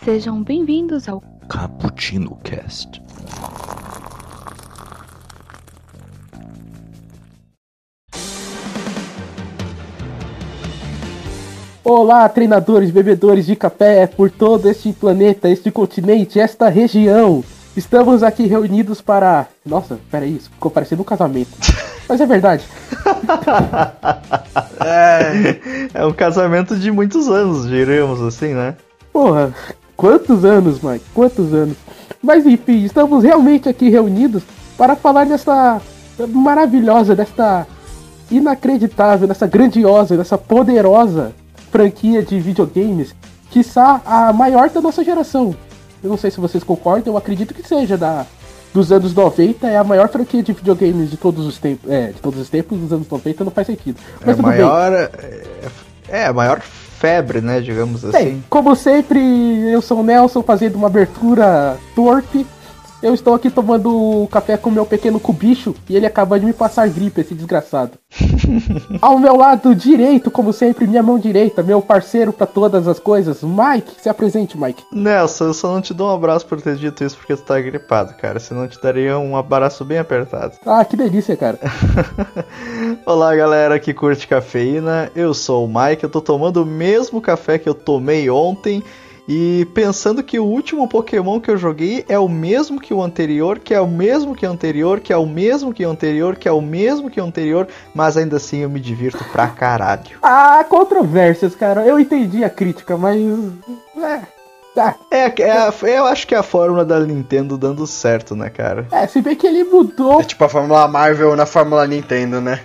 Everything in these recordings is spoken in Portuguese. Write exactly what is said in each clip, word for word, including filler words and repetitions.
Sejam bem-vindos ao Cappuccino Cast. Olá, treinadores, bebedores de café por todo este planeta, este continente, esta região. Estamos aqui reunidos para... Nossa, peraí, isso ficou parecendo um casamento. Mas é verdade. é, é um casamento de muitos anos, diremos assim, né? Porra, quantos anos, Mike? Quantos anos? Mas enfim, estamos realmente aqui reunidos para falar dessa maravilhosa, desta inacreditável, dessa grandiosa, dessa poderosa franquia de videogames, quiçá a maior da nossa geração. Eu não sei se vocês concordam, eu acredito que seja da, dos anos noventa, é a maior franquia de videogames de todos os tempos. É, de todos os tempos, dos anos noventa não faz sentido. Mas é tudo maior, bem. É, é a maior febre, né, digamos assim. Bem, como sempre, eu sou o Nelson, fazendo uma abertura torpe. Eu estou aqui tomando café com meu pequeno cubicho e ele acaba de me passar gripe, esse desgraçado. Ao meu lado direito, como sempre, minha mão direita, meu parceiro pra todas as coisas, Mike. Se apresente, Mike. Nelson, eu só não te dou um abraço por ter dito isso porque tu tá gripado, cara. Senão eu te daria um abraço bem apertado. Ah, que delícia, cara. Olá, galera que curte cafeína. Eu sou o Mike, eu tô tomando o mesmo café que eu tomei ontem. E pensando que o último Pokémon que eu joguei é o mesmo que o anterior, que é o mesmo que o anterior, que é o mesmo que o anterior, que é o mesmo que o anterior, mas ainda assim eu me divirto pra caralho. Ah, controvérsias, cara. Eu entendi a crítica, mas... É, tá. É, é a, eu acho que é a fórmula da Nintendo dando certo, né, cara? É, se bem que ele mudou... É tipo a Fórmula Marvel na Fórmula Nintendo, né?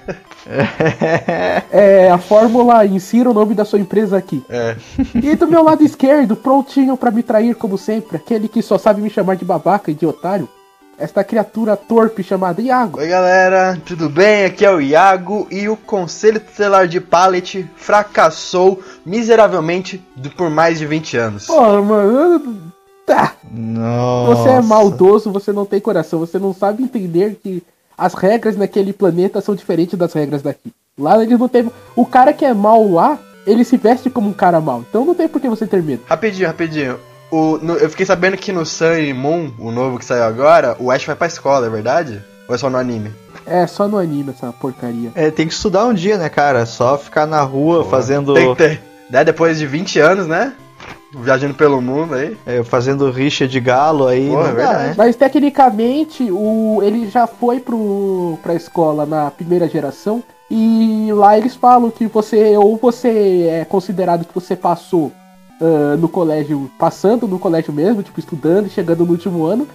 É, a fórmula, insira o nome da sua empresa aqui. É. E do meu lado esquerdo, prontinho pra me trair como sempre, aquele que só sabe me chamar de babaca e de otário, esta criatura torpe chamada Iago. Oi, galera, tudo bem? Aqui é o Iago e o Conselho Tutelar de Pallet fracassou miseravelmente por mais de vinte anos. Porra, mano, tá. Nossa. Você é maldoso, você não tem coração, você não sabe entender que as regras naquele planeta são diferentes das regras daqui. Lá eles não tem... O cara que é mal lá, ele se veste como um cara mal. Então não tem por que você ter medo. Rapidinho, rapidinho. O, no, eu fiquei sabendo que no Sun e Moon, o novo que saiu agora, o Ash vai pra escola, é verdade? Ou é só no anime? É, só no anime essa porcaria. É, tem que estudar um dia, né, cara? Só ficar na rua, pô, fazendo... Tem que ter. Né? Depois de vinte anos, né? Viajando pelo mundo aí. É, fazendo rixa de galo aí. Porra, não é dá, verdade. né? Mas tecnicamente, o, ele já foi pro, pra escola na primeira geração. E lá eles falam que você, ou você é considerado que você passou uh, no colégio, passando no colégio mesmo, tipo estudando e chegando no último ano,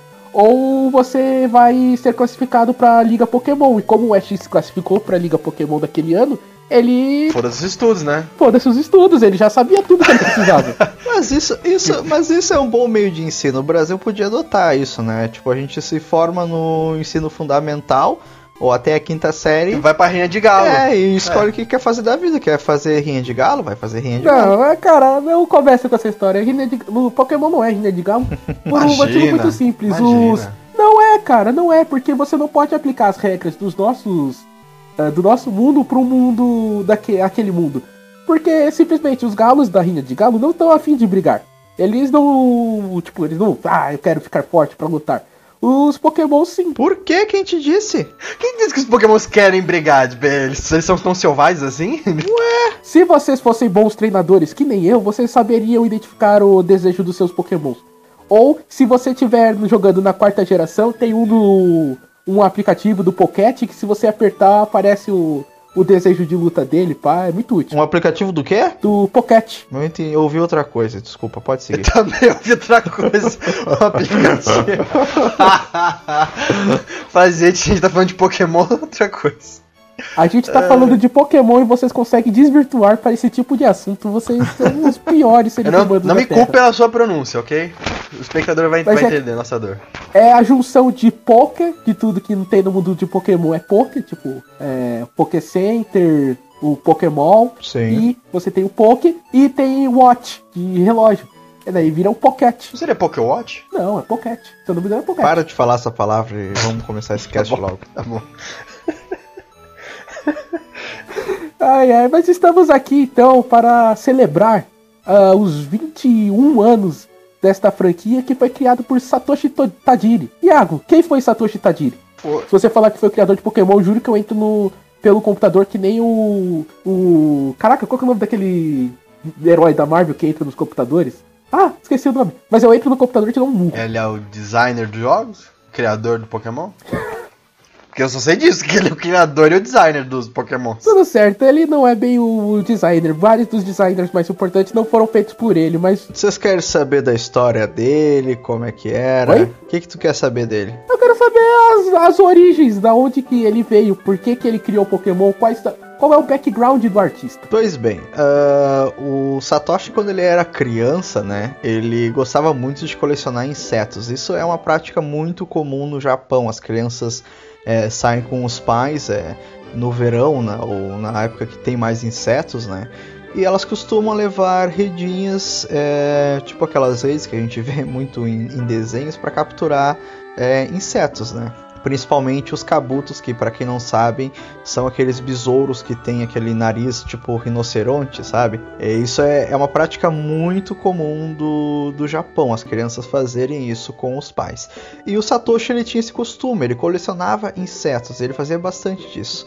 ou você vai ser classificado pra Liga Pokémon. E como o Ash se classificou pra Liga Pokémon daquele ano, ele... Foda-se os estudos, né? Foda-se os estudos, ele já sabia tudo que ele precisava. Mas isso, isso, mas isso é um bom meio de ensino. O Brasil podia adotar isso, né? Tipo, a gente se forma no ensino fundamental, ou até a quinta série. Vai pra rinha de galo. É, e escolhe é. o que quer fazer da vida. Quer fazer rinha de galo? Vai fazer rinha de não, galo. Não, é, cara, não conversa com essa história. Rinha de... O Pokémon não é rinha de galo. Por um motivo muito simples. Os... Não é, cara, não é. Porque você não pode aplicar as regras dos nossos... do nosso mundo pro mundo daquele mundo. Porque simplesmente os galos da rinha de galo não estão afim de brigar. Eles não... Tipo, eles não... Ah, eu quero ficar forte pra lutar. Os Pokémon sim. Por que quem te disse? Quem disse que os Pokémons querem brigar? Eles, eles são tão selvagens assim? Ué? Se vocês fossem bons treinadores, que nem eu, vocês saberiam identificar o desejo dos seus Pokémons. Ou, se você estiver jogando na quarta geração, tem um do... um aplicativo do Pocket que se você apertar aparece o, o desejo de luta dele, pá, é muito útil. Um aplicativo do quê? Do Pocket. Eu, entendi, eu ouvi outra coisa, desculpa, pode seguir. Eu também ouvi outra coisa, um aplicativo. Faz gente, a gente tá falando de Pokémon, outra coisa. A gente tá é... falando de Pokémon e vocês conseguem desvirtuar para esse tipo de assunto. Vocês são os piores seres humanos. Não me Terra. culpe pela sua pronúncia, ok? O espectador vai, vai é, entender nossa dor. É a junção de Poké, de tudo que não tem no mundo de Pokémon é Poké, tipo, é, Poké Center, o Pokémon. Sim. E você tem o Poké e tem o Watch, de relógio. E daí vira um Pocket. Não seria Pokéwatch? Não, é Pocket. Se eu não me engano é Pocket. Para de falar essa palavra e vamos começar esse cast tá logo. Tá bom. Ai, ai, mas estamos aqui então para celebrar uh, os vinte e um anos desta franquia que foi criado por Satoshi Tajiri. Iago, quem foi Satoshi Tajiri? Pô. Se você falar que foi o criador de Pokémon, eu juro que eu entro no, pelo computador que nem o... o... Caraca, qual que é o nome daquele herói da Marvel que entra nos computadores? Ah, esqueci o nome. Mas eu entro no computador e te dou um murro. Ele é o designer dos jogos? Criador do Pokémon? Porque eu só sei disso, que ele é o criador e o designer dos Pokémon. Tudo certo, ele não é bem o designer. Vários dos designers mais importantes não foram feitos por ele, mas... Vocês querem saber da história dele, como é que era? Oi? O que que tu quer saber dele? Eu quero saber as, as origens, da onde que ele veio, por que que ele criou o Pokémon, quais, qual é o background do artista. Pois bem, uh, o Satoshi, quando ele era criança, né, ele gostava muito de colecionar insetos. Isso é uma prática muito comum no Japão. As crianças é, saem com os pais é, no verão, né, ou na época que tem mais insetos, né, e elas costumam levar redinhas, é, tipo aquelas redes que a gente vê muito em, em desenhos, para capturar é, insetos, né. Principalmente os kabutos, que para quem não sabe, são aqueles besouros que tem aquele nariz tipo rinoceronte, sabe? E isso é, é uma prática muito comum do, do Japão, as crianças fazerem isso com os pais. E o Satoshi, ele tinha esse costume, ele colecionava insetos, ele fazia bastante disso.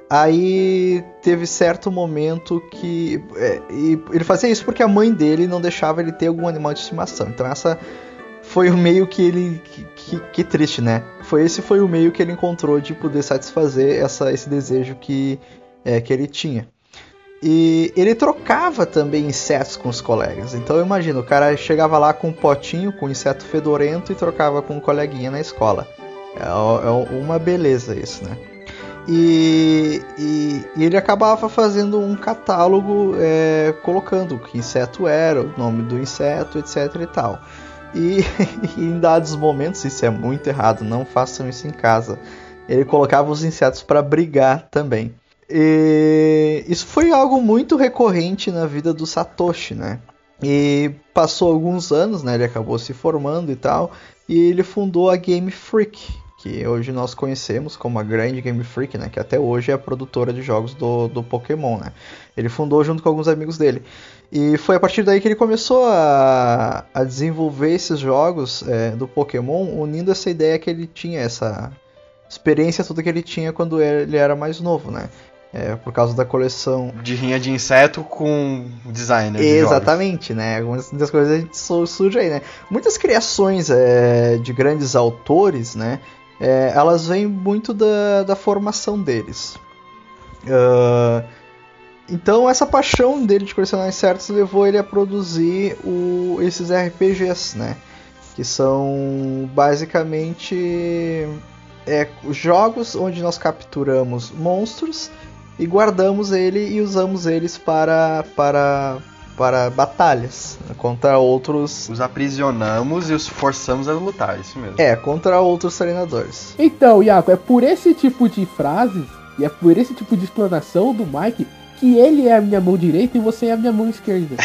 Aí teve certo momento que... É, e ele fazia isso porque a mãe dele não deixava ele ter algum animal de estimação. Então essa... foi o meio que ele... Que, que, que triste, né? Foi, esse foi o meio que ele encontrou de poder satisfazer essa, esse desejo que, é, que ele tinha. E ele trocava também insetos com os colegas. Então imagina, o cara chegava lá com um potinho com inseto fedorento e trocava com um coleguinha na escola. É, é uma beleza isso, né? E, e, e ele acabava fazendo um catálogo é, colocando que inseto era, o nome do inseto, etc e tal. E, e em dados momentos, isso é muito errado, não façam isso em casa, ele colocava os insetos para brigar também. E isso foi algo muito recorrente na vida do Satoshi, né? E passou alguns anos, né? Ele acabou se formando e tal, e ele fundou a Game Freak, que hoje nós conhecemos como a grande Game Freak, né? Que até hoje é a produtora de jogos do, do Pokémon, né? Ele fundou junto com alguns amigos dele. E foi a partir daí que ele começou a, a desenvolver esses jogos é, do Pokémon, unindo essa ideia que ele tinha, essa experiência toda que ele tinha quando ele era mais novo, né? É, por causa da coleção... De rinha de inseto com designer de Exatamente, jogos. Né? Algumas das coisas a gente surge aí, né? Muitas criações é, de grandes autores, né? É, elas vêm muito da, da formação deles. Uh, então essa paixão dele de colecionar insetos levou ele a produzir o, esses R P Gs, né? Que são basicamente é, jogos onde nós capturamos monstros e guardamos ele e usamos eles para, para, para batalhas, né? Contra outros... Os aprisionamos e os forçamos a lutar, isso mesmo. É, contra outros treinadores. Então, Iago, é por esse tipo de frases e é por esse tipo de explanação do Mike que ele é a minha mão direita e você é a minha mão esquerda.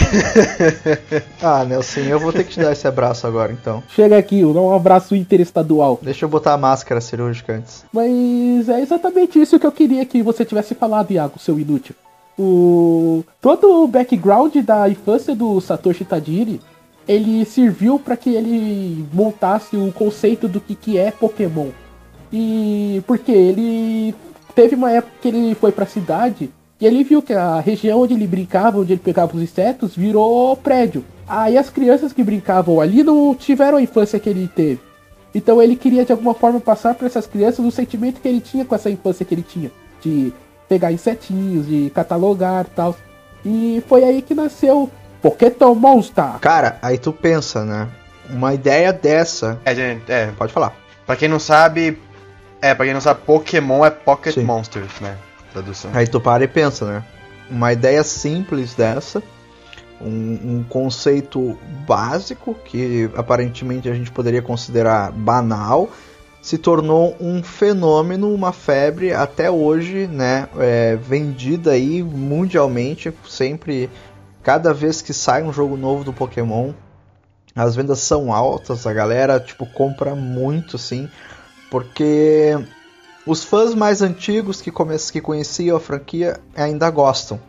Ah, Nelson, eu vou ter que te dar esse abraço agora, então. Chega aqui, dá um abraço interestadual. Deixa eu botar a máscara cirúrgica antes. Mas é exatamente isso que eu queria que você tivesse falado, Iago, seu inútil. O... Todo o background da infância do Satoshi Tajiri, ele serviu para que ele montasse o conceito do que, que é Pokémon. E porque ele teve uma época que ele foi para a cidade e ele viu que a região onde ele brincava, onde ele pegava os insetos, virou prédio. Aí as crianças que brincavam ali não tiveram a infância que ele teve. Então ele queria de alguma forma passar para essas crianças o sentimento que ele tinha com essa infância que ele tinha. De pegar insetinhos, de catalogar e tal. E foi aí que nasceu Pokémon Monster. Cara, aí tu pensa, né? Uma ideia dessa... É, gente, é. Pode falar. Pra quem não sabe... É, pra quem não sabe, Pokémon é Pocket Sim. Monsters, né? Tradução. Aí tu para e pensa, né? Uma ideia simples dessa, um, um conceito básico, que aparentemente a gente poderia considerar banal, se tornou um fenômeno, uma febre até hoje, né? É, vendida aí mundialmente, sempre, cada vez que sai um jogo novo do Pokémon, as vendas são altas, a galera tipo compra muito, sim, porque os fãs mais antigos que, come- que conheciam a franquia ainda gostam.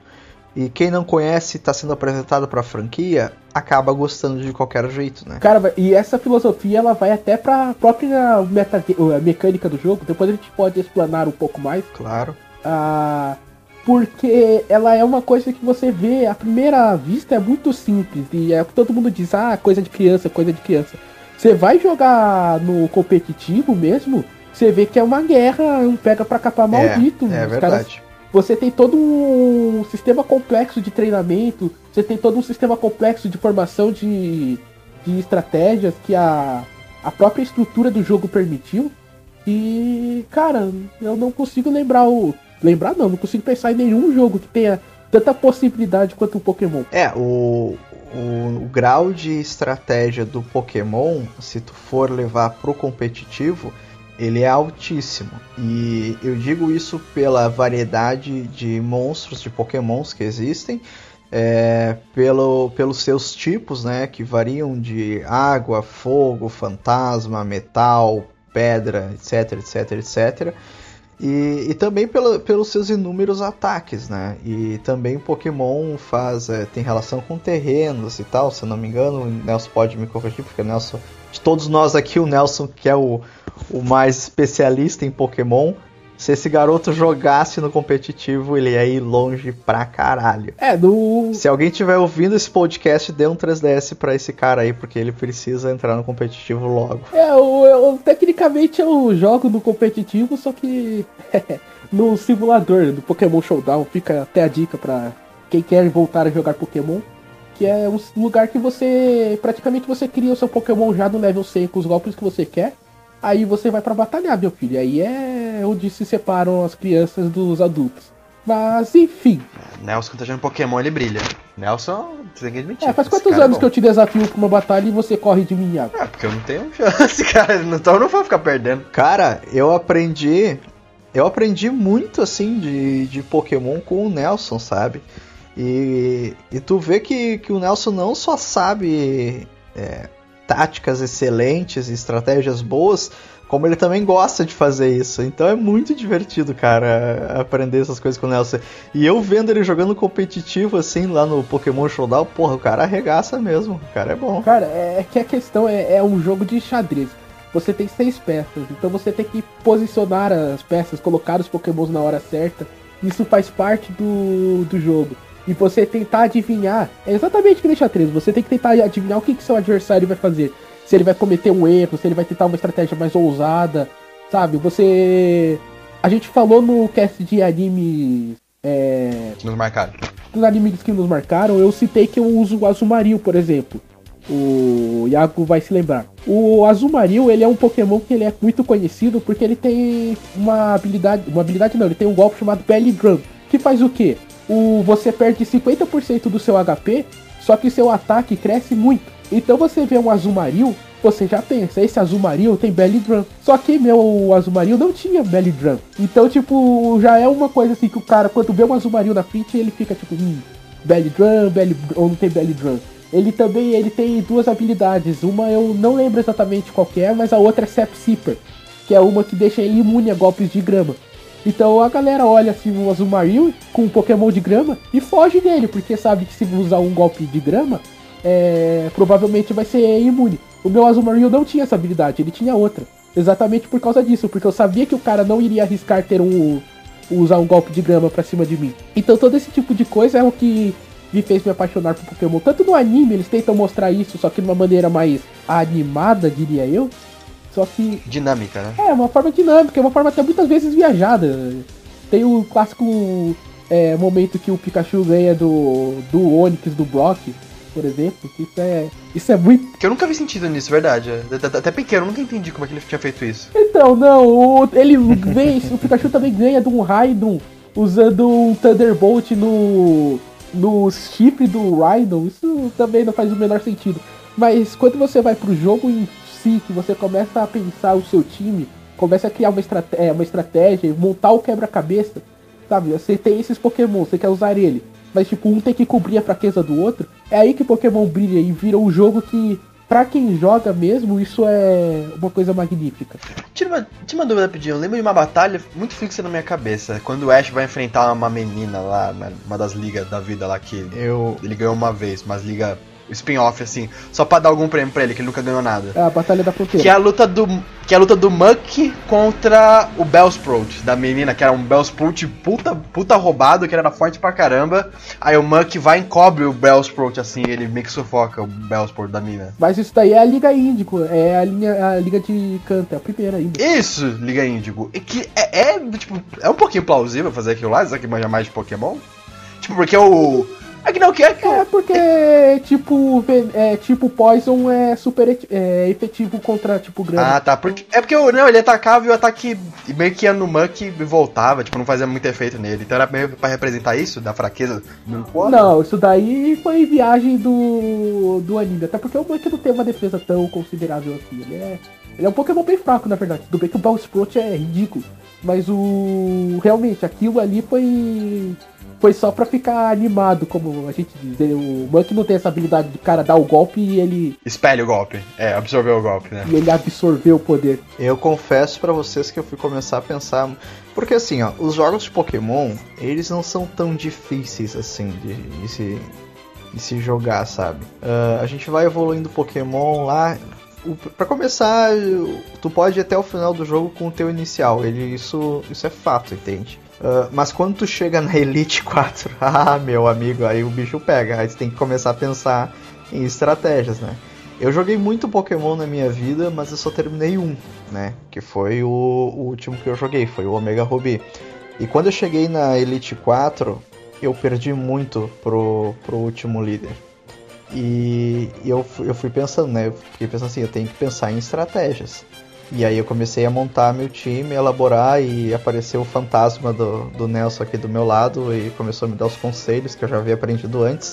E quem não conhece e tá sendo apresentado pra franquia, acaba gostando de qualquer jeito, né? Cara, e essa filosofia, ela vai até pra própria meta, mecânica do jogo. Depois a gente pode explanar um pouco mais. Claro. Ah, porque ela é uma coisa que você vê, à primeira vista é muito simples. E é o que todo mundo diz, ah, coisa de criança, coisa de criança. Você vai jogar no competitivo mesmo, você vê que é uma guerra, um pega pra capar maldito. É, é Os verdade. caras... Você tem todo um sistema complexo de treinamento, você tem todo um sistema complexo de formação de, de estratégias que a, a própria estrutura do jogo permitiu. E, cara, eu não consigo lembrar o... Lembrar não, não consigo pensar em nenhum jogo que tenha tanta possibilidade quanto o Pokémon. É, o, o, o grau de estratégia do Pokémon, se tu for levar pro competitivo, ele é altíssimo. E eu digo isso pela variedade de monstros, de Pokémons que existem, é, pelo, pelos seus tipos, né, que variam de água, fogo, fantasma, metal, pedra, etc, etc, etcétera. E, e também pela, pelos seus inúmeros ataques, né? E também Pokémon faz, é, tem relação com terrenos e tal, se eu não me engano. O Nelson pode me corrigir, porque o Nelson, de todos nós aqui, o Nelson que é o, o mais especialista em Pokémon. Se esse garoto jogasse no competitivo, ele ia ir longe pra caralho. É, no... Se alguém tiver ouvindo esse podcast, dê um três D S pra esse cara aí, porque ele precisa entrar no competitivo logo. É, eu, eu, tecnicamente eu jogo no competitivo, só que no simulador do Pokémon Showdown. Fica até a dica pra quem quer voltar a jogar Pokémon, que é um lugar que você, praticamente você cria o seu Pokémon já no level cem com os golpes que você quer. Aí você vai pra batalhar, meu filho. Aí é onde se separam as crianças dos adultos. Mas, enfim. Nelson, quando tá jogando Pokémon, ele brilha. Nelson, você tem que admitir. É, faz esse quantos cara é anos bom. que eu te desafio pra uma batalha e você corre de mim, Iago? É, porque eu não tenho chance, cara. Então eu não vou ficar perdendo. Cara, eu aprendi. Eu aprendi muito assim de, de Pokémon com o Nelson, sabe? E, e tu vê que, que o Nelson não só sabe é, táticas excelentes e estratégias boas, como ele também gosta de fazer isso. Então é muito divertido, cara, aprender essas coisas com o Nelson. E eu vendo ele jogando competitivo assim lá no Pokémon Showdown, porra, o cara arregaça mesmo. O cara é bom. Cara, é que a questão é, é um jogo de xadrez. Você tem seis peças, então você tem que posicionar as peças, colocar os Pokémons na hora certa. Isso faz parte do, do jogo. E você tentar adivinhar, é exatamente que nem xadrez, você tem que tentar adivinhar o que, que seu adversário vai fazer. Se ele vai cometer um erro, se ele vai tentar uma estratégia mais ousada, sabe? Você... A gente falou no cast de animes... É... Nos marcaram. Dos animes que nos marcaram, eu citei que eu uso o Azumarill, por exemplo. O Iago vai se lembrar. O Azumarill, ele é um Pokémon que ele é muito conhecido porque ele tem uma habilidade... Uma habilidade não, ele tem um golpe chamado Belly Drum, que faz o quê? O, você perde cinquenta por cento do seu H P, só que seu ataque cresce muito. Então você vê um Azumarill, você já pensa, esse Azumarill tem Belly Drum. Só que meu Azumarill não tinha Belly Drum. Então, tipo, já é uma coisa assim que o cara, quando vê um Azumarill na frente, ele fica tipo, hum, Belly Drum, Belly, ou não tem Belly Drum. Ele também, ele tem duas habilidades. Uma eu não lembro exatamente qual que é, mas a outra é Sap Seeper, que é uma que deixa ele imune a golpes de grama. Então a galera olha assim o Azumarill com um Pokémon de grama e foge dele, porque sabe que se usar um golpe de grama, é, provavelmente vai ser imune. O meu Azumarill não tinha essa habilidade, ele tinha outra. Exatamente por causa disso, porque eu sabia que o cara não iria arriscar ter um usar um golpe de grama pra cima de mim. Então todo esse tipo de coisa é o que me fez me apaixonar por Pokémon. Tanto no anime eles tentam mostrar isso, só que de uma maneira mais animada, diria eu. Só que... Dinâmica, né? É, uma forma dinâmica, é uma forma até muitas vezes viajada. Tem o clássico é, momento que o Pikachu ganha do, do Onix, do Brock, por exemplo. Isso é, isso é muito... Porque eu nunca vi sentido nisso, verdade. Até pequeno, eu nunca entendi como é que ele tinha feito isso. Então, não, o, ele vem, o Pikachu também ganha de um Raidon usando um Thunderbolt no, no chifre do Raidon. Isso também não faz o menor sentido. Mas quando você vai pro jogo em si, que você começa a pensar o seu time, começa a criar uma, estrate- uma estratégia, montar o quebra-cabeça, sabe? Você tem esses Pokémon, você quer usar ele, mas tipo, um tem que cobrir a fraqueza do outro. É aí que Pokémon brilha e vira um jogo que pra quem joga mesmo, isso é uma coisa magnífica. Tira uma, tira uma dúvida rapidinho, eu lembro de uma batalha muito fixa na minha cabeça, quando o Ash vai enfrentar uma menina lá, uma das ligas da vida lá, que Eu... ele ganhou uma vez, mas liga spin-off assim, só pra dar algum prêmio pra ele, que ele nunca ganhou nada. É a Batalha da Fronteira. Que é a luta do, que é a luta do Muck contra o Bellsprout, da menina, que era um Bellsprout puta, puta roubado, que era forte pra caramba. Aí o Muck vai e encobre o Bellsprout, assim, ele meio que sufoca o Bellsprout da mina. Mas isso daí é a Liga Índigo, é a, linha, a Liga de Canto, é a primeira ainda. Isso, Liga Índigo. E que é, é, tipo, é um pouquinho plausível fazer aquilo lá, isso aqui manja mais de Pokémon? Tipo, porque o... É que não, que é que... É porque, tipo, é, tipo, Poison é super é, efetivo contra, tipo, grama. Ah, tá. Porque, é porque não, ele atacava e o ataque meio que ia no Muck e voltava, tipo, não fazia muito efeito nele. Então era meio pra representar isso, da fraqueza do quadro? Não, isso daí foi viagem do, do anime. Até porque o Muck não tem uma defesa tão considerável assim. Ele é, ele é um Pokémon bem fraco, na verdade. Tudo bem que o Bellsprout é ridículo. Mas o... realmente, aquilo ali foi... Foi só pra ficar animado, como a gente diz. O Muck não tem essa habilidade de cara dar o golpe e ele... Espelha o golpe. É, absorver o golpe, né? E ele absorveu o poder. Eu confesso pra vocês que eu fui começar a pensar... Porque assim, ó, os jogos de Pokémon, eles não são tão difíceis assim de, de, se, de se jogar, sabe? Uh, a gente vai evoluindo Pokémon lá... O, pra começar, tu pode ir até o final do jogo com o teu inicial. Ele, isso, isso é fato, entende? Uh, mas quando tu chega na Elite quatro, ah, meu amigo, aí o bicho pega. Aí tu tem que começar a pensar em estratégias, né? Eu joguei muito Pokémon na minha vida, mas eu só terminei um, né? Que foi o, o último que eu joguei, foi o Omega Ruby. E quando eu cheguei na Elite quatro, eu perdi muito pro, pro último líder. E, e eu, eu fui pensando, né? Eu fiquei pensando assim, eu tenho que pensar em estratégias. E aí eu comecei a montar meu time, elaborar, e apareceu o fantasma do, do Nelson aqui do meu lado e começou a me dar os conselhos que eu já havia aprendido antes.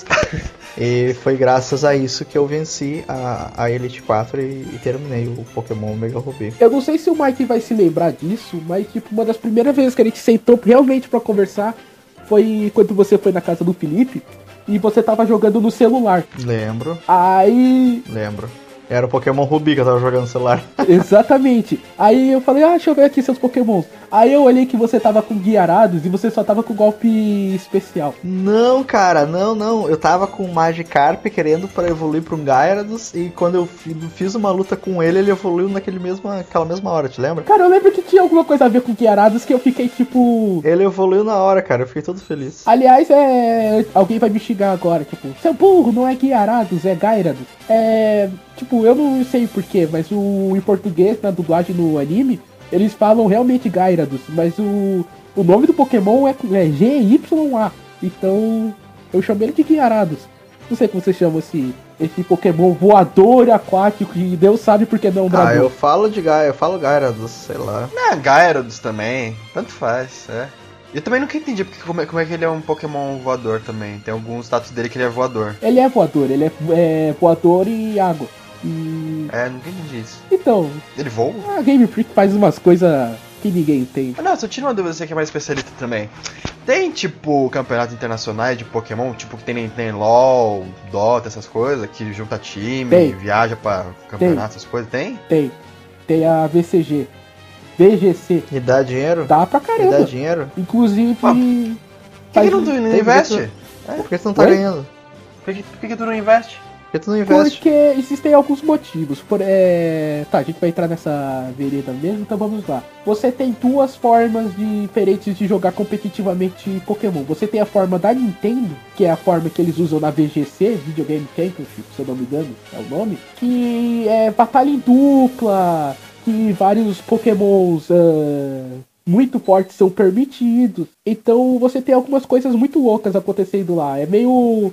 E foi graças a isso que eu venci a, a Elite quatro e, e terminei o Pokémon Omega Ruby. Eu não sei se o Mike vai se lembrar disso, mas tipo, uma das primeiras vezes que a gente sentou realmente pra conversar foi quando você foi na casa do Felipe e você tava jogando no celular. Lembro. Aí... Lembro. Era o Pokémon Ruby que eu tava jogando no celular. Exatamente. Aí eu falei, ah, deixa eu ver aqui seus Pokémons. Aí eu olhei que você tava com Guiarados e você só tava com golpe especial. Não, cara, não, não. Eu tava com o Magikarp querendo pra evoluir pra um Gyarados, e quando eu fiz uma luta com ele, ele evoluiu naquele mesma, naquela mesma hora, te lembra? Cara, eu lembro que tinha alguma coisa a ver com Guiarados que eu fiquei tipo... Ele evoluiu na hora, cara, eu fiquei todo feliz. Aliás, é... alguém vai me xingar agora, tipo, seu burro, não é Guiarados, é Gyarados. É... Tipo, eu não sei porquê, mas o em português, na dublagem no anime, eles falam realmente Gyarados, mas o, o nome do Pokémon é, é G Y A. Então, eu chamei ele de Gyarados. Não sei como você chama esse, esse Pokémon voador aquático, que Deus sabe por que não bradou. Ah, eu falo de Gyarados, eu falo Gyarados, sei lá. É, Gyarados também, tanto faz, é. Eu também nunca entendi porque, como, é, como é que ele é um Pokémon voador também. Tem alguns status dele que ele é voador. Ele é voador, ele é, é voador e água. E... É, nunca entendi isso. Então... Ele voa? A Game Freak faz umas coisas que ninguém entende. Ah, não, só tira uma dúvida, você que é mais especialista também. Tem, tipo, campeonatos internacionais de Pokémon, tipo, que tem, tem LoL, Dota, essas coisas, que junta time, tem. Viaja pra campeonato, essas coisas, tem? Tem. Tem a V C G. V G C. E dá dinheiro? Dá pra caramba. E dá dinheiro? Inclusive... Por que, que não, tu não investe? Por que tu não tá Oi? ganhando? Por que, por que, que tu não investe? Por que tu não investe? Porque existem alguns motivos. Por, é... Tá, a gente vai entrar nessa vereda mesmo, então vamos lá. Você tem duas formas diferentes de jogar competitivamente Pokémon. Você tem a forma da Nintendo, que é a forma que eles usam na V G C, Video Game Championship, se eu não me engano, é o nome. Que é batalha em dupla, que vários Pokémons uh, muito fortes são permitidos. Então você tem algumas coisas muito loucas acontecendo lá. É meio...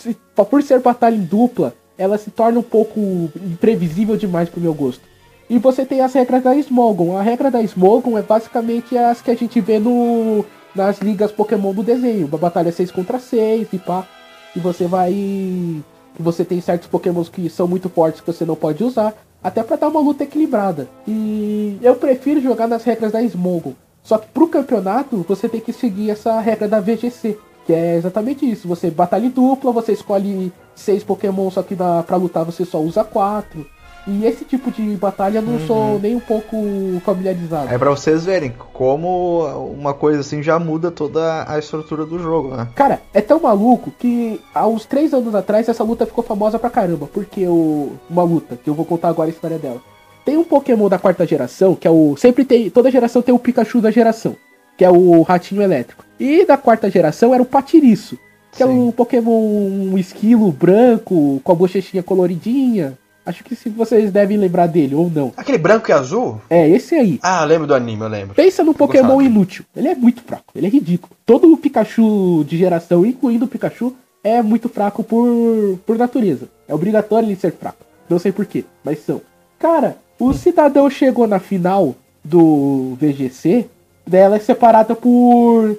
Por ser batalha em dupla, ela se torna um pouco imprevisível demais pro meu gosto. E você tem as regras da Smogon. A regra da Smogon é basicamente as que a gente vê no, nas ligas Pokémon do desenho. Uma batalha seis contra seis e pá. E você vai... E você tem certos Pokémons que são muito fortes que você não pode usar. Até pra dar uma luta equilibrada. E eu prefiro jogar nas regras da Smogon. Só que pro campeonato, você tem que seguir essa regra da V G C. Que é exatamente isso, você batalha em dupla, você escolhe seis Pokémon, só que dá, pra lutar você só usa quatro. E esse tipo de batalha eu não uhum. sou nem um pouco familiarizado. É pra vocês verem como uma coisa assim já muda toda a estrutura do jogo, né? Cara, é tão maluco que há uns três anos atrás essa luta ficou famosa pra caramba. Porque o, uma luta, que eu vou contar agora a história dela. Tem um Pokémon da quarta geração, que é o... Sempre tem... Toda geração tem o Pikachu da geração, que é o ratinho elétrico. E da quarta geração era o Patiriço, que Sim. é um Pokémon um esquilo branco, com a bochechinha coloridinha. Acho que se vocês devem lembrar dele, ou não. Aquele branco e azul? É, esse aí. Ah, eu lembro do anime, eu lembro. Pensa no Pokémon inútil. Ele é muito fraco, ele é ridículo. Todo o Pikachu de geração, incluindo o Pikachu, é muito fraco por, por natureza. É obrigatório ele ser fraco. Não sei porquê, mas são. Cara, o cidadão chegou na final do V G C, dela é separada por,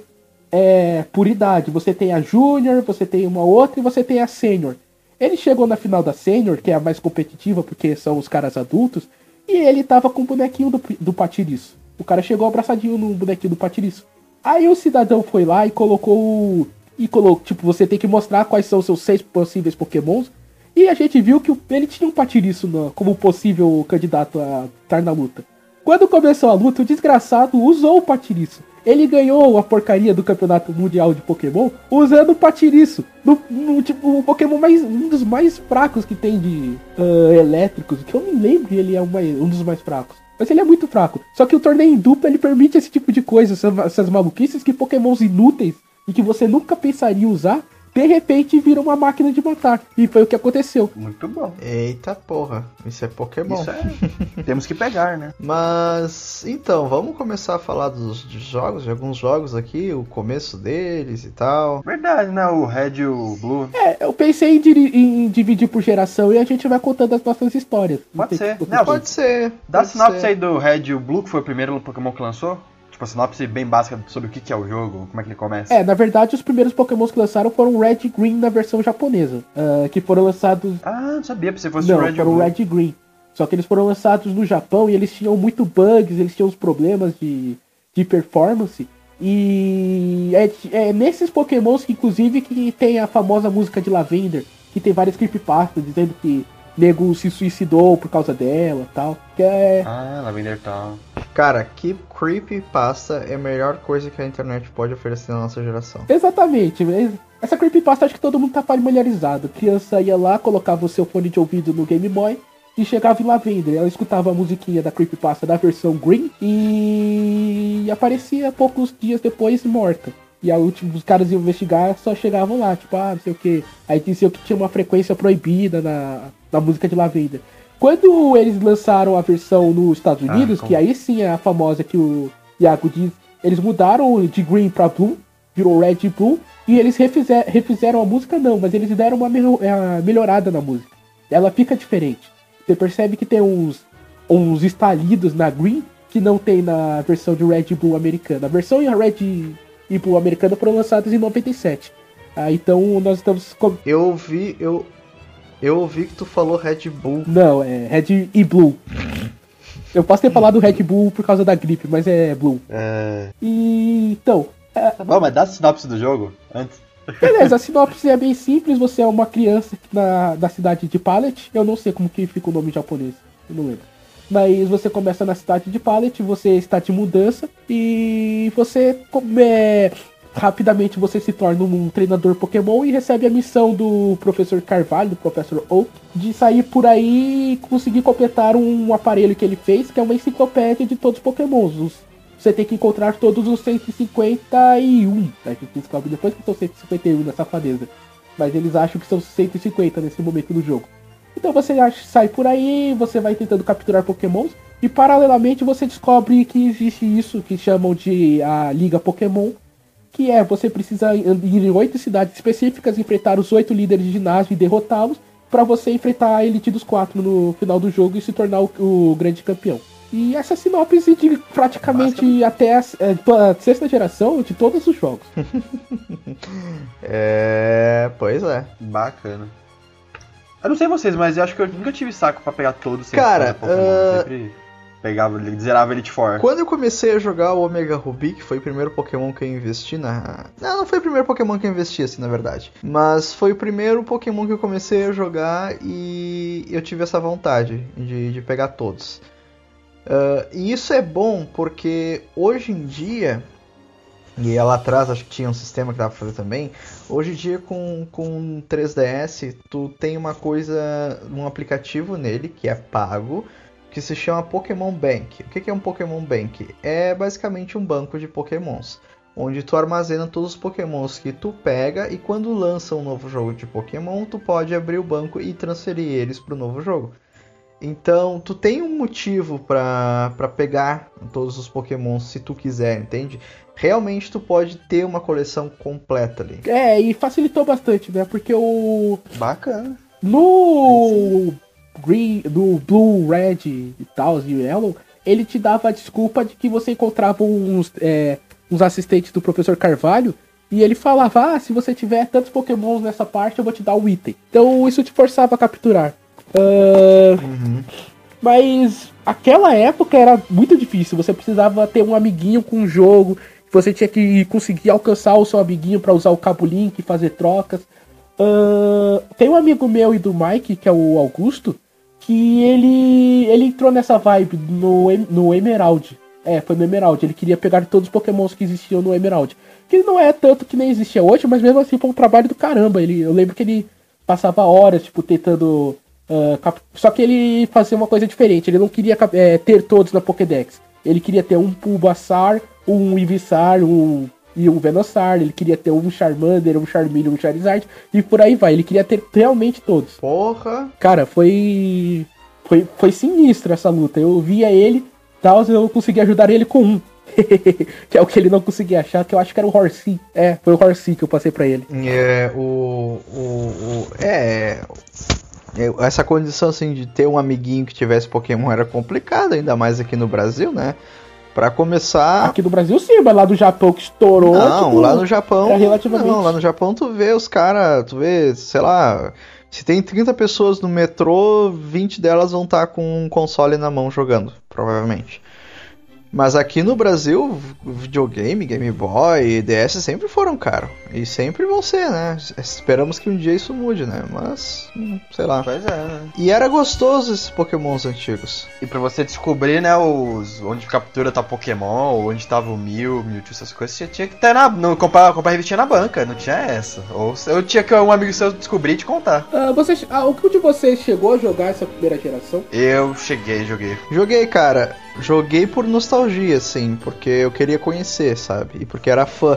é, por idade. Você tem a Júnior, você tem uma outra e você tem a Sênior. Ele chegou na final da Sênior, que é a mais competitiva, porque são os caras adultos, e ele tava com o bonequinho do, do Patiriço. O cara chegou abraçadinho no bonequinho do Patiriço. Aí o cidadão foi lá e colocou... E colocou, tipo, você tem que mostrar quais são os seus seis possíveis Pokémons. E a gente viu que ele tinha um Patiriço no, como possível candidato a estar na luta. Quando começou a luta, o desgraçado usou o Patiriço. Ele ganhou a porcaria do campeonato mundial de Pokémon usando o Patiriço. No, no, tipo, o Pokémon mais, um dos mais fracos que tem de uh, elétricos. Que eu me lembro, ele é uma, um dos mais fracos. Mas ele é muito fraco. Só que o torneio em dupla, ele permite esse tipo de coisa. Essas, essas maluquices que Pokémons inúteis e que você nunca pensaria usar, de repente vira uma máquina de matar. E foi o que aconteceu. Muito bom. Eita porra, isso é Pokémon. Isso é. Temos que pegar, né? Mas, então, vamos começar a falar dos, dos jogos, de alguns jogos aqui, o começo deles e tal. Verdade, né? O Red e o Blue. É, eu pensei em, diri- em dividir por geração e a gente vai contando as nossas histórias. Pode ser. Não, não, pode ser. Dá pode a sinopse ser. aí do Red e o Blue, que foi o primeiro Pokémon que lançou. Tipo, a sinopse bem básica sobre o que é o jogo, como é que ele começa. É, na verdade, os primeiros Pokémons que lançaram foram Red e Green na versão japonesa. Uh, que foram lançados... Ah, não sabia, se fosse não, o Red e foram Red e Green. Só que eles foram lançados no Japão e eles tinham muito bugs, eles tinham uns problemas de, de performance. E é, é nesses Pokémons que, inclusive, que tem a famosa música de Lavender, que tem várias creepypastas dizendo que nego se suicidou por causa dela e tal. Que é... Ah, Lavender tal. Cara, que creepypasta é a melhor coisa que a internet pode oferecer na nossa geração. Exatamente. Essa creepypasta acho que todo mundo tá familiarizado. A criança ia lá, colocava o seu fone de ouvido no Game Boy e chegava em Lavender. Ela escutava a musiquinha da creepypasta da versão Green e aparecia poucos dias depois morta. E a última, os caras iam investigar, só chegavam lá, tipo, ah, não sei o que. Aí diziam que tinha uma frequência proibida na, na música de Lavender. Quando eles lançaram a versão nos Estados Unidos, ah, que aí sim é a famosa que o Iago diz, eles mudaram de Green pra Blue, virou Red e Blue, e eles refizer, refizeram a música não, mas eles deram uma melhorada na música. Ela fica diferente. Você percebe que tem uns, uns estalidos na Green que não tem na versão de Red e Blue americana. A versão e a Red e Blue americana foram lançadas em noventa e sete. Ah, então nós estamos... Eu ouvi, eu... Eu ouvi que tu falou Red Bull. Não, é Red e Blue. Eu posso ter falado Red Bull por causa da gripe, mas é Blue. É... E... Então... É... Tá bom, mas dá a sinopse do jogo antes. Beleza, a sinopse é bem simples. Você é uma criança na, na cidade de Pallet. Eu não sei como que fica o nome em japonês. Eu não lembro. Mas você começa na cidade de Pallet, você está de mudança. E você... É... Rapidamente você se torna um treinador Pokémon e recebe a missão do professor Carvalho, do professor Oak, de sair por aí e conseguir completar um aparelho que ele fez, que é uma enciclopédia de todos os Pokémons. Os, você tem que encontrar todos os cento e cinquenta e um. Né, que descobre depois que são cento e cinquenta e um na safadeza. Mas eles acham que são cento e cinquenta nesse momento do jogo. Então você sai por aí, você vai tentando capturar Pokémons. E paralelamente você descobre que existe isso que chamam de a Liga Pokémon. Que é, você precisa ir em oito cidades específicas, enfrentar os oito líderes de ginásio e derrotá-los, para você enfrentar a elite dos quatro no final do jogo e se tornar o, o grande campeão. E essa sinopse de praticamente até a, a sexta geração de todos os jogos. É... Pois é. Bacana. Eu não sei vocês, mas eu acho que eu nunca tive saco pra pegar todos. Cara, Pokémon. uh... Sempre... pegava, zerava Elite Four. Quando eu comecei a jogar o Omega Ruby, que foi o primeiro Pokémon que eu investi na... Não, não foi o primeiro Pokémon que eu investi, assim, na verdade. Mas foi o primeiro Pokémon que eu comecei a jogar e eu tive essa vontade de, de pegar todos. Uh, e isso é bom porque hoje em dia... E lá atrás acho que tinha um sistema que dava pra fazer também. Hoje em dia com, com três D S, tu tem uma coisa, um aplicativo nele que é pago, que se chama Pokémon Bank. O que é um Pokémon Bank? É basicamente um banco de Pokémons, onde tu armazena todos os Pokémons que tu pega e quando lança um novo jogo de Pokémon, tu pode abrir o banco e transferir eles pro novo jogo. Então, tu tem um motivo pra, pra pegar todos os Pokémons se tu quiser, entende? Realmente tu pode ter uma coleção completa ali. É, e facilitou bastante, né? Porque o... Bacana. No... Green, no Blue, Red e tal, e Yellow, ele te dava a desculpa de que você encontrava uns, é, uns assistentes do professor Carvalho e ele falava, ah, se você tiver tantos Pokémons nessa parte, eu vou te dar um item. Então isso te forçava a capturar. Uh, uhum. Mas aquela época era muito difícil. Você precisava ter um amiguinho com o jogo. Você tinha que conseguir alcançar o seu amiguinho para usar o cabo link e fazer trocas. Uh, tem um amigo meu e do Mike, que é o Augusto, que ele, ele entrou nessa vibe no, no Emerald. É, foi no Emerald. Ele queria pegar todos os Pokémons que existiam no Emerald. Que não é tanto que nem existia hoje, mas mesmo assim foi um trabalho do caramba. Ele, eu lembro que ele passava horas, tipo, tentando... Uh, cap... Só que ele fazia uma coisa diferente. Ele não queria é, ter todos na Pokédex. Ele queria ter um Bulbasaur, um Ivysaur, um... e um Venusaur. Ele queria ter um Charmander, um Charmeleon, um Charizard. E por aí vai. Ele queria ter realmente todos. Porra! Cara, foi... Foi, foi sinistro essa luta. Eu via ele, tal, eu conseguia ajudar ele com um. Que é o que ele não conseguia achar, que eu acho que era o Horsea. É, foi o Horsea que eu passei pra ele. É, o... o, o é... Essa condição assim de ter um amiguinho que tivesse Pokémon era complicada, ainda mais aqui no Brasil, né? Pra começar... Aqui no Brasil sim, mas lá do Japão que estourou... Não, tipo, lá no Japão... é relativamente... Não, lá no Japão tu vê os caras... Tu vê, sei lá... Se tem trinta pessoas no metrô, vinte delas vão estar com um console na mão jogando, provavelmente. Mas aqui no Brasil, videogame, Game Boy e D S sempre foram caros. E sempre vão ser, né? Esperamos que um dia isso mude, né? Mas, sei lá. Pois é, né? E era gostoso esses Pokémons antigos. E pra você descobrir, né, os, onde captura tá Pokémon, onde tava o Mew, Mewtwo, essas coisas, você tinha que ter na... Não, comprar, comprar revistinha na banca, não tinha essa. Ou eu tinha que um amigo seu descobrir e te contar. Uh, você, ah, o que de vocês chegou a jogar essa primeira geração? Eu cheguei, joguei. Joguei, cara. Joguei por nostalgia, assim, porque eu queria conhecer, sabe? E porque era fã.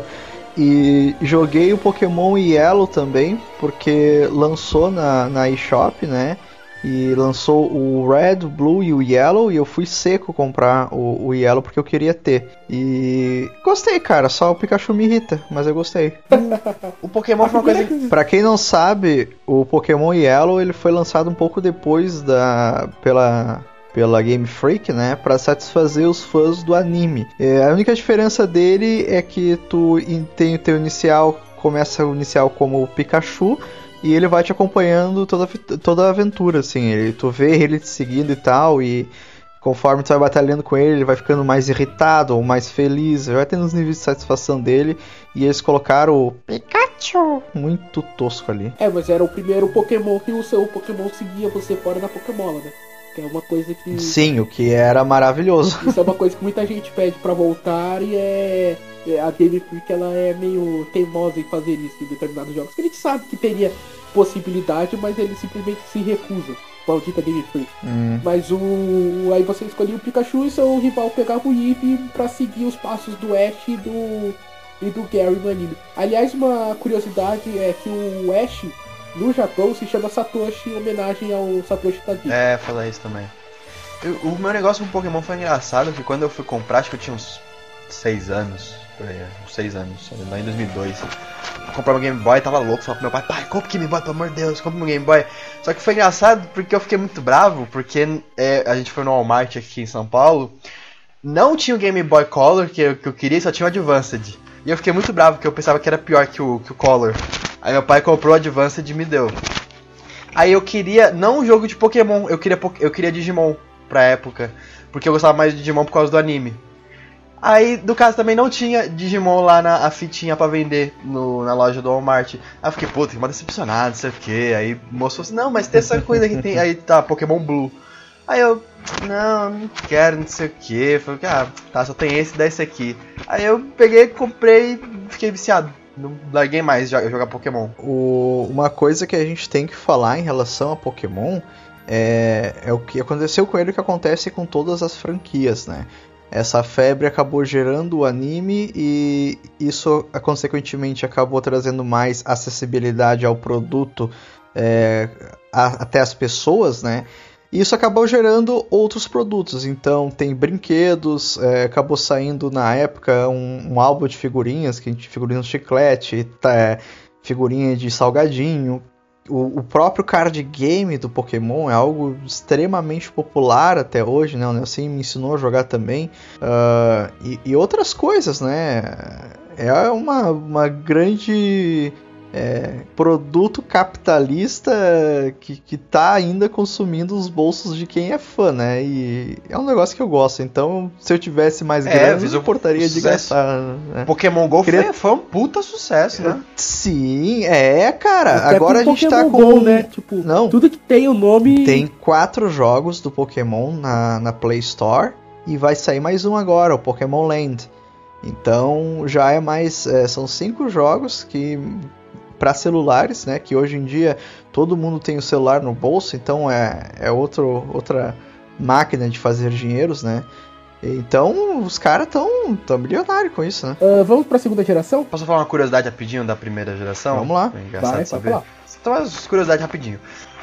E joguei o Pokémon Yellow também, porque lançou na, na eShop, né? E lançou o Red, o Blue e o Yellow, e eu fui seco comprar o, o Yellow porque eu queria ter. E gostei, cara, só o Pikachu me irrita, mas eu gostei. O Pokémon foi uma coisa que... Pra quem não sabe, o Pokémon Yellow ele foi lançado um pouco depois da... pela... pela Game Freak, né, para satisfazer os fãs do anime. É, a única diferença dele é que tu tem o teu inicial, começa o inicial como o Pikachu, e ele vai te acompanhando toda, toda a aventura, assim, ele, tu vê ele te seguindo e tal, e conforme tu vai batalhando com ele, ele vai ficando mais irritado ou mais feliz, vai tendo os níveis de satisfação dele, e eles colocaram o Pikachu muito tosco ali. É, mas era o primeiro Pokémon que o seu Pokémon seguia você fora da Pokébola, né? Que é uma coisa que... Sim, o que era maravilhoso. Isso é uma coisa que muita gente pede pra voltar e é... A Game Freak, ela é meio teimosa em fazer isso em determinados jogos. Que a gente sabe que teria possibilidade, mas eles simplesmente se recusam. Maldita Game Freak. Hum. Mas o... Aí você escolhia o Pikachu e seu rival pegava o Eevee pra seguir os passos do Ash e do... E do Gary no anime. Aliás, uma curiosidade é que o Ash... No Japão se chama Satoshi em homenagem ao Satoshi Tajiri. É, falar isso também. Eu, o meu negócio com Pokémon foi engraçado, porque quando eu fui comprar, acho que eu tinha uns seis anos, por aí, uns seis anos, lá em dois mil e dois. Eu comprei meu Game Boy, tava louco, falava pro meu pai, pai, compra o Game Boy, pelo amor de Deus, compra meu Game Boy. Só que foi engraçado porque eu fiquei muito bravo, porque é, a gente foi no Walmart aqui em São Paulo, não tinha o Game Boy Color que eu, que eu queria, só tinha o Advanced. E eu fiquei muito bravo, porque eu pensava que era pior que o, que o Color. Aí meu pai comprou o Advanced e me deu. Aí eu queria, não um jogo de Pokémon, eu queria, eu queria Digimon. pra época, porque eu gostava mais de Digimon por causa do anime. Aí, do caso, também não tinha Digimon lá na a fitinha pra vender no, na loja do Walmart. Aí eu fiquei, puta, que mal decepcionado, não sei o que. Aí o moço falou assim, não, mas tem essa coisa que tem. Aí tá, Pokémon Blue. Aí eu, não, não quero, não sei o que. Falei, ah, tá, só tem esse e dá esse aqui. Aí eu peguei, comprei e fiquei viciado. Não larguei mais de jogar Pokémon. O, uma coisa que a gente tem que falar em relação a Pokémon é, é o que aconteceu com ele, o que acontece com todas as franquias, né? Essa febre acabou gerando o anime e isso, consequentemente, acabou trazendo mais acessibilidade ao produto é, a, até as pessoas, né? E isso acabou gerando outros produtos. Então, tem brinquedos, é, acabou saindo na época um, um álbum de figurinhas, que a gente, figurinhas de chiclete, tá, figurinha de salgadinho. O, o próprio card game do Pokémon é algo extremamente popular até hoje, né? O Nelson me ensinou a jogar também. Uh, e, e outras coisas, né? É uma, uma grande é, produto capitalista que, que tá ainda consumindo os bolsos de quem é fã, né? E é um negócio que eu gosto. Então, se eu tivesse mais É, grana, fiz eu um não importaria de sucesso. gastar. Né? Pokémon GO Queria- foi, foi um puta sucesso, né? Sim, é, cara. Até Agora a com gente tá Pokémon com... Go, né? Tipo, Não. tudo que tem o nome. Tem quatro jogos do Pokémon na, na Play Store e vai sair mais um agora, o Pokémon Land. Então já é mais. É, são cinco jogos que para celulares, né? Que hoje em dia todo mundo tem o celular no bolso, então é, é outro, outra máquina de fazer dinheiros, né? Então os caras tão, tão milionários com isso, né? Ah, vamos pra segunda geração? Posso falar uma curiosidade rapidinho da primeira geração? Vamos lá. É engraçado Vai, saber. pode Então, umas curiosidades rapidinho.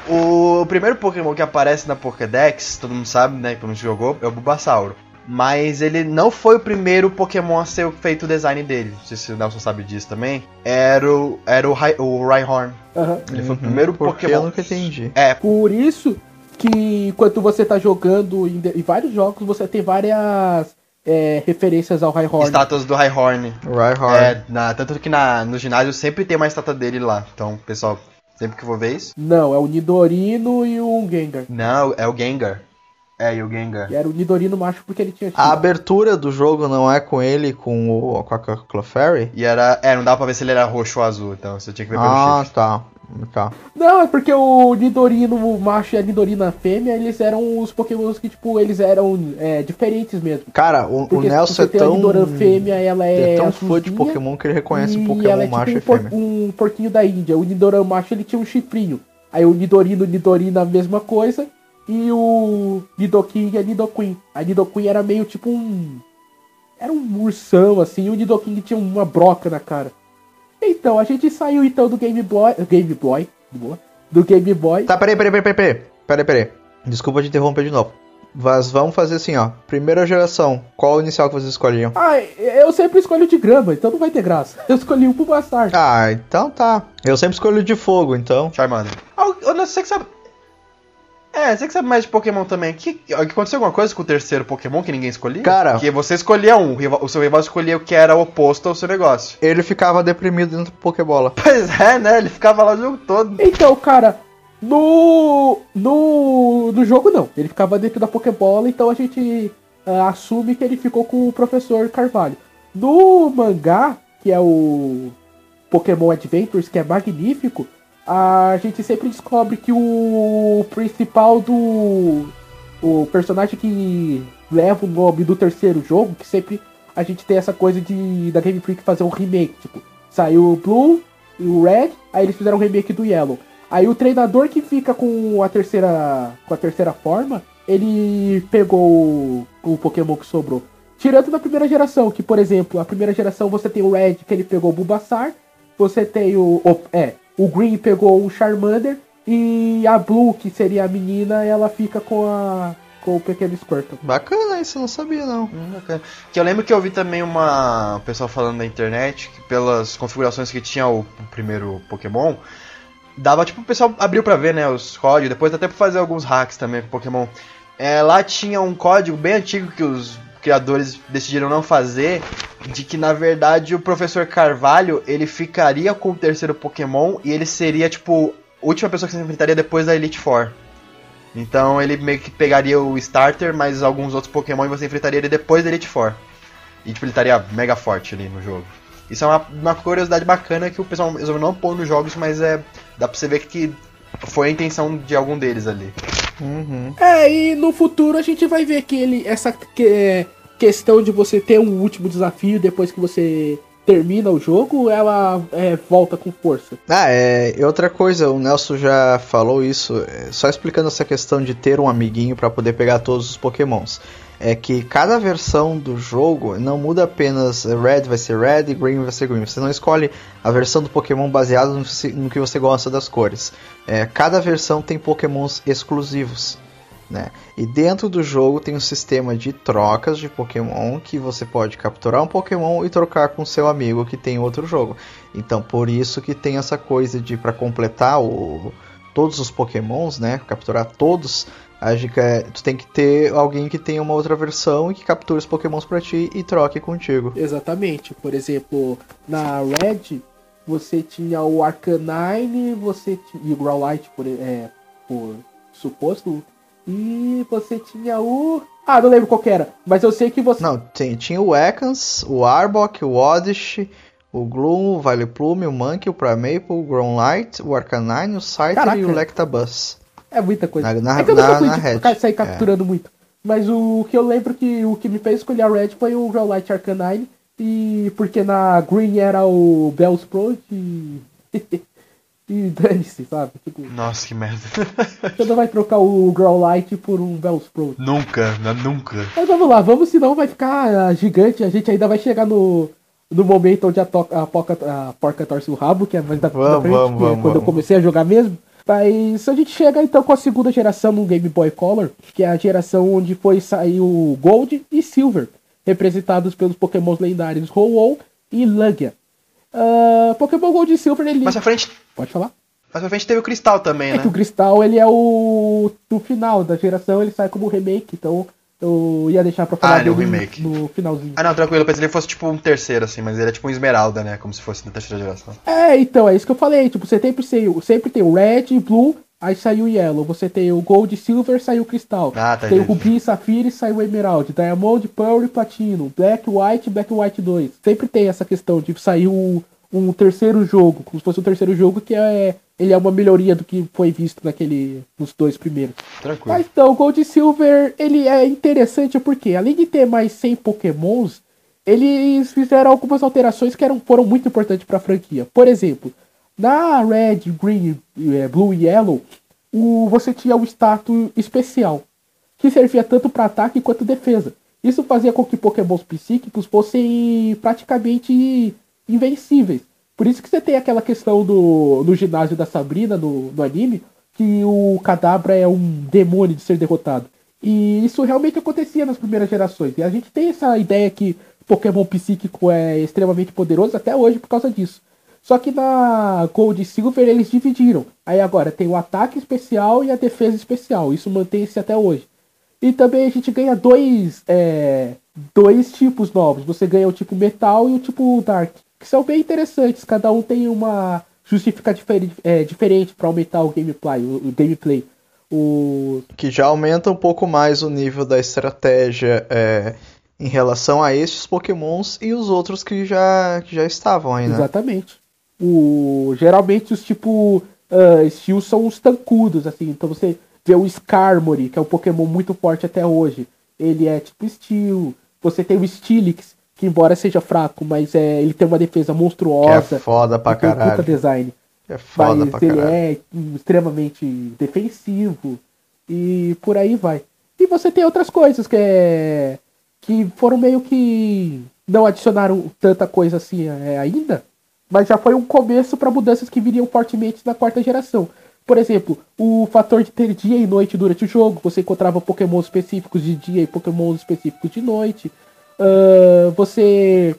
O primeiro Pokémon que aparece na Pokédex, todo mundo sabe, né? Todo mundo jogou, é o Bulbasauro. Mas ele não foi o primeiro Pokémon a ser feito o design dele. Não sei se o Nelson sabe disso também. Era o, era o, Rai- o Rhyhorn. Aham. Ele foi o Uhum, primeiro porque Pokémon. eu nunca entendi. É, Por isso que enquanto você tá jogando em, de- em vários jogos, você tem várias é, referências ao Rhyhorn. estátuas do Rhyhorn. Rhyhorn. É, na, tanto que na, no ginásio sempre tem uma estátua dele lá. Então, pessoal, sempre que for ver isso. Não, é o Nidorino e o Gengar. Não, é o Gengar. É, e o Gengar. E era o Nidorino macho porque ele tinha A chifre. abertura do jogo não é com ele, com o com a Clefairy? E era. É, não dava pra ver se ele era roxo ou azul, então você tinha que ver pelo Ah, chifre. tá. Tá. Não, é porque o Nidorino macho e a Nidorina fêmea, eles eram os pokémons que, tipo, eles eram é, diferentes mesmo. Cara, o, o Porque Nelson você é tem a tão. Nidoran fêmea, ela é, é tão azulzinha, fã de Pokémon que ele reconhece o e Pokémon ela é tipo macho um, e por- fêmea. um porquinho da Índia. O Nidoran macho, ele tinha um chifrinho. Aí o Nidorino, Nidorina, a mesma coisa. E o Nidoking e a Nidoqueen. A Nidoqueen era meio tipo um... Era um ursão, assim. E o Nidoking tinha uma broca na cara. Então, a gente saiu então do Game Boy... Game Boy? Boa. Do Game Boy. Tá, peraí, peraí, peraí, peraí. Peraí, peraí. Desculpa te interromper de novo. Mas vamos fazer assim, ó. Primeira geração, qual o inicial que vocês escolhiam? Ah, eu sempre escolho de grama, então não vai ter graça. Eu escolhi o Bulbasaur. Ah, então tá. Eu sempre escolho de fogo, então. Charmander. Ah, eu não sei que sabe. É, você que sabe mais de Pokémon também. Que, que aconteceu alguma coisa com o terceiro Pokémon que ninguém escolhia? Cara- Que você escolhia um, o rival- o seu rival escolhia o que era oposto ao seu negócio. Ele ficava deprimido dentro do Pokébola. Pois é, né? Ele ficava lá o jogo todo. Então, cara, no, no, no jogo não. Ele ficava dentro da Pokébola, então a gente ah, assume que ele ficou com o professor Carvalho. No mangá, que é o Pokémon Adventures, que é magnífico, a gente sempre descobre que o principal do... O personagem que leva o nome do terceiro jogo, que sempre a gente tem essa coisa de da Game Freak fazer um remake, tipo, saiu o Blue e o Red, aí eles fizeram um remake do Yellow. Aí o treinador que fica com a terceira com a terceira forma, ele pegou o, o Pokémon que sobrou. Tirando da primeira geração, que por exemplo, a primeira geração você tem o Red, que ele pegou o Bulbasaur, você tem o, o é, o Green pegou o Charmander e a Blue, que seria a menina, ela fica com a com o pequeno Squirtle. Bacana, isso eu não sabia, não. Hum, bacana. Que eu lembro que eu vi também uma... O pessoal falando na internet que pelas configurações que tinha o, o primeiro Pokémon, dava tipo, o pessoal abriu pra ver, né, os códigos, depois até pra fazer alguns hacks também pro Pokémon. É, lá tinha um código bem antigo que os criadores decidiram não fazer, de que na verdade o professor Carvalho, ele ficaria com o terceiro Pokémon e ele seria tipo a última pessoa que se enfrentaria depois da Elite Four. Então ele meio que pegaria o Starter, mas alguns outros Pokémon e você enfrentaria ele depois da Elite Four. E tipo, ele estaria mega forte ali no jogo. Isso é uma, uma curiosidade bacana que o pessoal resolveu não pôr nos jogos, mas é dá pra você ver que foi a intenção de algum deles ali. Uhum. É, e no futuro a gente vai ver que ele, essa que, questão de você ter um último desafio depois que você termina o jogo, ela é, volta com força. Ah, é. E outra coisa, o Nelson já falou isso, é, só explicando essa questão de ter um amiguinho para poder pegar todos os Pokémons. É que cada versão do jogo não muda apenas Red vai ser Red e Green vai ser Green. Você não escolhe a versão do Pokémon baseada no, no que você gosta das cores. É, cada versão tem Pokémons exclusivos, né? E dentro do jogo tem um sistema de trocas de Pokémon que você pode capturar um Pokémon e trocar com seu amigo que tem outro jogo. Então por isso que tem essa coisa de para completar o, todos os Pokémons, né? Capturar todos. A dica é, tu tem que ter alguém que tenha uma outra versão e que capture os Pokémons pra ti e troque contigo. Exatamente. Por exemplo, na Red, você tinha o Arcanine, você tinha, e o Growlithe, por, é, por suposto, e você tinha o... Ah, não lembro qual que era, mas eu sei que você... Não, tem, tinha o Ekans, o Arbok, o Oddish, o Gloom, o Vileplume, o Mankey, o Primeape, o Growlithe, o Arcanine, o Scyther Caraca. e o Electabuzz. É muita coisa. Na, na, é que eu nunca na, fui na de Red. sair capturando é. muito. Mas o que eu lembro que o que me fez escolher a Red foi o Growlithe Arcanine. E porque na Green era o Bellsprout e... e dane-se, sabe? Tipo, nossa, que merda. você não vai trocar o Growlithe por um Bellsprout. Nunca, nunca. Mas vamos lá, vamos, senão vai ficar gigante. A gente ainda vai chegar no, no momento onde a, toca, a, poca, a porca torce o rabo, que é mais da, vamos, da frente, vamos, que é vamos, quando vamos. eu comecei a jogar mesmo. Mas a gente chega então com a segunda geração no Game Boy Color, que é a geração onde foi sair o Gold e Silver, representados pelos Pokémons lendários Ho-Oh e Lugia. Uh, Pokémon Gold e Silver, ele... Mas à frente... Pode falar? Mas à frente teve o Cristal também, É né? que o Cristal, ele é o... no final da geração, ele sai como remake, então eu ia deixar pra falar Ah, ele é um dele remake. no finalzinho. Ah, não, tranquilo, eu pensei que ele fosse tipo um terceiro, assim, mas ele é tipo um Esmeralda, né? Como se fosse da terceira geração. É, então, é isso que eu falei. Tipo, você sempre, sempre tem o Red, Blue, aí saiu o Yellow. Você tem o Gold e Silver, saiu o Cristal. Ah, tá. Tem o entendi. Ruby, Safira e saiu o Emerald. Diamond, Pearl e Platino. Black, White, Black, White dois. Sempre tem essa questão de sair um, um terceiro jogo, como se fosse um terceiro jogo que é... Ele é uma melhoria do que foi visto naquele, nos dois primeiros. Tranquilo. Mas então, o Gold e Silver, ele é interessante porque, além de ter mais cem Pokémons, eles fizeram algumas alterações que eram, foram muito importantes para a franquia. Por exemplo, na Red, Green, Blue e Yellow, o, você tinha o status especial, que servia tanto para ataque quanto defesa. Isso fazia com que Pokémons psíquicos fossem praticamente invencíveis. Por isso que você tem aquela questão do, no ginásio da Sabrina, no, no anime, que o Kadabra é um demônio de ser derrotado. E isso realmente acontecia nas primeiras gerações. E a gente tem essa ideia que Pokémon psíquico é extremamente poderoso até hoje por causa disso. Só que na Gold e Silver eles dividiram. Aí agora tem o ataque especial e a defesa especial. Isso mantém-se até hoje. E também a gente ganha dois, é, dois tipos novos. Você ganha o tipo Metal e o tipo Dark, que são bem interessantes. Cada um tem uma justificativa diferente, é, diferente para aumentar o gameplay. O, o gameplay. O... Que já aumenta um pouco mais o nível da estratégia é, em relação a estes Pokémons e os outros que já, que já estavam aí, né? Exatamente. O... Geralmente os tipo uh, Steel são os tancudos, assim. Então você vê o Skarmory, que é um Pokémon muito forte até hoje. Ele é tipo Steel. Você tem o Steelix, que embora seja fraco, mas é, ele tem uma defesa monstruosa. Que é foda pra tem um caralho. puta design. É foda Mas pra ele caralho. é extremamente defensivo. E por aí vai. E você tem outras coisas que é... que foram meio que... não adicionaram tanta coisa assim é, ainda. Mas já foi um começo para mudanças que viriam fortemente na quarta geração. Por exemplo, o fator de ter dia e noite durante o jogo. Você encontrava Pokémon específicos de dia e Pokémon específicos de noite. Uh, você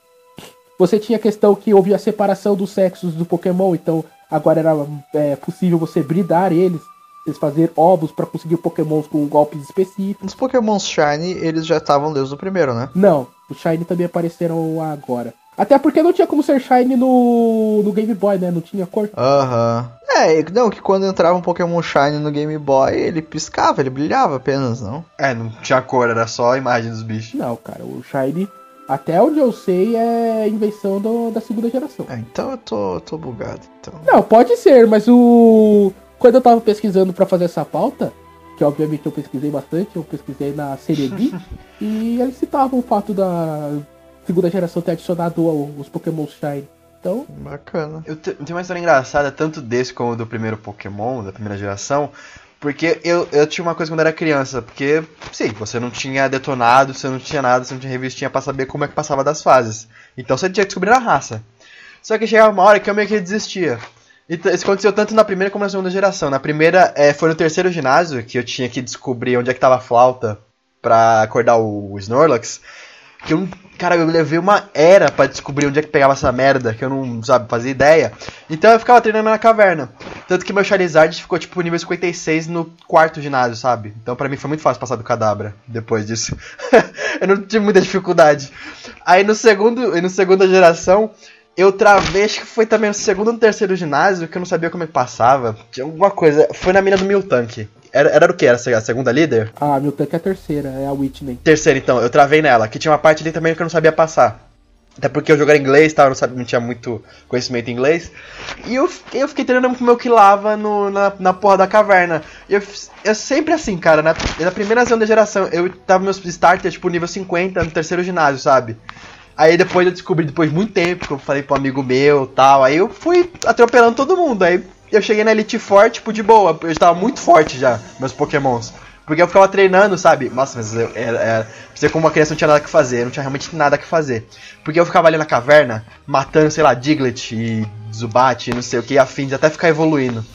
você tinha a questão que houve a separação dos sexos do Pokémon, então agora era é, possível você bridar eles, eles fazer ovos para conseguir Pokémons com golpes específicos. Os Pokémons Shiny, eles já estavam desde o primeiro, né? Não, os Shiny também apareceram agora. Até porque não tinha como ser Shiny no, no Game Boy, né? Não tinha cor. Aham. É, não, que quando entrava um Pokémon Shiny no Game Boy, ele piscava, ele brilhava apenas, não? É, não tinha cor, era só a imagem dos bichos. Não, cara, o Shiny, até onde eu sei, é invenção do, da segunda geração. É, então eu tô, tô bugado. Então. Não, pode ser, mas o... Quando eu tava pesquisando pra fazer essa pauta, que obviamente eu pesquisei bastante, eu pesquisei na Cerebi, e eles citavam o fato da segunda geração ter adicionado os Pokémon Shiny. Então... Bacana. Eu te, tenho uma história engraçada, tanto desse como do primeiro Pokémon, da primeira geração, porque eu, eu tinha uma coisa quando era criança, porque, sim, você não tinha detonado, você não tinha nada, você não tinha revistinha pra saber como é que passava das fases. Então você tinha que descobrir a raça. Só que chegava uma hora que eu meio que desistia. E isso aconteceu tanto na primeira como na segunda geração. Na primeira, é, foi no terceiro ginásio, que eu tinha que descobrir onde é que tava a flauta pra acordar o Snorlax. Que eu, cara, eu levei uma era pra descobrir onde é que pegava essa merda, que eu não, sabe, fazia ideia. Então eu ficava treinando na caverna. Tanto que meu Charizard ficou, tipo, nível cinquenta e seis no quarto ginásio, sabe? Então pra mim foi muito fácil passar do Kadabra depois disso. Eu não tive muita dificuldade. Aí no segundo, no segunda geração, eu travei, acho que foi também no segundo ou no terceiro ginásio, que eu não sabia como é que passava. Tinha alguma coisa, foi na mina do Miltank. Era, era o que? Era a segunda líder? Ah, meu tanque é a terceira, é a Whitney. Terceira, então, eu travei nela, que tinha uma parte ali também que eu não sabia passar. Até porque eu jogava inglês, tá? Eu não, sabia, não tinha muito conhecimento em inglês. E eu, eu fiquei treinando com o meu Kilava no, na, na porra da caverna. E eu, eu sempre assim, cara, na, na primeira segunda geração, eu tava meus starters, tipo, nível cinquenta no terceiro ginásio, sabe? Aí depois eu descobri, depois de muito tempo, que eu falei pro amigo meu e tal, aí eu fui atropelando todo mundo, aí eu cheguei na Elite Four, tipo, de boa, eu estava muito forte já, meus pokémons. Porque eu ficava treinando, sabe? Nossa, mas eu, era, era, você como uma criança não tinha nada que fazer, eu não tinha realmente nada que fazer. Porque eu ficava ali na caverna, matando, sei lá, Diglett e Zubat, não sei o que, a fim de até ficar evoluindo.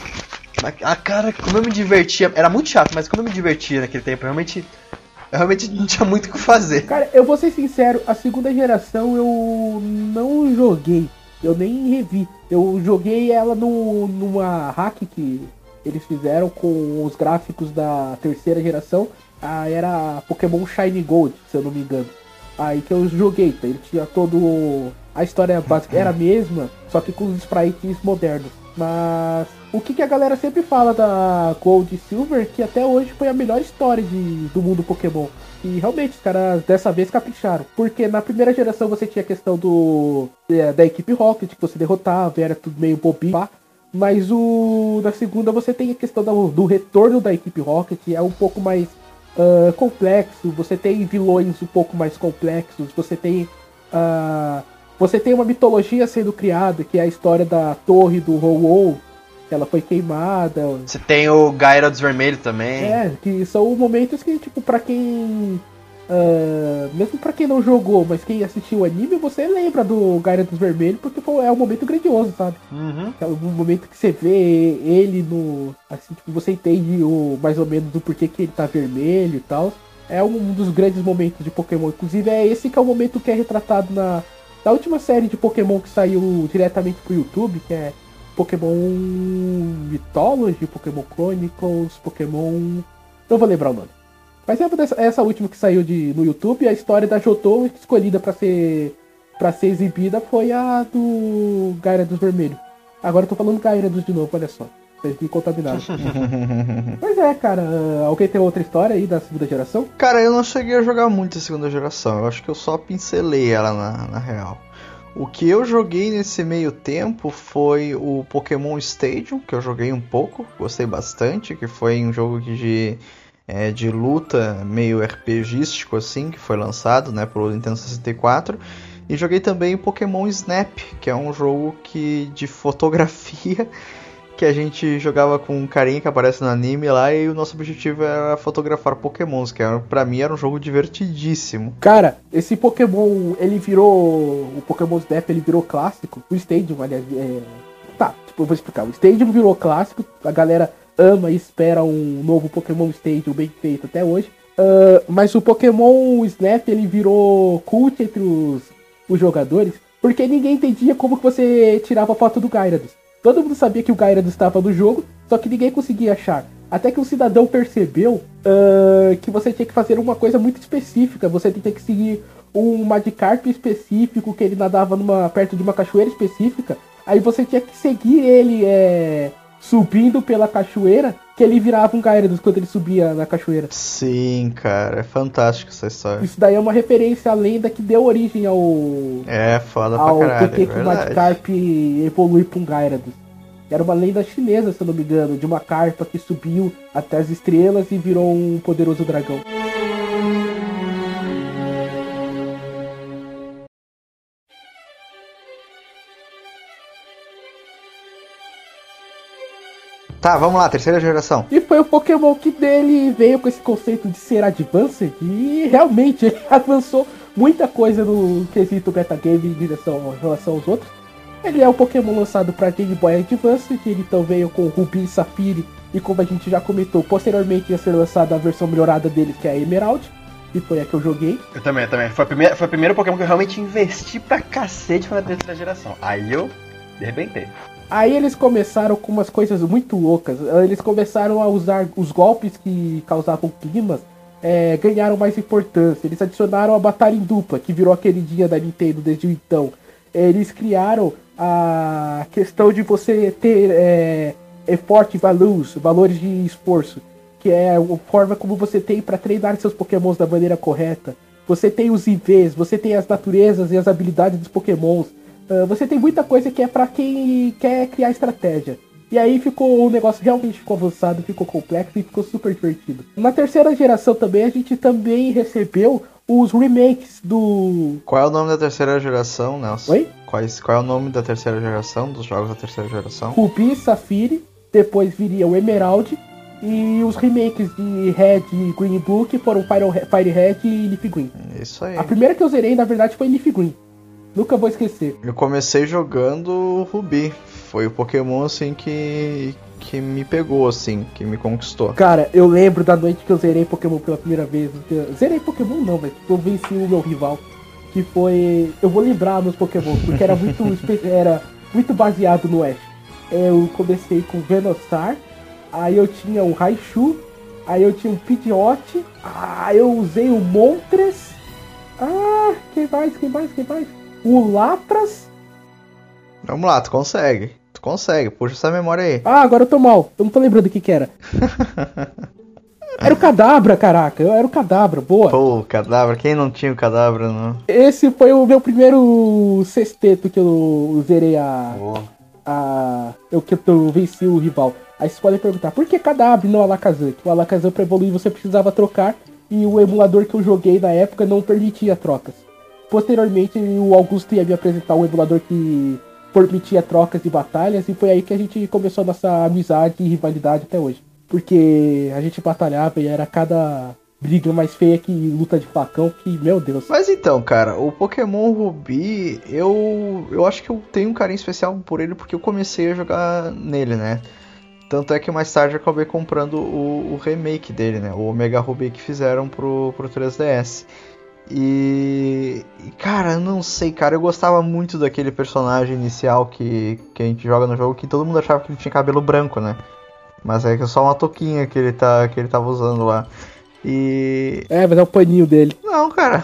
A cara, como eu me divertia, era muito chato, mas como eu me divertia naquele tempo, eu realmente... Eu realmente não tinha muito o que fazer. Cara, eu vou ser sincero, a segunda geração eu não joguei, eu nem revi. Eu joguei ela no, numa hack que eles fizeram com os gráficos da terceira geração. Ah, era Pokémon Shiny Gold, se eu não me engano. Aí que eu joguei, tá? Ele tinha todo... A história básica era a mesma, só que com os sprites modernos. Mas o que, que a galera sempre fala da Gold e Silver, que até hoje foi a melhor história de, do mundo Pokémon. E realmente, os caras dessa vez capricharam. Porque na primeira geração você tinha a questão do é, da equipe Rocket, que você derrotava, era tudo meio bobinho, pá. Mas o na segunda você tem a questão do, do retorno da equipe Rocket, é um pouco mais uh, complexo. Você tem vilões um pouco mais complexos, você tem... Uh, Você tem uma mitologia sendo criada, que é a história da torre do Ho-Oh, que ela foi queimada. Você tem o Gyarados Vermelho também. É, que são momentos que, tipo, pra quem... Uh, mesmo pra quem não jogou, mas quem assistiu o anime, você lembra do Gyarados Vermelho, porque foi, é um momento grandioso, sabe? Uhum. É um momento que você vê ele no... Assim, tipo, você entende o, mais ou menos do porquê que ele tá vermelho e tal. É um dos grandes momentos de Pokémon. Inclusive, é esse que é o momento que é retratado na... Da última série de Pokémon que saiu diretamente pro YouTube, que é Pokémon Mythology, Pokémon Chronicles, Pokémon... Não vou lembrar o nome. Mas é essa, essa última que saiu de, no YouTube, a história da Johto escolhida pra ser, pra ser exibida foi a do Gyarados Vermelho. Agora eu tô falando Gyarados de novo, olha só. Vocês me contaminaram. Pois é, cara. Alguém tem outra história aí da segunda geração? Cara, eu não cheguei a jogar muito a segunda geração. Eu acho que eu só pincelei ela na, na real. O que eu joguei nesse meio tempo foi o Pokémon Stadium, que eu joguei um pouco, gostei bastante, que foi um jogo de, é, de luta meio RPGístico assim, que foi lançado, né, pro Nintendo sessenta e quatro. E joguei também o Pokémon Snap, que é um jogo que, de fotografia, que a gente jogava com um carinha que aparece no anime lá, e o nosso objetivo era fotografar Pokémons, que era, pra mim era um jogo divertidíssimo. Cara, esse Pokémon, ele virou... O Pokémon Snap, ele virou clássico. O Stadium, aliás, é... Tá, tipo, eu vou explicar. O Stadium virou clássico, a galera ama e espera um novo Pokémon Stadium bem feito até hoje. Uh, mas o Pokémon Snap, ele virou cult entre os, os jogadores, porque ninguém entendia como que você tirava a foto do Gyarados. Todo mundo sabia que o Gyarados estava no jogo, só que ninguém conseguia achar. Até que um cidadão percebeu uh, que você tinha que fazer uma coisa muito específica. Você tinha que seguir um Magikarp específico, que ele nadava numa, perto de uma cachoeira específica. Aí você tinha que seguir ele é, subindo pela cachoeira, que ele virava um Gyarados quando ele subia na cachoeira. Sim, cara, é fantástico essa história. Isso daí é uma referência à lenda que deu origem ao... É, foda pra ao caralho, porquê é que o verdade. Magikarp evolui pra um Gyarados. Era uma lenda chinesa, se eu não me engano, de uma carpa que subiu até as estrelas e virou um poderoso dragão. Tá, vamos lá, terceira geração. E foi o Pokémon que dele veio com esse conceito de ser Advanced e realmente ele avançou muita coisa no quesito metagame em direção em relação aos outros. Ele é um Pokémon lançado para Game Boy Advance, que ele então veio com Ruby e Safire, e como a gente já comentou, posteriormente ia ser lançada a versão melhorada dele, que é a Emerald, que foi a que eu joguei. Eu também, eu também. Foi, a primeira, foi o primeiro Pokémon que eu realmente investi pra cacete foi na terceira geração. Aí eu de arrebentei. Aí eles começaram com umas coisas muito loucas. Eles começaram a usar os golpes que causavam climas, é, ganharam mais importância. Eles adicionaram a batalha em dupla, que virou a queridinha da Nintendo desde então. Eles criaram a questão de você ter é, effort values, valores de esforço, que é a forma como você tem para treinar seus Pokémons da maneira correta. Você tem os I Vs, você tem as naturezas e as habilidades dos Pokémons. Uh, você tem muita coisa que é pra quem quer criar estratégia. E aí ficou, o negócio realmente ficou avançado, ficou complexo e ficou super divertido. Na terceira geração também, a gente também recebeu os remakes do... Qual é o nome da terceira geração, Nelson? Oi? Quais, qual é o nome da terceira geração, dos jogos da terceira geração? Ruby, Safire, depois viria o Emerald, e os remakes de Red e Green e Blue, que foram Fire, Fire Red e Leaf Green. Isso aí. A primeira que eu zerei, na verdade, foi Leaf Green. Nunca vou esquecer. Eu comecei jogando Ruby. Foi o Pokémon, assim, que, que me pegou, assim, que me conquistou. Cara, eu lembro da noite que eu zerei Pokémon pela primeira vez. Eu zerei Pokémon não, mas eu venci o meu rival. Que foi... Eu vou lembrar meus Pokémon, porque era muito, era muito baseado no Ash. Eu comecei com Venostar, aí eu tinha o Raichu, aí eu tinha o Pidgeot, aí eu usei o Moltres. Ah, quem mais, quem mais, quem mais? O Lapras. Vamos lá, tu consegue. Tu consegue, puxa essa memória aí. Ah, agora eu tô mal. Eu não tô lembrando o que que era. Era o Kadabra, caraca. Eu era o Kadabra, boa. Pô, Kadabra. Quem não tinha o Kadabra, não? Esse foi o meu primeiro sexteto que eu zerei a... Boa. a eu, que eu venci o rival. Aí vocês podem perguntar, por que Kadabra e não Alakazam? Que o Alakazam pra evoluir você precisava trocar e o emulador que eu joguei na época não permitia trocas. Posteriormente, o Augusto ia me apresentar um emulador que permitia trocas de batalhas, e foi aí que a gente começou a nossa amizade e rivalidade até hoje. Porque a gente batalhava e era cada briga mais feia que luta de facão, que, meu Deus. Mas então, cara, o Pokémon Ruby, eu, eu acho que eu tenho um carinho especial por ele porque eu comecei a jogar nele, né? Tanto é que mais tarde eu acabei comprando o, o remake dele, né? O Omega Ruby que fizeram pro, pro três D S. E, e, cara, eu não sei, cara, eu gostava muito daquele personagem inicial que, que a gente joga no jogo, que todo mundo achava que ele tinha cabelo branco, né? Mas é que é só uma touquinha que ele, tá, que ele tava usando lá. E... É, mas é o paninho dele. Não, cara.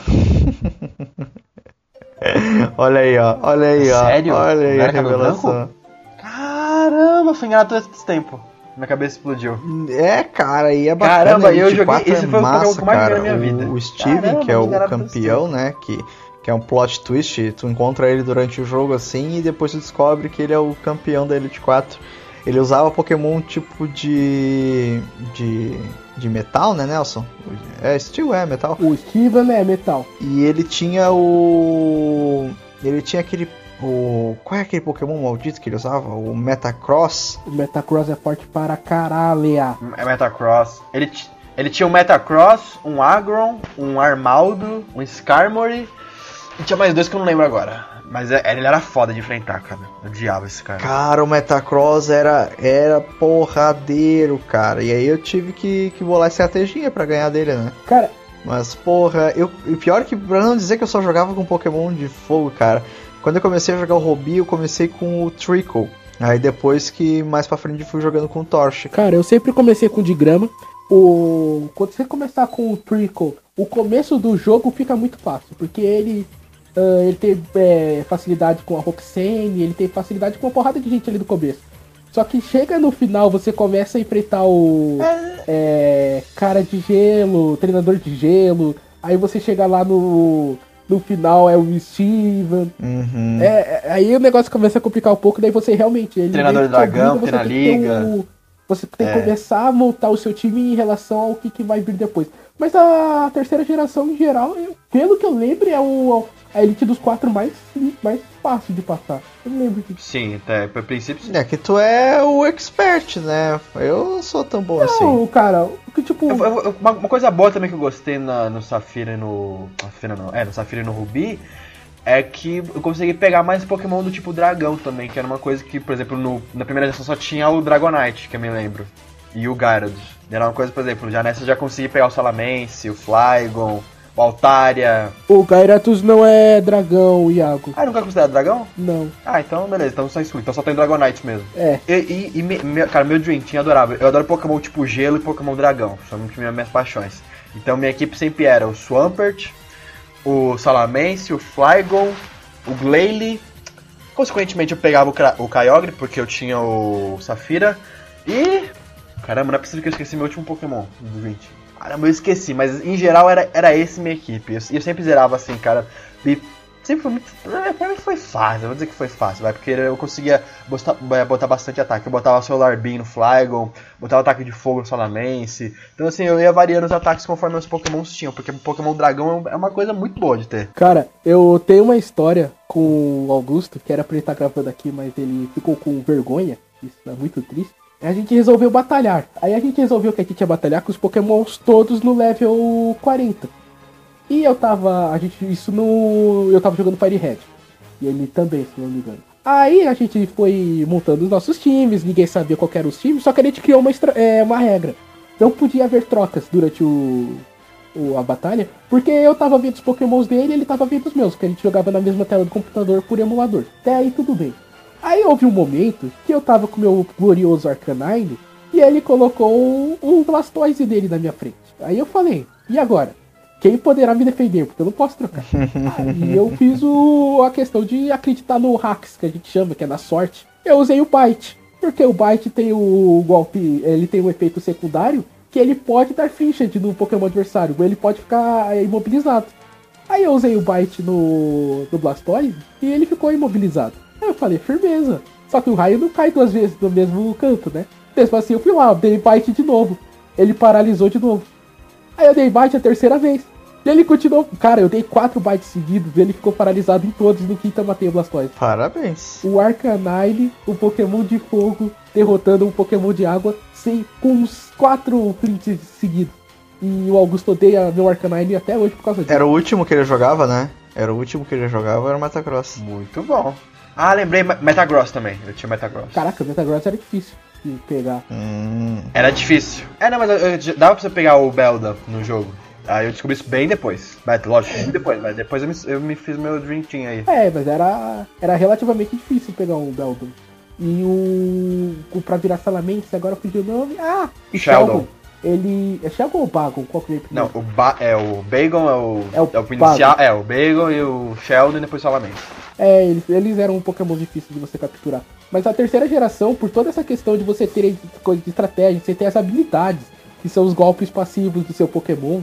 Olha aí, ó. Olha aí, ó. Sério? Olha aí Não a era cabelo revelação. branco? Caramba, foi enganado todo esse tempo. Minha cabeça explodiu. É, cara, e é bacana. Caramba, eu vinte e quatro joguei- esse é foi o Pokémon massa, que eu mais cara. joguei na minha vida. O, o Steven, Caramba, que é me o enganaram todo esse campeão, né? Que, que é um plot twist. Tu encontra ele durante o jogo assim e depois tu descobre que ele é o campeão da Elite quatro. Ele usava Pokémon tipo de. de. de metal, né, Nelson? É, Steel é metal. O Steven é metal. E ele tinha o. Ele tinha aquele. O. Qual é aquele Pokémon maldito que ele usava? O Metacross. O Metacross é forte para caralho. É Metacross. Ele, t- ele tinha um Metacross, um Agron, um Armaldo, um Skarmory. E tinha mais dois que eu não lembro agora. Mas é- ele era foda de enfrentar, cara. Eu odiava esse cara. Cara, o Metacross era, era porradeiro, cara. E aí eu tive que, que bolar estratégia pra ganhar dele, né? Cara, Mas, porra, eu, e pior que, pra não dizer que eu só jogava com Pokémon de fogo, cara. Quando eu comecei a jogar o Ruby, eu comecei com o Trickle. Aí depois que mais pra frente fui jogando com o Torchic. cara, eu sempre comecei com digrama. O... Quando você começar com o Trickle, o começo do jogo fica muito fácil. Porque ele, ah, ele tem é, facilidade com a Roxane, ele tem facilidade com uma porrada de gente ali do começo. Só que chega no final, você começa a enfrentar o é, cara de gelo, treinador de gelo. Aí você chega lá no, no final, é o Steven. Uhum. É, aí o negócio começa a complicar um pouco, daí você realmente... Ele Treinador meio do que dragão, obriga tem na você ter liga. um- você tem que É. começar a montar o seu time em relação ao que, que vai vir depois. Mas a terceira geração, em geral, eu- pelo que eu lembro, é o, a Elite dos quatro mais, mais fácil de passar. Eu não lembro disso. Sim, até por princípio. É que tu é o expert, né? Eu não sou tão bom assim. Não, cara, o que tipo... Eu- eu- eu- uma, uma coisa boa também que eu gostei na- no Safira e no. Safira não, é, no Safira e no Rubi é que eu consegui pegar mais Pokémon do tipo dragão também, que era uma coisa que, por exemplo, no, na primeira geração só tinha o Dragonite, que eu me lembro, e o Gyarados. Era uma coisa, por exemplo, já nessa eu já consegui pegar o Salamence, o Flygon, o Altaria. O Gyarados não é dragão, Iago. Ah, nunca considerado dragão? Não. Ah, então beleza, então só exclui, então só tem Dragonite mesmo. É. E, e, e me- me- cara, meu Dream Team adorava. Eu adoro Pokémon tipo gelo e Pokémon dragão. São muito minhas, minhas paixões. Então minha equipe sempre era o Swampert, o Salamence, o Flygon, o Glalie. Consequentemente eu pegava o, Cra- o Kyogre, porque eu tinha o Safira. E... Caramba, não é possível que eu esqueci meu último Pokémon do Dream Team. Caramba, eu esqueci, mas em geral era, era esse minha equipe. E eu, eu sempre zerava assim, cara. E sempre foi muito. Pra mim foi fácil, eu vou dizer que foi fácil, vai, porque eu conseguia botar, botar bastante ataque. Eu botava Solar Beam no Flygon, botava ataque de fogo no Salamence. Então assim, eu ia variando os ataques conforme os Pokémons tinham, porque Pokémon Dragão é uma coisa muito boa de ter. Cara, eu tenho uma história com o Augusto, que era pra ele estar gravando aqui, mas ele ficou com vergonha. Isso é muito triste. A gente resolveu batalhar. Aí a gente resolveu que a gente ia batalhar com os Pokémons todos no level quarenta. E eu tava. A gente. Isso no. Eu tava jogando Fire Red. E ele também, se não me engano. Aí a gente foi montando os nossos times, ninguém sabia qual que era os times, só que a gente criou uma, estra- é, uma regra. Não podia haver trocas durante o, o- a batalha, porque eu tava vendo os Pokémons dele e ele tava vendo os meus, porque a gente jogava na mesma tela do computador por emulador. Até aí tudo bem. Aí houve um momento que eu tava com o meu glorioso Arcanine e ele colocou um, um Blastoise dele na minha frente. Aí eu falei, e agora? Quem poderá me defender? Porque eu não posso trocar. Aí eu fiz o, a questão de acreditar no Hacks, que a gente chama, que é na sorte. Eu usei o Bite, porque o Bite tem o golpe, ele tem um efeito secundário, que ele pode dar Flinchant no Pokémon adversário, ele pode ficar imobilizado. Aí eu usei o Bite no, no Blastoise e ele ficou imobilizado. Aí eu falei, firmeza. Só que o raio não cai duas vezes no mesmo canto, né? Mesmo assim eu fui lá, dei Bite de novo. Ele paralisou de novo. Aí eu dei Bite a terceira vez. E ele continuou. Cara, eu dei quatro bites seguidos, ele ficou paralisado em todos, no quinto eu matei o Blastoise. Parabéns. O Arcanine, o Pokémon de fogo, derrotando um Pokémon de água, sem, com uns quatro flints seguidos. E o Augusto odeia meu Arcanine até hoje por causa disso. Era o último que ele jogava, né? Era o último que ele jogava, era o Metagross. Muito bom. Ah, lembrei, Ma- Metagross também. Eu tinha Metagross. Caraca, o Metagross era difícil de pegar. Hum. Era difícil. É, não, mas eu- eu- dava pra você pegar o Belda no jogo. Aí eu descobri isso bem depois. Mas, lógico, bem depois. Mas depois eu me, eu me fiz meu Dream Team aí. É, mas era, era relativamente difícil pegar um Beldum. E o, o pra virar Salamence, agora fugiu o nome. Ah, o Sheldon. Sheldon. Ele. É Sheldon ou Bagon? Qual que veio Não, primeiro? o, ba é, o Bagon é o, É o inicial. É, o Bagon e o Sheldon e depois o Salamence. É, eles, eles eram um Pokémon difícil de você capturar. Mas a terceira geração, por toda essa questão de você ter coisa de estratégia, você ter as habilidades, que são os golpes passivos do seu Pokémon,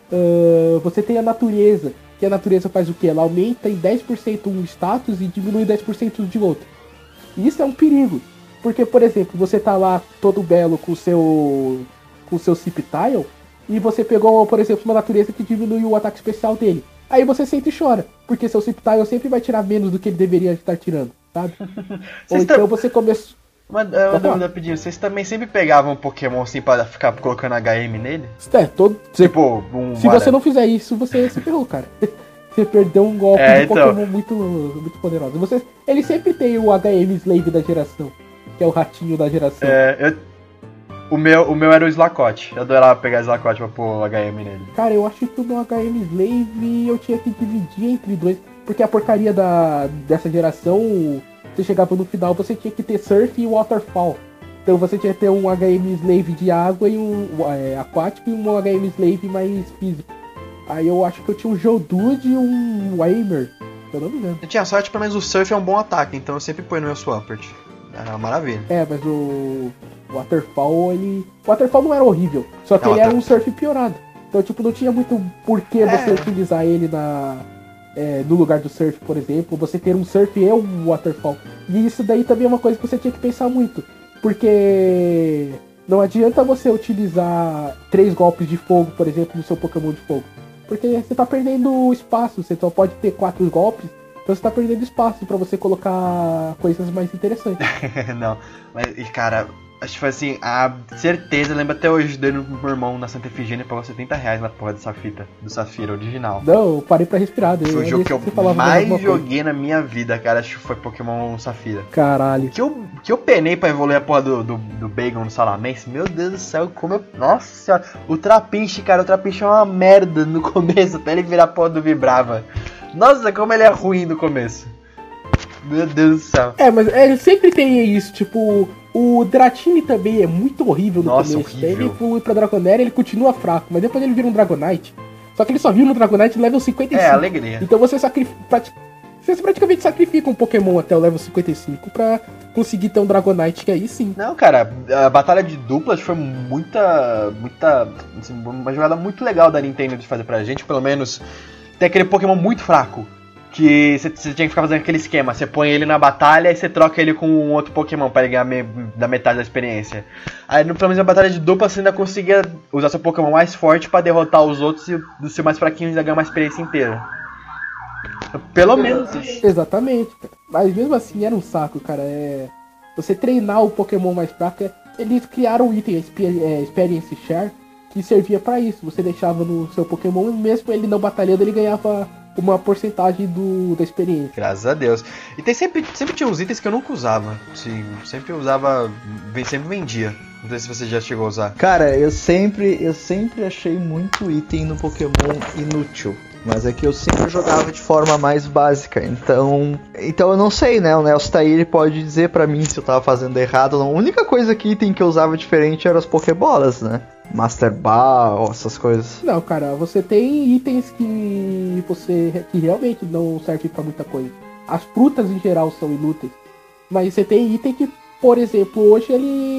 ah, você tem a natureza, que a natureza faz o quê? Ela aumenta em dez por cento um status e diminui dez por cento de outro. E isso é um perigo. Porque, por exemplo, você tá lá todo belo com o seu com o seu Sceptile, e você pegou, por exemplo, uma natureza que diminui o ataque especial dele. Aí você sempre chora, porque seu Sceptile sempre vai tirar menos do que ele deveria estar tirando, sabe? Ou Vocês então tam- você começou... Uma, é, uma Tá bom. dúvida pedindo, vocês também sempre pegavam Pokémon assim pra ficar colocando H M nele? É, todo... Tipo, um. Se você não fizer isso, você se ferrou, cara. Você perdeu um golpe É, de então. Pokémon muito, muito poderoso. Você... Ele sempre tem o H M Slave da geração, que é o ratinho da geração. É, eu. O meu, o meu era o Slakoth. Eu adorava pegar Slakoth pra pôr o H M nele. Cara, eu acho que o meu H M Slave eu tinha que dividir entre dois. Porque a porcaria da, dessa geração, você chegava no final, você tinha que ter Surf e Waterfall. Então você tinha que ter um H M Slave de água e um é, aquático e um H M Slave mais físico. Aí eu acho que eu tinha um Geodude e um Wamer, se eu não me engano. Eu tinha sorte, pelo menos o Surf é um bom ataque, então eu sempre ponho no meu Swampert. Era uma maravilha. É, mas o Waterfall, ele... O Waterfall não era horrível, só que Não, ele era Water- um surf piorado. Então, tipo, não tinha muito porquê É. você utilizar ele na... é, no lugar do surf, por exemplo. Você ter um surf e um Waterfall. E isso daí também é uma coisa que você tinha que pensar muito. Porque não adianta você utilizar três golpes de fogo, por exemplo, no seu Pokémon de fogo. Porque você tá perdendo espaço, você só pode ter quatro golpes. Então você tá perdendo espaço pra você colocar coisas mais interessantes. Não, mas, e, cara, acho que foi assim, a certeza, eu lembro até hoje dando pro meu irmão na Santa Efigênia, pagou setenta reais na porra dessa fita, do Safira original. Não, eu parei pra respirar. Foi o eu- jogo que eu você falava mais alguma coisa. joguei na minha vida, cara, acho que foi Pokémon Safira. Caralho. Que eu, que eu penei pra evoluir a porra do, do, do Bagon no Salamense, meu Deus do céu, como eu... Nossa senhora, o Trapinch, cara, o Trapinch é uma merda no começo, até ele virar a porra do Vibrava. Nossa, como ele é ruim no começo. Meu Deus do céu. É, mas é, ele sempre tem isso, tipo, o Dratini também é muito horrível no Nossa, começo. Daí horrível. ele evolui pra Dragonair, ele continua fraco, mas depois ele vira um Dragonite. Só que ele só viu no Dragonite level cinquenta e cinco. É, alegria. Então você sacrifica. Você praticamente sacrifica um Pokémon até o level cinquenta e cinco pra conseguir ter um Dragonite, que aí sim. Não, cara, a batalha de duplas foi muita. muita. Assim, uma jogada muito legal da Nintendo de fazer pra gente, pelo menos. Tem aquele Pokémon muito fraco. Que você tinha que ficar fazendo aquele esquema. Você põe ele na batalha e você troca ele com um outro Pokémon pra ele ganhar me, da metade da experiência. Aí, no, pelo menos na batalha de dupla, você ainda conseguia usar seu Pokémon mais forte pra derrotar os outros e do seu mais fraquinho ainda ganhar uma experiência inteira. Pelo menos isso. Exatamente, cara. Mas mesmo assim era um saco, cara. É... Você treinar o Pokémon mais fraco. é- Eles criaram um item, a Expe- é, Experience Share, que servia pra isso. Você deixava no seu Pokémon e mesmo ele não batalhando, ele ganhava uma porcentagem do, da experiência. Graças a Deus. E tem sempre, sempre tinha uns itens que eu nunca usava. Sim, sempre usava. Sempre vendia. Não sei se você já chegou a usar. Cara, eu sempre, eu sempre achei muito item no Pokémon inútil. Mas é que eu sempre jogava de forma mais básica. Então, então eu não sei, né? O Nelson tá aí, ele pode dizer pra mim se eu tava fazendo errado ou não. A única coisa que item que eu usava diferente eram as Pokébolas, né? Master Ball, essas coisas. Não, cara, você tem itens que você que realmente não servem pra muita coisa. As frutas em geral são inúteis. Mas você tem item que, por exemplo, hoje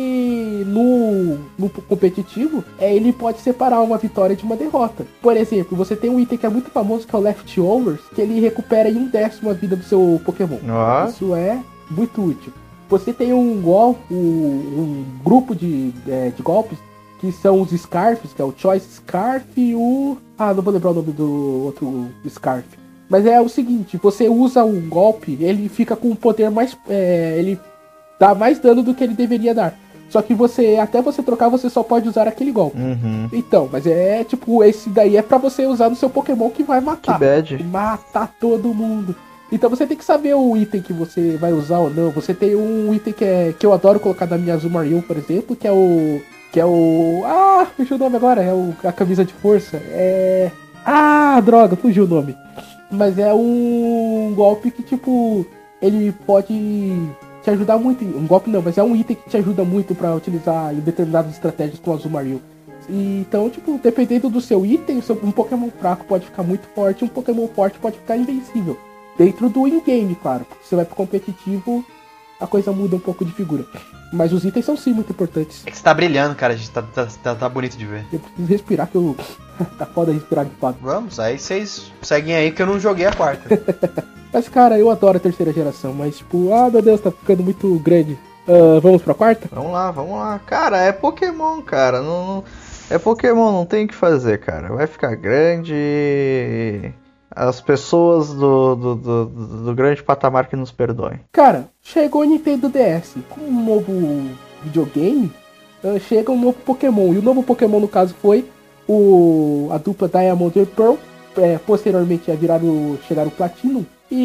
ele no, no competitivo, é, ele pode separar uma vitória de uma derrota. Por exemplo, você tem um item que é muito famoso que é o Leftovers, que ele recupera em um décimo a vida do seu Pokémon. Ah. Isso é muito útil. Você tem um golpe, um, um grupo de, é, de golpes que são os Scarfs, que é o Choice Scarf e o... Ah, não vou lembrar o nome do outro Scarf. Mas é o seguinte, você usa um golpe, ele fica com um poder mais... É, ele dá mais dano do que ele deveria dar. Só que você, até você trocar, você só pode usar aquele golpe. Uhum. Então, mas é tipo, esse daí é pra você usar no seu Pokémon que vai Que matar. bad. Matar todo mundo. Então você tem que saber o item que você vai usar ou não. Você tem um item que, é, que eu adoro colocar na minha Azumarill, por exemplo, que é o... Que é o... Ah, fugiu o nome agora. É o, a camisa de força. É... Ah, droga, fugiu o nome. Mas é um golpe que, tipo... Ele pode te ajudar muito. Um golpe não, mas é um item que te ajuda muito pra utilizar em determinadas estratégias com o Azumarill. E, então, tipo, dependendo do seu item, seu- um Pokémon fraco pode ficar muito forte. Um Pokémon forte pode ficar invencível. Dentro do in-game, claro. Porque você vai pro competitivo, a coisa muda um pouco de figura. Mas os itens são sim muito importantes. É que você tá brilhando, cara. A gente tá, tá, tá, tá bonito de ver. Eu preciso respirar, que eu... tá foda respirar gripado. Vamos, aí vocês seguem aí que eu não joguei a quarta. Mas, cara, eu adoro a terceira geração. Mas, tipo, ah, meu Deus, tá ficando muito grande. Ah, vamos pra quarta? Vamos lá, vamos lá. Cara, é Pokémon, cara. Não, não- É Pokémon, não tem o que fazer, cara. Vai ficar grande. As pessoas do, do, do, do- do grande patamar que nos perdoem. Cara, chegou o Nintendo D S com um novo videogame. ah, chega um novo Pokémon. E o novo Pokémon, no caso, foi o a dupla Diamond e Pearl. É, posteriormente ia virar o, chegar o Platinum.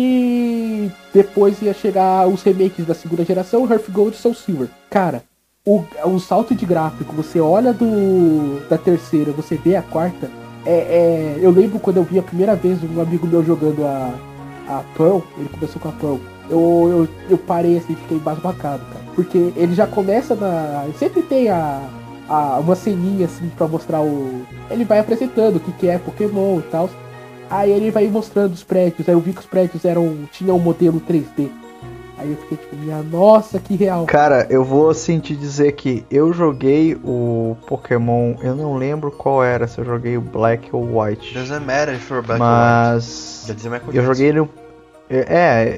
E depois ia chegar os remakes da segunda geração, Hearth Gold e Soul Silver. Cara, o, o salto de gráfico, você olha do da terceira, você vê a quarta. É, é, eu lembro quando eu vi a primeira vez um amigo meu jogando a, a Pearl, ele começou com a Pearl. Eu, eu, eu parei assim, fiquei embasbacado, cara. Porque ele já começa na. Sempre tem a, a, uma ceninha assim pra mostrar o. Ele vai apresentando o que, que é Pokémon e tal. Aí ele vai mostrando os prédios. Aí eu vi que os prédios eram. Tinham um modelo três D. Aí eu fiquei tipo, minha nossa, que real. Cara, eu vou assim te dizer que eu joguei o Pokémon, eu não lembro qual era, se eu joguei o Black ou White. Doesn't matter if you're Black Mas or White. eu joguei ele. É.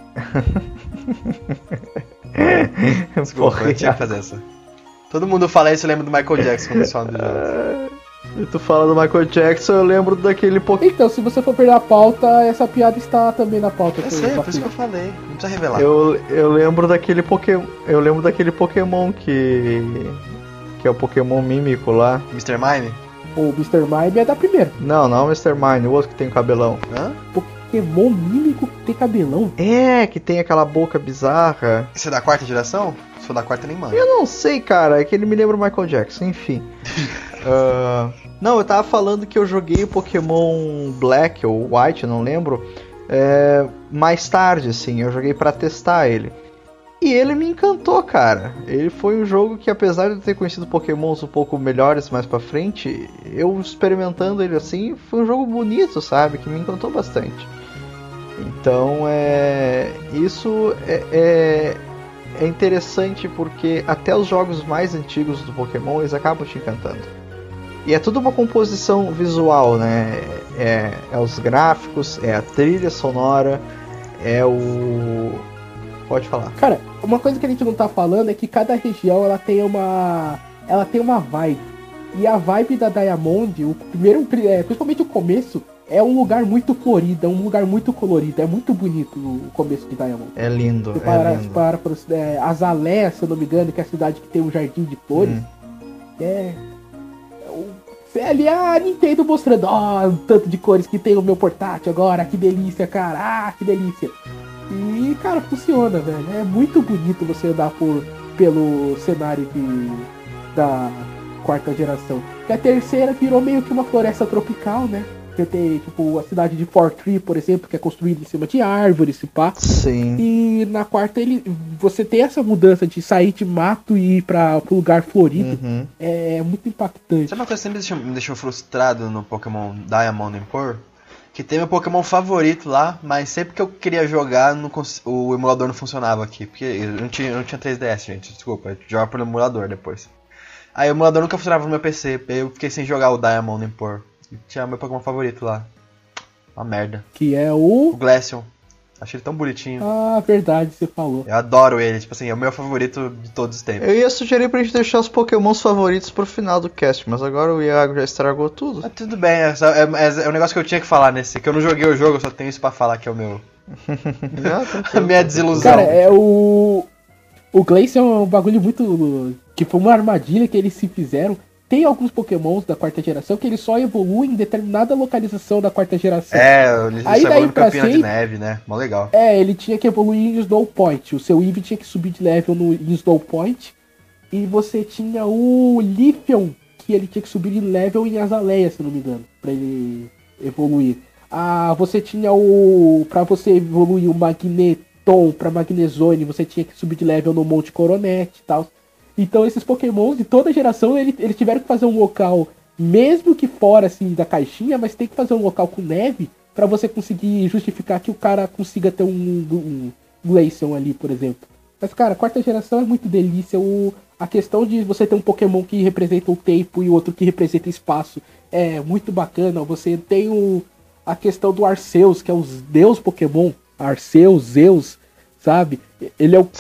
Desculpa, eu tinha que fazer essa. Todo mundo fala isso e lembra do Michael Jackson quando eles falam do jogo. E tu fala do Michael Jackson, eu lembro daquele Pokémon. Então, se você for perder a pauta, essa piada está também na pauta. Eu sei, por isso que eu falei. Não precisa revelar. Eu, eu lembro daquele Pokémon. Eu lembro daquele Pokémon que. Que é o Pokémon mímico lá. mister Mime? O mister Mime é da primeira. Não, não é o mister Mime, o outro que tem o cabelão. Hã? Pokémon mímico que tem cabelão? É, que tem aquela boca bizarra. Isso é da quarta geração? Se for da quarta, nem manda. Eu não sei, cara, é que ele me lembra o Michael Jackson, enfim. uh, não, eu tava falando que eu joguei o Pokémon Black ou White, não lembro, é, mais tarde, assim, eu joguei pra testar ele. E ele me encantou, cara. Ele foi um jogo que, apesar de eu ter conhecido Pokémons um pouco melhores mais pra frente, eu experimentando ele assim, foi um jogo bonito, sabe? Que me encantou bastante. Então, é... Isso é... é... É interessante porque até os jogos mais antigos do Pokémon eles acabam te encantando. E é tudo uma composição visual, né? É, é os gráficos, é a trilha sonora, é o... Pode falar. Cara, uma coisa que a gente não tá falando é que cada região ela tem uma. Ela tem uma vibe. E a vibe da Diamond, o primeiro, principalmente o começo, é um lugar muito florido, é um lugar muito colorido, é muito bonito o começo de Diamond. É lindo, você é para, lindo. Você para, para, é, Azalea, se eu não me engano, que é a cidade que tem um jardim de flores. Hum. É. É ali a Nintendo mostrando, ó, oh, um tanto de cores que tem o meu portátil agora, que delícia, cara, ah, que delícia. E, cara, funciona, velho. É muito bonito você andar por, pelo cenário de, da quarta geração. E a terceira virou meio que uma floresta tropical, né? Você tem, tipo, a cidade de Fortree, por exemplo, que é construída em cima de árvores, se pá. Sim. E na quarta, ele, você tem essa mudança de sair de mato e ir pra, pro lugar florido. Uhum. É muito impactante. Sabe uma coisa que sempre me deixou, me deixou frustrado no Pokémon Diamond and Pearl? Que tem meu Pokémon favorito lá, mas sempre que eu queria jogar, não cons... o emulador não funcionava aqui. Porque eu não tinha, eu não tinha três D S, gente, desculpa, eu jogava pelo emulador depois. Aí o emulador nunca funcionava no meu P C, eu fiquei sem jogar o Diamond and Pearl. E tinha meu Pokémon favorito lá. Uma merda. Que é o... O Glaceon. Achei ele tão bonitinho. Ah, verdade, você falou. Eu adoro ele, tipo assim, é o meu favorito de todos os tempos. Eu ia sugerir pra gente deixar os Pokémons favoritos pro final do cast, mas agora o Iago já estragou tudo. Mas tudo bem, é, é, é um negócio que eu tinha que falar nesse, que eu não joguei o jogo, eu só tenho isso pra falar que é o meu... a minha desilusão. Cara, é o... O Glaceon é um bagulho muito... Que foi uma armadilha que eles se fizeram. Tem alguns Pokémons da quarta geração que eles só evoluem em determinada localização da quarta geração. É, eles aí daí no Campina sempre... de Neve, né? Mó legal. É, ele tinha que evoluir em Snow Point. O seu Eevee tinha que subir de level no, em Snow Point. E você tinha o Leafeon, que ele tinha que subir de level em Azalea, se não me engano, pra ele evoluir. Ah, você tinha o... Pra você evoluir o Magneton pra Magnezone, você tinha que subir de level no Monte Coronet e tal. Então esses Pokémons de toda geração, eles, eles tiveram que fazer um local, mesmo que fora assim da caixinha, mas tem que fazer um local com neve pra você conseguir justificar que o cara consiga ter um, um Glaceon ali, por exemplo. Mas cara, a quarta geração é muito delícia. O, a questão de você ter um Pokémon que representa o tempo e outro que representa espaço é muito bacana. Você tem o, a questão do Arceus, que é os deus Pokémon, Arceus, Zeus, sabe? Ele é o...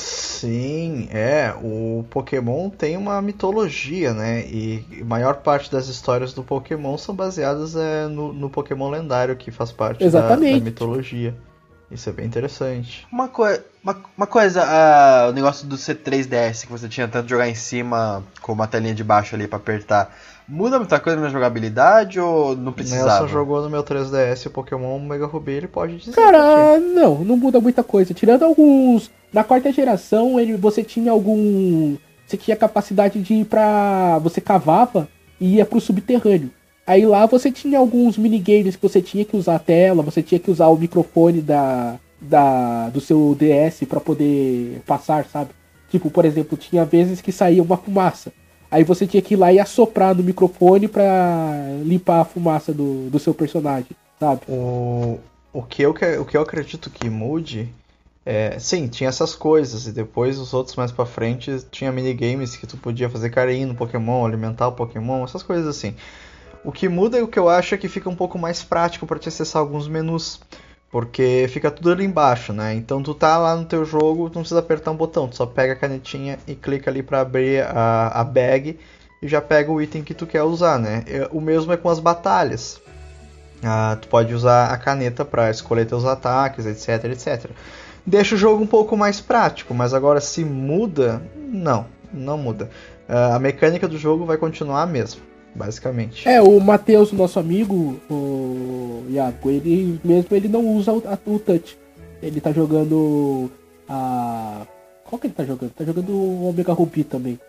Sim, é. O Pokémon tem uma mitologia, né? E a maior parte das histórias do Pokémon são baseadas é, no, no Pokémon lendário, que faz parte da, da mitologia. Isso é bem interessante. Uma, coi- uma, uma coisa, uh, o negócio do C três D S, que você tinha tanto de jogar em cima com uma telinha de baixo ali pra apertar, muda muita coisa na jogabilidade ou não precisava? Nelson jogou no meu três D S o Pokémon Mega Ruby, ele pode dizer. Cara, não, não muda muita coisa. Tirando alguns... Na quarta geração, ele, você tinha algum... Você tinha capacidade de ir pra... Você cavava e ia pro subterrâneo. Aí lá você tinha alguns minigames que você tinha que usar a tela, você tinha que usar o microfone da, da, do seu D S pra poder passar, sabe? Tipo, por exemplo, tinha vezes que saía uma fumaça. Aí você tinha que ir lá e assoprar no microfone pra limpar a fumaça do, do seu personagem, sabe? O, o, que eu, o que eu acredito que mude É, sim, tinha essas coisas, e depois os outros mais pra frente tinha minigames que tu podia fazer carinho no Pokémon, alimentar o Pokémon, essas coisas assim. O que muda e o que eu acho é que fica um pouco mais prático para te acessar alguns menus, porque fica tudo ali embaixo, né? Então tu tá lá no teu jogo, tu não precisa apertar um botão, tu só pega a canetinha e clica ali para abrir a, a bag e já pega o item que tu quer usar, né? O mesmo é com as batalhas. Ah, tu pode usar a caneta para escolher teus ataques, etc, etcétera. Deixa o jogo um pouco mais prático, mas agora se muda, não, não muda. Uh, a mecânica do jogo vai continuar a mesma, basicamente. É, o Matheus, nosso amigo, o Iago, ele mesmo ele não usa o, a, o touch. Ele tá jogando a... Qual que ele tá jogando? Tá jogando o Omega Ruby também.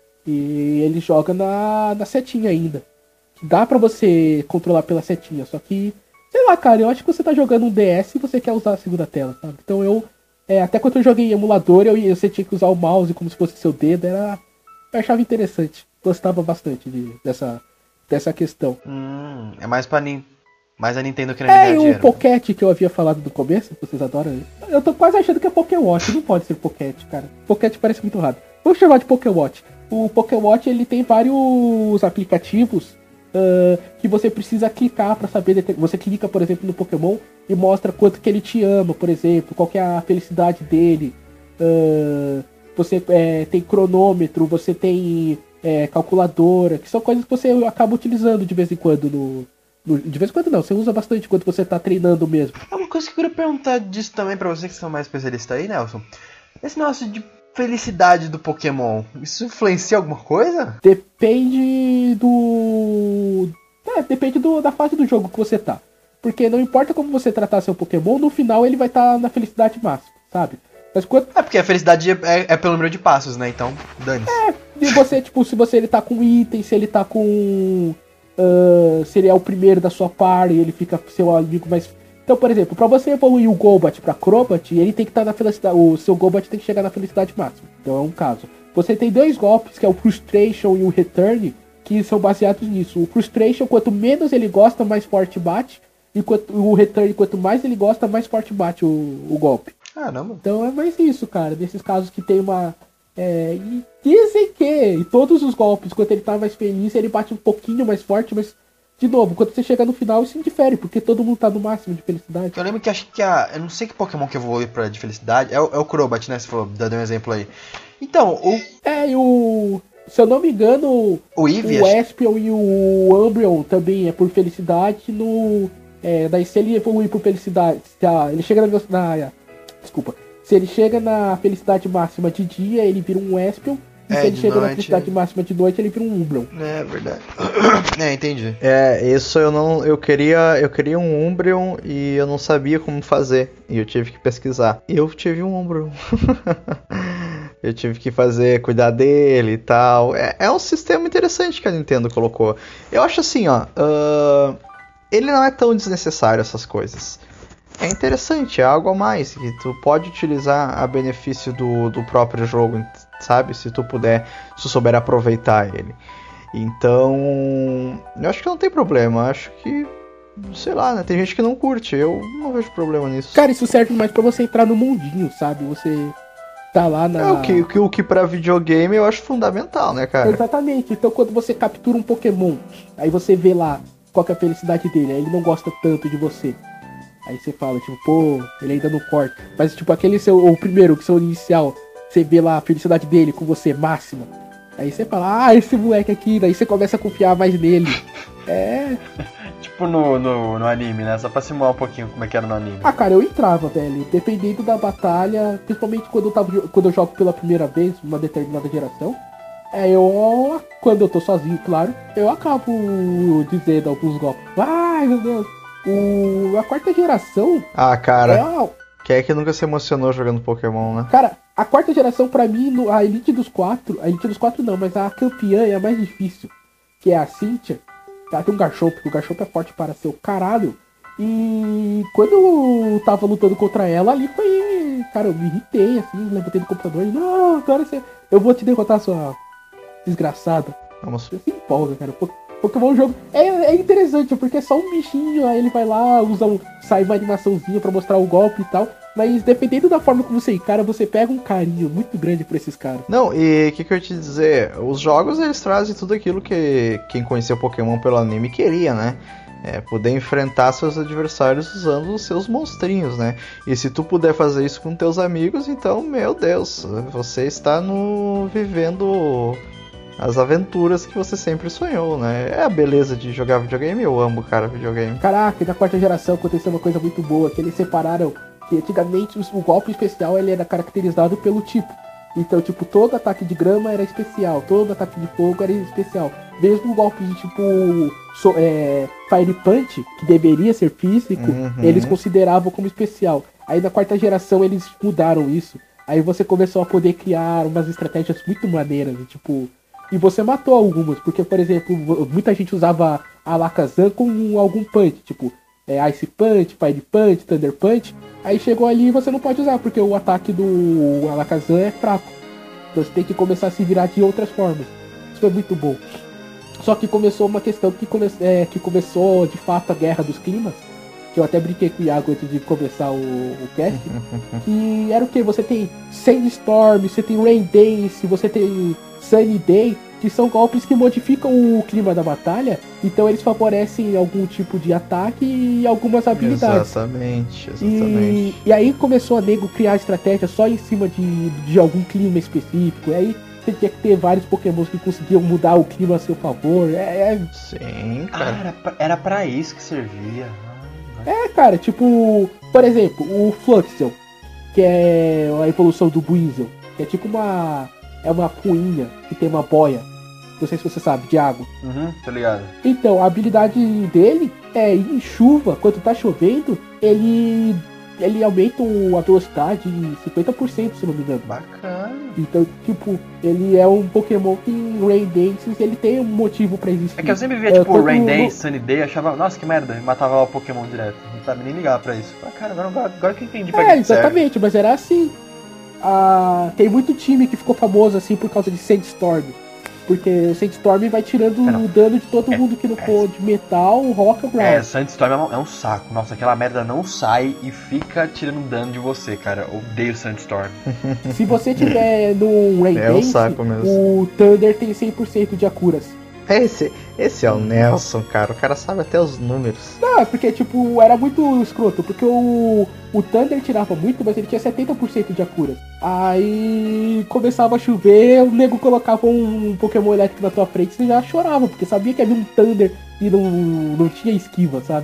E ele joga na, na setinha ainda. Dá pra você controlar pela setinha, só que... Sei lá, cara, eu acho que você tá jogando um D S e você quer usar a segunda tela, sabe? Então eu, é, até quando eu joguei em emulador, eu, você tinha que usar o mouse como se fosse seu dedo, era... Eu achava interessante, gostava bastante de, dessa, dessa questão. Hum, é mais pra nin... mais a Nintendo que não é ganhar o dinheiro. Pocket que eu havia falado no começo, vocês adoram. Eu tô quase achando que é Pokéwatch, não pode ser Pocket, cara. Pocket parece muito raro. Vamos chamar de Pokéwatch. O Pokéwatch, ele tem vários aplicativos Uh, que você precisa clicar para saber. Você clica, por exemplo, no Pokémon e mostra quanto que ele te ama, por exemplo, qual que é a felicidade dele. Uh, você é, tem cronômetro, você tem é, calculadora, que são coisas que você acaba utilizando de vez em quando no, no. De vez em quando não, você usa bastante quando você tá treinando mesmo. É uma coisa que eu queria perguntar disso também pra você que são mais especialista aí, Nelson. Esse negócio de felicidade do Pokémon, isso influencia alguma coisa? Depende do... É, depende do, da fase do jogo que você tá. Porque não importa como você tratar seu Pokémon, no final ele vai estar tá na felicidade máxima, sabe? Mas quando... É porque a felicidade é, é pelo número de passos, né? Então, dane-se. É, e você, tipo, se você ele tá com item, se ele tá com... Uh, se ele é o primeiro da sua party, ele fica seu amigo mais... Então, por exemplo, pra você evoluir o Golbat pra Crobat, ele tem que estar tá na felicidade. O seu Golbat tem que chegar na felicidade máxima. Então é um caso. Você tem dois golpes, que é o Frustration e o Return, que são baseados nisso. O Frustration, quanto menos ele gosta, mais forte bate. E quanto, o Return, quanto mais ele gosta, mais forte bate o, o golpe. Caramba. Então é mais isso, cara. Nesses casos que tem uma... É, e dizem que em todos os golpes, quando ele tá mais feliz, ele bate um pouquinho mais forte, mas... De novo, quando você chegar no final, isso indifere, porque todo mundo tá no máximo de felicidade. Eu lembro que acho que a... Eu não sei que Pokémon que evolui pra de felicidade. É o, é o Crobat, né? Você falou, dando um exemplo aí. Então, o... É, e o... Se eu não me engano, o, Eevee, o acho... Espion e o Umbreon também é por felicidade no... É, daí se ele evoluir por felicidade... Se a, ele chega na, na... Desculpa. Se ele chega na felicidade máxima de dia, ele vira um Espion. E É, se ele chega noite, na felicidade é. máxima de noite, ele vira um Umbreon. É verdade. É, entendi. É, isso eu não. Eu queria. Eu queria um Umbreon e eu não sabia como fazer. E eu tive que pesquisar. Eu tive um Umbreon. Eu tive que fazer, cuidar dele e tal. É, é um sistema interessante que a Nintendo colocou. Eu acho assim, ó. Uh, ele não é tão desnecessário essas coisas. É interessante, é algo a mais que tu pode utilizar a benefício do, do próprio jogo, sabe? Se tu puder, se tu souber aproveitar ele. Então, eu acho que não tem problema. Eu acho que, sei lá, né? Tem gente que não curte. Eu não vejo problema nisso. Cara, isso serve mais pra você entrar no mundinho, sabe? Você tá lá na... É o que, o que, o que pra videogame eu acho fundamental, né, cara? Exatamente. Então quando você captura um Pokémon, aí você vê lá qual que é a felicidade dele, aí ele não gosta tanto de você. Aí você fala, tipo, pô, ele ainda não corta. Mas, tipo, aquele seu, o primeiro, que seu inicial, você vê lá a felicidade dele com você, máxima. Aí você fala, ah, esse moleque aqui, daí você começa a confiar mais nele. É... Tipo no, no, no anime, né? Só pra simular um pouquinho como é que era no anime. Ah, cara, eu entrava, velho. Dependendo da batalha, principalmente quando eu, tava, quando eu jogo pela primeira vez, uma determinada geração. É, eu, quando eu tô sozinho, claro, eu acabo dizendo alguns golpes. Ai, meu Deus. O, a quarta geração... Ah, cara, é, quem é que nunca se emocionou jogando Pokémon, né? Cara, a quarta geração pra mim, no- a Elite dos Quatro... A Elite dos Quatro não, mas a campeã é a mais difícil. Que é a Cynthia. Ela tem um Garchomp, porque o Garchomp é forte para seu caralho. E quando eu tava lutando contra ela, ali foi... Cara, eu me irritei, assim, levantei do computador e... Não, agora você... Eu vou te derrotar, sua desgraçada. Vamos. Você se empolga, cara. Pô, Pokémon é um jogo. É, é interessante, porque é só um bichinho, aí ele vai lá, usa um, sai uma animaçãozinha pra mostrar o golpe e tal. Mas dependendo da forma como você encara, você pega um carinho muito grande por esses caras. Não, e o que, que eu ia te dizer? Os jogos, eles trazem tudo aquilo que quem conheceu Pokémon pelo anime queria, né? É, poder enfrentar seus adversários usando os seus monstrinhos, né? E se tu puder fazer isso com teus amigos, então, meu Deus, você está no vivendo as aventuras que você sempre sonhou, né? É a beleza de jogar videogame, eu amo, cara, videogame. Caraca, na quarta geração aconteceu uma coisa muito boa, que eles separaram, que antigamente o golpe especial ele era caracterizado pelo tipo. Então, tipo, todo ataque de grama era especial, todo ataque de fogo era especial. Mesmo golpes de tipo so, é, Fire Punch, que deveria ser físico, uhum. eles consideravam como especial. Aí na quarta geração eles mudaram isso. Aí você começou a poder criar umas estratégias muito maneiras, tipo... E você matou algumas, porque, por exemplo, muita gente usava a Alakazam com algum punch, tipo... É, Ice Punch, Fire Punch, Thunder Punch. Aí chegou ali e você não pode usar, porque o ataque do Alakazam é fraco. Então você tem que começar a se virar de outras formas. Isso foi muito bom. Só que começou uma questão que, come é, que começou de fato a Guerra dos Climas. Que eu até brinquei com o Iago antes de começar o, o cast. Que era o que? Você tem Sandstorm, você tem Rain Dance, você tem Sunny Day, que são golpes que modificam o clima da batalha, então eles favorecem algum tipo de ataque e algumas habilidades. Exatamente, exatamente. E, e aí começou a nego criar estratégia só em cima de, de algum clima específico, e aí você tinha que ter vários pokémons que conseguiam mudar o clima a seu favor. É, é... Sim, cara. Ah, era, pra, era pra isso que servia. É, cara, tipo, por exemplo, o Fluxion, que é a evolução do Buizel, que é tipo uma... é uma poinha que tem uma boia. Não sei se você sabe, de água. Uhum, tô ligado. Então, a habilidade dele é em chuva, quando tá chovendo, ele ele aumenta a velocidade em cinquenta por cento, se não me engano. Bacana. Então, tipo, ele é um Pokémon que em Rain Dances ele tem um motivo pra existir. É que eu sempre via, tipo, é, Rain Day, Sunny Day, achava, nossa, que merda, matava o Pokémon direto. Não sabe nem ligar pra isso. Ah, cara, agora, agora que eu entendi pra é, que exatamente, serve. mas era assim. Ah, tem muito time que ficou famoso assim por causa de Sandstorm. Porque o Sandstorm vai tirando o dano de todo é, mundo que não é, for de metal, rock ou ground. É, Sandstorm é um, é um saco. Nossa, aquela merda não sai e fica tirando dano de você, cara. Eu odeio Sandstorm. Se você tiver no Rain é Dance, um saco mesmo. O Thunder tem cem por cento de Akuras. Esse, esse é o Nelson, cara. O cara sabe até os números. Não, é porque, tipo, era muito escroto. Porque o, o Thunder tirava muito, mas ele tinha setenta por cento de Akuras. Aí começava a chover, o nego colocava um Pokémon elétrico na tua frente e você já chorava, porque sabia que havia um Thunder e não, não tinha esquiva, sabe?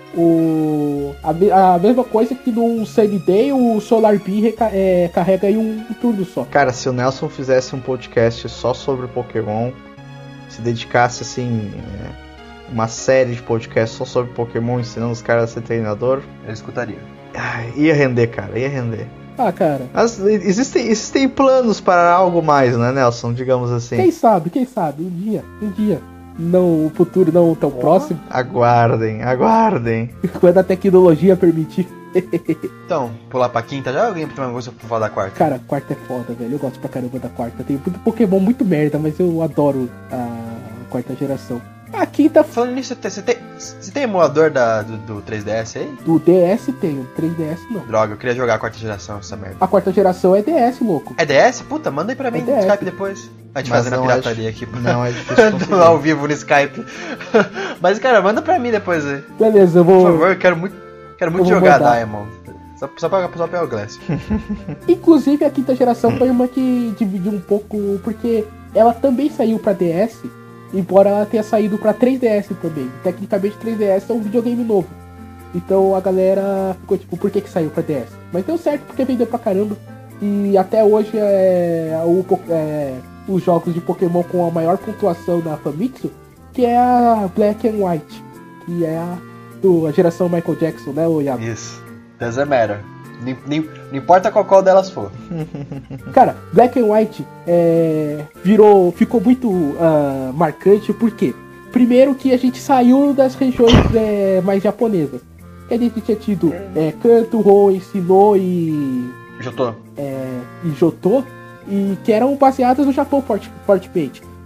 O, a, a mesma coisa que no Sunny Day, o Solar Beam reca, é, carrega em um, um turno só. Cara, se o Nelson fizesse um podcast só sobre Pokémon, se dedicasse assim, é, uma série de podcasts só sobre Pokémon, ensinando os caras a ser treinador, eu escutaria. Ah, ia render, cara, ia render. Ah, cara. Mas existem, existem planos para algo mais, né, Nelson? Digamos assim. Quem sabe, quem sabe, um dia, um dia. Não, o futuro não tão oh, próximo. Aguardem, aguardem. Quando a tecnologia permitir. Então, pular pra quinta, já alguém tem uma coisa pra falar da quarta? Cara, a quarta é foda, velho. Eu gosto pra caramba da quarta. Tem muito Pokémon muito merda, mas eu adoro a quarta geração. A quinta... Falando nisso, você tem, você tem emulador da, do, do três D S aí? Do D S tem, o três D S não. Droga, eu queria jogar a quarta geração, essa merda. A quarta geração é D S, louco. É D S? Puta, manda aí pra mim é no Skype depois. A gente fazendo a pirataria é, aqui. Não, é difícil ao vivo no Skype. Mas, cara, manda pra mim depois aí. Beleza, eu vou... Por favor, eu quero muito, quero muito jogar a Diamond. Só, só, pra, só pegar o Glass. Inclusive, a quinta geração foi uma que dividiu um pouco, porque ela também saiu pra D S, embora ela tenha saído pra três D S também. Tecnicamente, três D S é um videogame novo. Então a galera ficou tipo, por que que saiu pra D S? Mas deu certo porque vendeu pra caramba. E até hoje é, o, é os jogos de Pokémon com a maior pontuação da Famitsu, que é a Black and White, que é a, do, a geração Michael Jackson, né, o Iago? Isso, doesn't matter. Nem, nem, não importa qual, qual delas for. Cara, Black and White é, virou, ficou muito uh, marcante, por quê? Primeiro que a gente saiu das regiões é, mais japonesas. Que a gente tinha tido é, Kanto, Hoenn, Sinnoh e... Jotô. É, e Jotô, e que eram baseadas no Japão fortemente.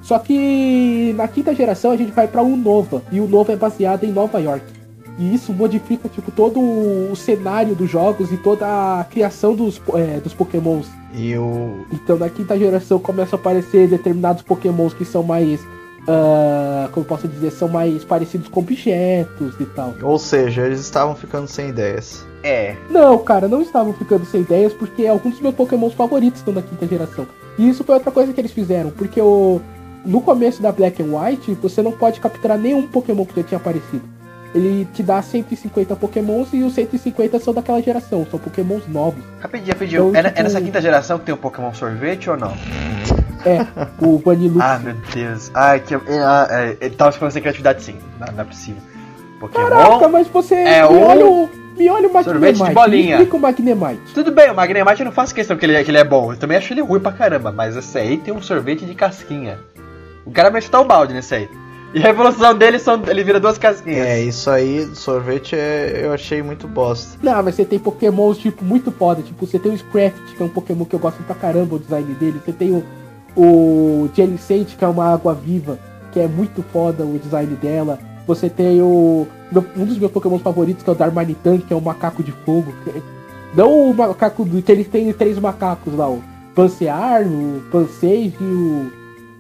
Só que na quinta geração a gente vai pra Unova, e o Unova é baseado em Nova York. E isso modifica tipo, todo o cenário dos jogos e toda a criação dos, é, dos pokémons. E o... Então na quinta geração começam a aparecer determinados pokémons que são mais... Uh, como eu posso dizer, são mais parecidos com objetos e tal. Ou seja, eles estavam ficando sem ideias. É. Não, cara, não estavam ficando sem ideias, porque alguns dos meus pokémons favoritos estão na quinta geração. E isso foi outra coisa que eles fizeram, porque o... no começo da Black and White, você não pode capturar nenhum pokémon que já tinha aparecido. Ele te dá cento e cinquenta pokémons e os cento e cinquenta são daquela geração, são pokémons novos. Rapidinho, rapidinho. Então, é, tipo... é nessa quinta geração que tem o Pokémon Sorvete ou não? É, o Vanillux. Ah, meu Deus. Ai, que... Ah, é, ele tava falando sem criatividade sim. Não, não é possível. Pokémon... Caraca, mas você... É me, um... olha o, me olha o Magnemite. Sorvete de bolinha. Me explica o Magnemite. Tudo bem, o Magnemite eu não faço questão que ele, que ele é bom. Eu também acho ele ruim pra caramba. Mas esse aí tem um sorvete de casquinha. O cara vai chutar o balde nesse aí. E a evolução dele, são, ele vira duas casquinhas. É, isso aí, sorvete, é, eu achei muito bosta. Não, mas você tem pokémons, tipo, muito foda. Tipo, você tem o Scraft, que é um pokémon que eu gosto pra caramba, o design dele. Você tem o, o Jellicent, que é uma água-viva, que é muito foda o design dela. Você tem o... um dos meus pokémons favoritos, que é o Darmanitan, que é um macaco de fogo. Não o macaco do... que ele tem três macacos lá, o Pansear, o Pansage e o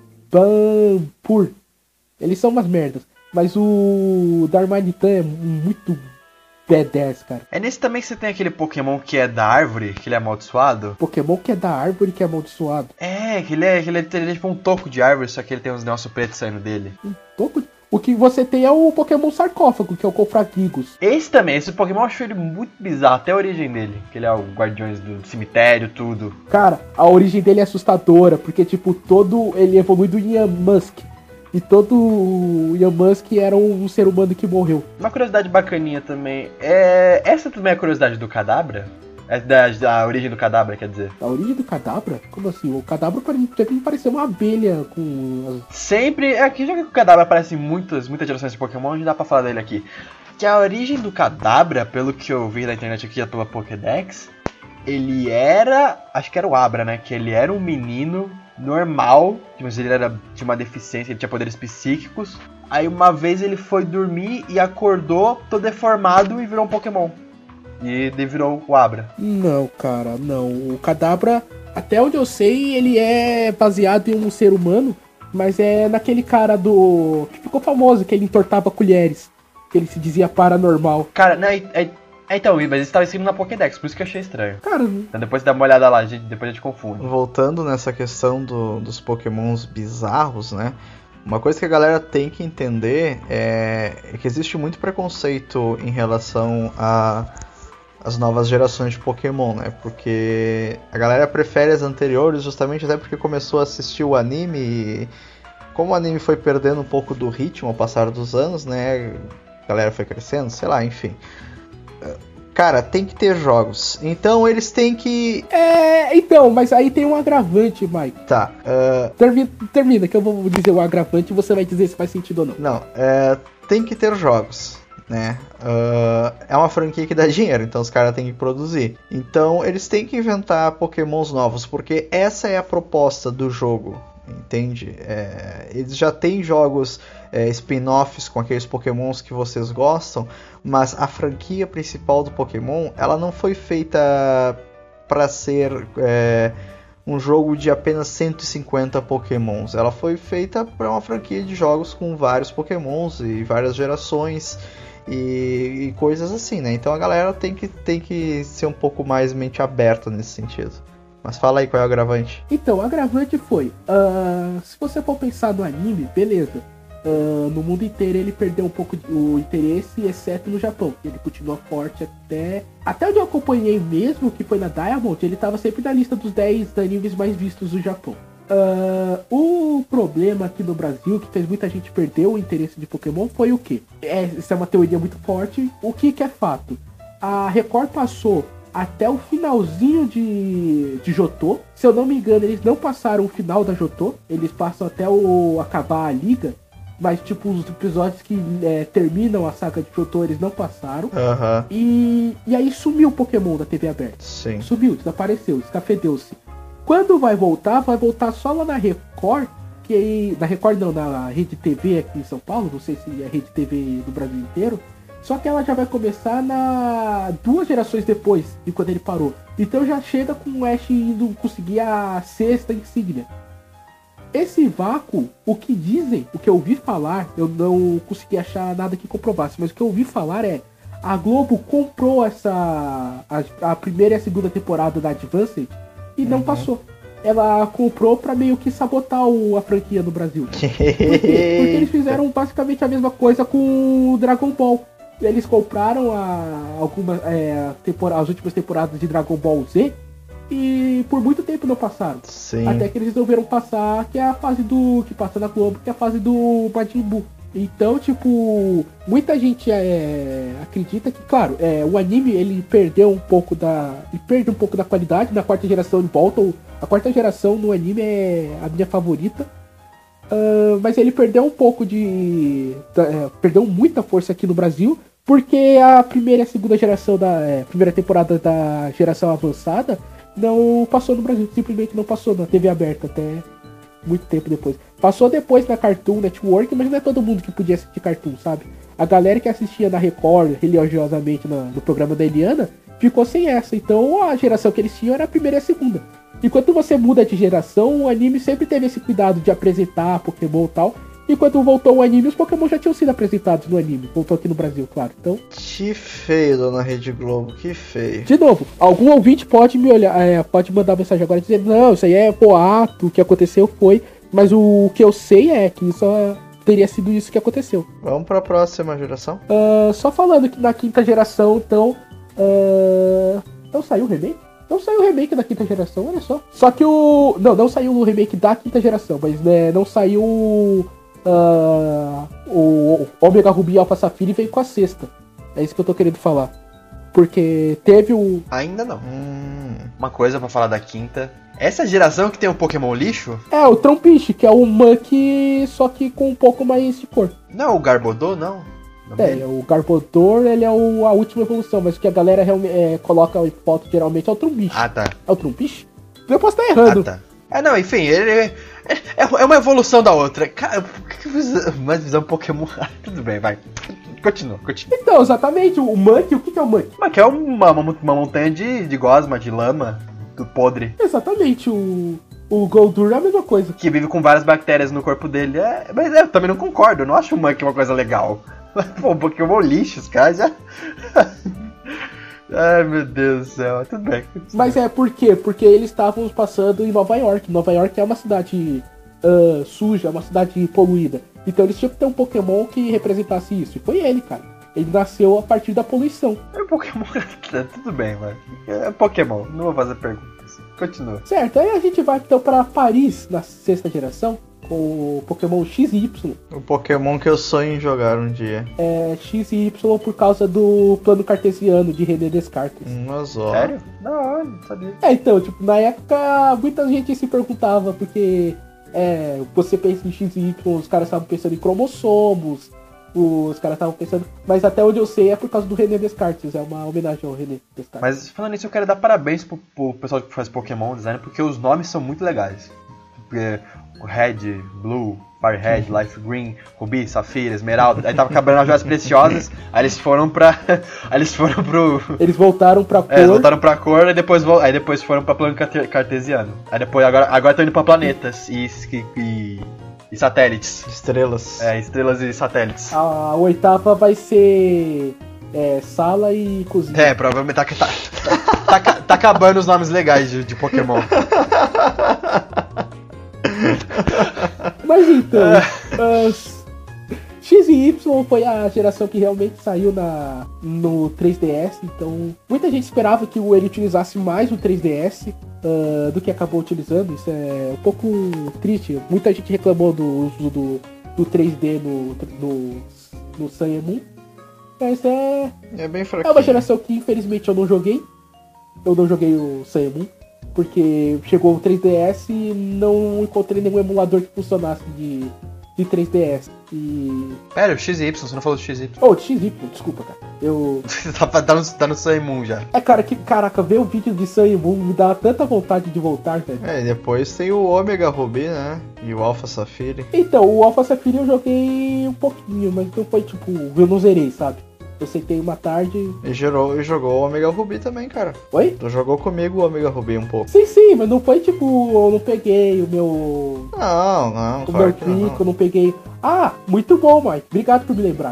Pampur. Eles são umas merdas. Mas o Darmanitan é muito badass, cara. É nesse também que você tem aquele Pokémon que é da árvore, que ele é amaldiçoado? Pokémon que é da árvore que é amaldiçoado. É, que ele é, que ele é, ele é tipo um toco de árvore, só que ele tem uns negócios pretos saindo dele. Um toco de... O que você tem é o Pokémon sarcófago, que é o Cofragigus. Esse também, esse Pokémon eu acho ele muito bizarro, até a origem dele. Que ele é o Guardiões do Cemitério, tudo. Cara, a origem dele é assustadora, porque tipo, todo... ele evolui do Ian Musk. E todo o Elon Musk era um ser humano que morreu. Uma curiosidade bacaninha também. É... Essa também é a curiosidade do Kadabra? É da, da origem do Kadabra, quer dizer? A origem do Kadabra? Como assim? O Kadabra sempre me pareceu uma abelha com... Sempre... Aqui, já que o Kadabra aparece em muitas, muitas gerações de Pokémon, a gente dá pra falar dele aqui. Que a origem do Kadabra, pelo que eu vi na internet aqui pela Pokédex, ele era... Acho que era o Abra, né? Que ele era um menino... normal, mas ele era, tinha uma deficiência, ele tinha poderes psíquicos. Aí uma vez ele foi dormir e acordou todo deformado e virou um Pokémon. E ele virou o Abra. Não, cara, não. O Kadabra, até onde eu sei, ele é baseado em um ser humano, mas é naquele cara do... que ficou famoso, que ele entortava colheres, que ele se dizia paranormal. Cara, não, é... é... É, então, mas isso estava escrito na Pokédex, por isso que eu achei estranho. Cara, então depois dá uma olhada lá, gente, depois a gente confunde. Voltando nessa questão do, dos Pokémons bizarros, né? Uma coisa que a galera tem que entender é, é que existe muito preconceito em relação a as novas gerações de Pokémon, né? Porque a galera prefere as anteriores justamente até porque começou a assistir o anime e como o anime foi perdendo um pouco do ritmo ao passar dos anos, né? A galera foi crescendo, sei lá, enfim. Cara, tem que ter jogos. Então eles têm que... É, então, mas aí tem um agravante, Mike. Tá. Uh... Termina, termina, que eu vou dizer o agravante e você vai dizer se faz sentido ou não. Não, é, tem que ter jogos, né? Uh, é uma franquia que dá dinheiro, então os caras têm que produzir. Então eles têm que inventar Pokémons novos, porque essa é a proposta do jogo. Entende? É, eles já têm jogos é, spin-offs com aqueles Pokémons que vocês gostam, mas a franquia principal do Pokémon ela não foi feita para ser é, um jogo de apenas cento e cinquenta Pokémons. Ela foi feita para uma franquia de jogos com vários Pokémons e várias gerações e, e coisas assim, né? Então a galera tem que, tem que ser um pouco mais mente aberta nesse sentido. Mas fala aí qual é o agravante. Então, o agravante foi... Uh, se você for pensar no anime, beleza. Uh, no mundo inteiro ele perdeu um pouco o interesse, exceto no Japão. Ele continua forte até... Até onde eu acompanhei mesmo, que foi na Diamond, ele estava sempre na lista dos dez animes mais vistos do Japão. Uh, o problema aqui no Brasil, que fez muita gente perder o interesse de Pokémon, foi o quê? É, essa é uma teoria muito forte. O que, que é fato? A Record passou... até o finalzinho de, de Jotô. Se eu não me engano, eles não passaram o final da Jotô. Eles passam até o acabar a liga. Mas, tipo, os episódios que é, terminam a saga de Jotô, eles não passaram. Uhum. E, e aí sumiu o Pokémon da T V aberta. Sim. Sumiu, desapareceu, escafedeu-se. Quando vai voltar, vai voltar só lá na Record, que na Record não, na Rede T V aqui em São Paulo, não sei se é Rede T V do Brasil inteiro, só que ela já vai começar na duas gerações depois de quando ele parou. Então já chega com o Ash indo conseguir a sexta insígnia. Esse vácuo, o que dizem, o que eu ouvi falar, eu não consegui achar nada que comprovasse, mas o que eu ouvi falar é a Globo comprou essa a, a primeira e a segunda temporada da Advanced e não uhum. passou. Ela comprou pra meio que sabotar o, a franquia no Brasil. Por quê? Porque eles fizeram basicamente a mesma coisa com o Dragon Ball. Eles compraram a, algumas, é, tempora- as últimas temporadas de Dragon Ball Z e por muito tempo não passaram. Sim. Até que eles resolveram passar, que é a fase do... que passa na Globo, que é a fase do Majin Buu. Então, tipo, muita gente é, acredita que, claro, é, o anime ele perdeu um pouco da. Ele perde um pouco da qualidade. Na quarta geração ele volta. A quarta geração no anime é a minha favorita. Uh, mas ele perdeu um pouco de. Da, é, perdeu muita força aqui no Brasil. Porque a primeira e a segunda geração da. É, primeira temporada da geração avançada não passou no Brasil. Simplesmente não passou na T V aberta até muito tempo depois. Passou depois na Cartoon Network, mas não é todo mundo que podia assistir Cartoon, sabe? A galera que assistia na Record, religiosamente, no, no programa da Eliana, ficou sem essa. Então a geração que eles tinham era a primeira e a segunda. E quando você muda de geração, o anime sempre teve esse cuidado de apresentar Pokémon e tal. E quando voltou o anime, os Pokémon já tinham sido apresentados no anime. Voltou aqui no Brasil, claro. Então... Que feio, dona Rede Globo, que feio. De novo, algum ouvinte pode me olhar, é, pode mandar mensagem agora e dizer, não, isso aí é boato, o que aconteceu foi... Mas o que eu sei é que só teria sido isso que aconteceu. Vamos pra próxima geração? Uh, só falando que na quinta geração, então... Uh... Não saiu o remake? Não saiu o remake da quinta geração, olha só. Só que o... Não, não saiu o remake da quinta geração, mas né, não saiu uh... o Omega Ruby e Alpha Sapphire veio com a sexta. É isso que eu tô querendo falar. Porque teve o... Ainda não. Hum, uma coisa pra falar da quinta... Essa geração que tem um Pokémon lixo? É, o Trompish, que é o Muck, só que com um pouco mais de cor. Não, o Garbodor, não. não é, dele. O Garbodor, ele é o, a última evolução, mas o que a galera realmente é, coloca em foto geralmente é o Trompish. Ah, tá. É o Trompish? Eu posso estar errando. Ah, tá. É, não, enfim, ele é, é, é uma evolução da outra. Cara, por que visão, mais visão Pokémon? Tudo bem, vai. Continua, continua. Então, exatamente, o Muck, o que, que é o Muck? O Muck é uma, uma, uma montanha de, de gosma, de lama. Do podre. Exatamente, o, o Goldur é a mesma coisa. Que vive com várias bactérias no corpo dele. É, mas é, eu também não concordo, eu não acho o Muck uma coisa legal. Pô, porque eu vou lixo, os caras já... Ai, meu Deus do céu, tudo bem. Mas é, por quê? Porque eles estavam passando em Nova York. Nova York é uma cidade uh, suja, uma cidade poluída. Então eles tinham que ter um Pokémon que representasse isso. E foi ele, cara. Ele nasceu a partir da poluição. É Pokémon, tudo bem, mano. É Pokémon, não vou fazer perguntas. Continua. Certo, aí a gente vai então pra Paris, na sexta geração, com o Pokémon X e Y. O Pokémon que eu sonho em jogar um dia. É X e Y por causa do plano cartesiano de René Descartes. Mas ó. Sério? Não, não sabia. É, então, tipo, na época muita gente se perguntava, porque é, você pensa em X e Y, os caras estavam pensando em cromossomos. Os caras estavam pensando, mas até onde eu sei é por causa do René Descartes, é uma homenagem ao René Descartes. Mas falando nisso, eu quero dar parabéns pro, pro pessoal que faz Pokémon design, porque os nomes são muito legais. Porque Red, Blue, Fire Red, Life Green, Ruby, Safira, Esmeralda, aí tava acabando as joias preciosas, aí eles foram pra. Aí eles foram pro. Eles voltaram pra cor. É, eles voltaram pra cor, aí depois, aí depois foram pra plano cartesiano. Aí depois, agora agora estão indo pra planetas e. e E satélites. Estrelas. É, estrelas e satélites. A, a oitava vai ser é, sala e cozinha. É, provavelmente tá, tá, tá, tá, tá acabando os nomes legais de, de Pokémon. Mas então, uh, X e Y foi a geração que realmente saiu na, no três D S, então muita gente esperava que ele utilizasse mais o três D S uh, do que acabou utilizando. Isso é um pouco triste. Muita gente reclamou do uso do, do três D no, no, no Sun e Moon, mas é, é bem fraquinho. É uma geração que infelizmente eu não joguei. Eu não joguei o Sun e Moon, porque chegou o três D S e não encontrei nenhum emulador que funcionasse de de três D S. E... Pera, o X Y, você não falou do X Y. Oh, de X Y, desculpa, cara. Eu... tá, tá, no, tá no Sun Moon já. É, cara, que caraca, ver o vídeo de Sun Moon me dá tanta vontade de voltar, velho. É, e depois tem o Omega Ruby, né? E o Alpha Sapphire. Então, o Alpha Sapphire eu joguei um pouquinho, mas não foi tipo, eu não zerei, sabe? Eu sentei uma tarde... E, gerou, e jogou o Omega Ruby também, cara. Oi? Tu jogou comigo o Omega Ruby um pouco. Sim, sim, mas não foi tipo, eu não peguei o meu... Não, não, O claro meu que clique, não. eu não peguei... Ah, muito bom, Mike. Obrigado por me lembrar.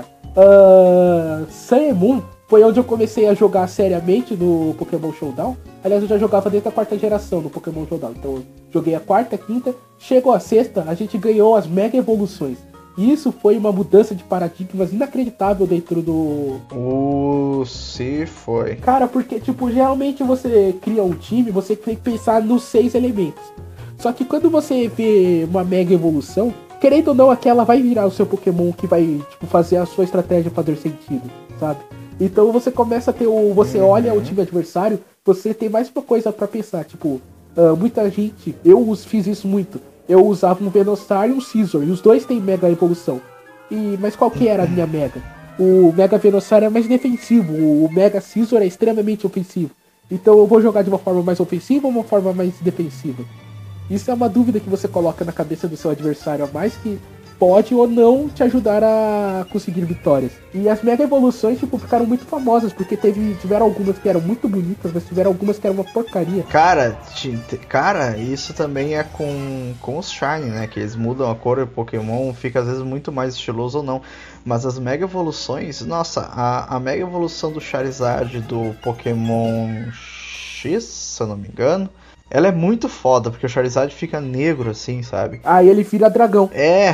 Uh, Sun Moon foi onde eu comecei a jogar seriamente no Pokémon Showdown. Aliás, eu já jogava desde a quarta geração do Pokémon Showdown. Então, eu joguei a quarta, a quinta. Chegou a sexta, a gente ganhou as Mega Evoluções. E isso foi uma mudança de paradigmas inacreditável dentro do... Uh, se foi. Cara, porque, tipo, geralmente você cria um time, você tem que pensar nos seis elementos. Só que quando você vê uma Mega Evolução, querendo ou não, aquela vai virar o seu Pokémon que vai, tipo, fazer a sua estratégia fazer sentido, sabe? Então você começa a ter o... Você Uhum. olha o time adversário, você tem mais uma coisa pra pensar, tipo... Uh, muita gente... Eu os fiz isso muito. Eu usava um Venusaur e um Scizor, e os dois têm Mega Evolução. E, mas qual que era a minha Mega? O Mega Venusaur é mais defensivo, o Mega Scizor é extremamente ofensivo. Então eu vou jogar de uma forma mais ofensiva ou uma forma mais defensiva? Isso é uma dúvida que você coloca na cabeça do seu adversário a mais, que pode ou não te ajudar a conseguir vitórias. E as Mega Evoluções, tipo, ficaram muito famosas, porque teve, tiveram algumas que eram muito bonitas, mas tiveram algumas que eram uma porcaria. Cara, ti- te- cara, isso também é com, com os Shine, né? Que eles mudam a cor do Pokémon, fica às vezes muito mais estiloso ou não. Mas as Mega Evoluções, nossa, a, a Mega Evolução do Charizard do Pokémon X, se eu não me engano, ela é muito foda, porque o Charizard fica negro assim, sabe? Aí ele vira dragão. É,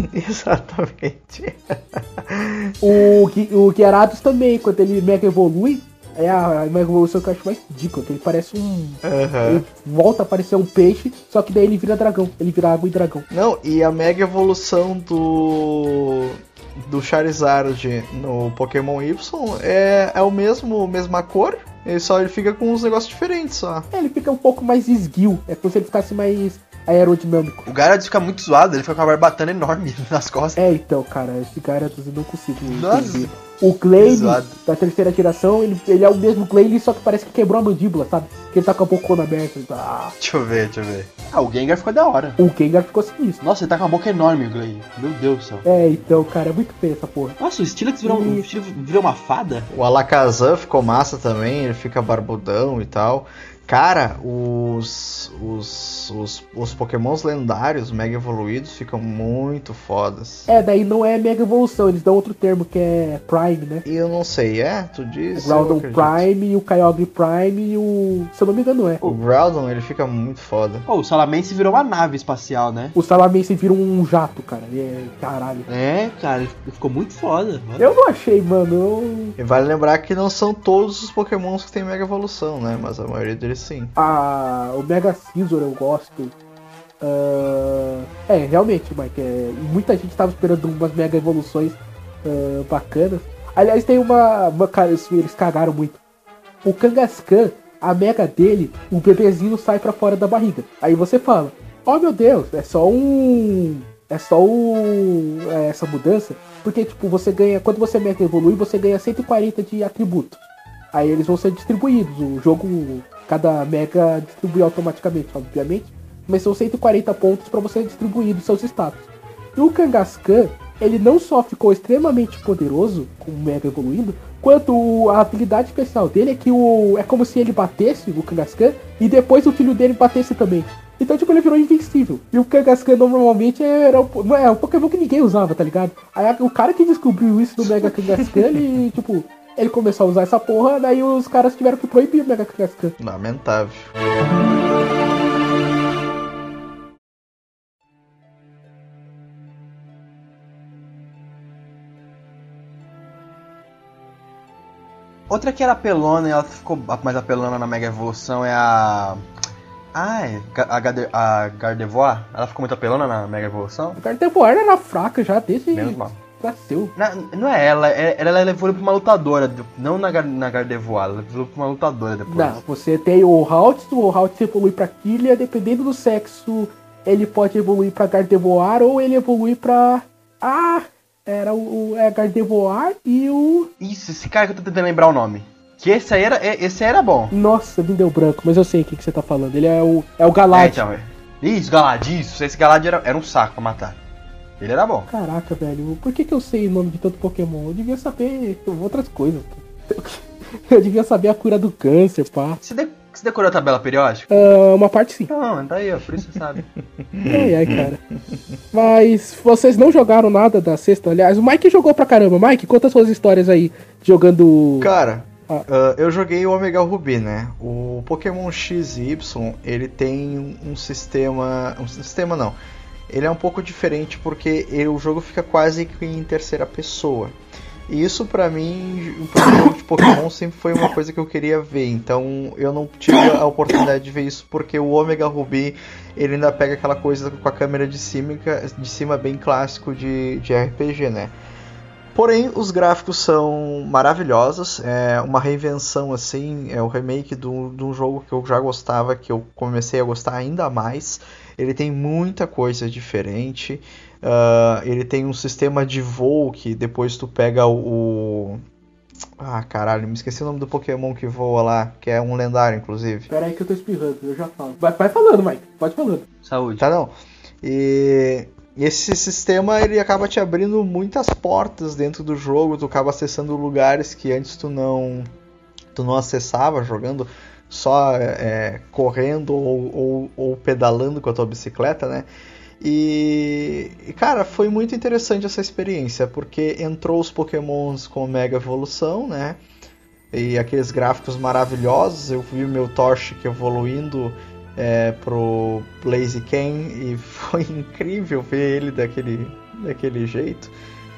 exatamente. O, Gui- o Gyarados também, quando ele Mega Evolui, é a Mega Evolução que eu acho mais ridícula, que ele parece um... Aham. Ele volta a parecer um peixe, só que daí ele vira dragão. Ele vira água e dragão. Não, e a Mega Evolução do do Charizard no Pokémon Y é, é o mesmo, mesma cor, ele só ele fica com uns negócios diferentes só. É, ele fica um pouco mais esguio. É como se ele ficasse mais aerodinâmico. O Gyarados fica muito zoado, ele fica com a barbatana enorme nas costas. É, então, cara, esse Gyarados eu não consigo Nossa. entender. O Glalie, Zoado. da terceira geração, ele, ele é o mesmo Glalie, só que parece que quebrou a mandíbula, sabe? Que ele tá com a bocona aberta. Ah, Deixa eu ver, deixa eu ver. Ah, o Gengar ficou da hora. o Gengar ficou sinistro. Nossa, ele tá com a boca enorme, o Glay. Meu Deus do céu. É, então, cara, é muito feio essa porra. Nossa, o Steelix virou, Ih. o Steelix virou uma fada? O Alakazam ficou massa também, ele fica barbudão e tal. Cara, os, os, os, os pokémons lendários, mega evoluídos, ficam muito fodas. É, daí não é Mega Evolução, eles dão outro termo que é Prime, né? E eu não sei, é? Tu diz? O Groudon Eu acredito. Prime, o Kyogre Prime e o... Se eu não me engano, é. O Groudon, ele fica muito foda. Pô, o Salamence virou uma nave espacial, né? O Salamence vira um jato, cara. E é... Caralho. É, cara, ele ficou muito foda. Eu não achei, mano. Eu... E vale lembrar que não são todos os pokémons que tem mega evolução, né? Mas a maioria deles sim. Ah, o Mega Scizor eu gosto. Ah, é, realmente, Mike. É... Muita gente tava esperando umas Mega Evoluções ah, bacanas. Aliás, tem uma... uma... Cara, isso eles cagaram muito. O Kangaskhan, a Mega dele, o bebezinho sai pra fora da barriga. Aí você fala, oh meu Deus, é só um... É só um... é essa mudança. Porque, tipo, você ganha... Quando você Mega evolui, você ganha cento e quarenta de atributo. Aí eles vão ser distribuídos. O jogo... Cada Mega distribui automaticamente, obviamente. Mas são cento e quarenta pontos pra você distribuir dos seus status. E o Kangaskhan, ele não só ficou extremamente poderoso, com o Mega evoluindo, quanto a habilidade especial dele é que o é como se ele batesse o Kangaskhan e depois o filho dele batesse também. Então, tipo, ele virou invencível. E o Kangaskhan normalmente era um, é um Pokémon que ninguém usava, tá ligado? Aí o cara que descobriu isso do Mega Kangaskhan, ele, tipo, ele começou a usar essa porra, daí os caras tiveram que proibir o Mega Kangaskhan. Lamentável. Outra que era apelona e ela ficou mais apelona na Mega Evolução é a... Ai, a, Garde... a Gardevoir. Ela ficou muito apelona na Mega Evolução? O Gardevoir era fraca já, desde... Menos mal. Nasceu. Na, não é ela, é- ela, ela evoluiu pra uma lutadora, não na, Gar- na Gardevoir, ela evoluiu pra uma lutadora depois. Não, você tem o Halt, o Halt evolui pra Killia, dependendo do sexo ele pode evoluir pra Gardevoir ou ele evolui pra... Ah, era o, o é Gardevoir e o... Isso, esse cara que eu tô tentando lembrar o nome. Que esse aí era, esse aí era bom. Nossa, me deu branco, mas eu sei o que, que você tá falando. Ele é o, é o Galad. É, então, é. Isso, Galad, isso. Esse Galad era, era um saco pra matar. Ele era bom. Caraca, velho, por que, que eu sei o nome de tanto Pokémon? Eu devia saber outras coisas. Eu devia saber a cura do câncer, pá. Você, de, você decorou a tabela periódica? Uh, uma parte sim. Não, tá aí, ó, por isso você sabe. Ai, ai, cara. Mas vocês não jogaram nada da sexta, aliás, o Mike jogou pra caramba. Mike, conta suas histórias aí, jogando... Cara, Ah. uh, eu joguei o Omega Ruby, né? O Pokémon X e Y, ele tem um sistema... Um sistema não. Ele é um pouco diferente porque ele, o jogo fica quase que em terceira pessoa. E isso pra mim, o jogo de Pokémon sempre foi uma coisa que eu queria ver. Então eu não tive a oportunidade de ver isso porque o Omega Ruby ele ainda pega aquela coisa com a câmera de cima, de cima bem clássico de, de R P G, né? Porém, os gráficos são maravilhosos, é uma reinvenção assim, é o remake de um jogo que eu já gostava, que eu comecei a gostar ainda mais. Ele tem muita coisa diferente, uh, ele tem um sistema de voo que depois tu pega o, o... Ah, caralho, me esqueci o nome do Pokémon que voa lá, que é um lendário, inclusive. Pera aí que eu tô espirrando, eu já falo. Vai, vai falando, Mike, pode falando. Saúde. Tá, não. E... E esse sistema ele acaba te abrindo muitas portas dentro do jogo, tu acaba acessando lugares que antes tu não, tu não acessava jogando, só é, correndo ou, ou, ou pedalando com a tua bicicleta, né? E, e cara, foi muito interessante essa experiência, porque entrou os Pokémons com Mega Evolução, né? E aqueles gráficos maravilhosos, eu vi o meu Torchic evoluindo... É, pro Blaziken e foi incrível ver ele daquele, daquele jeito.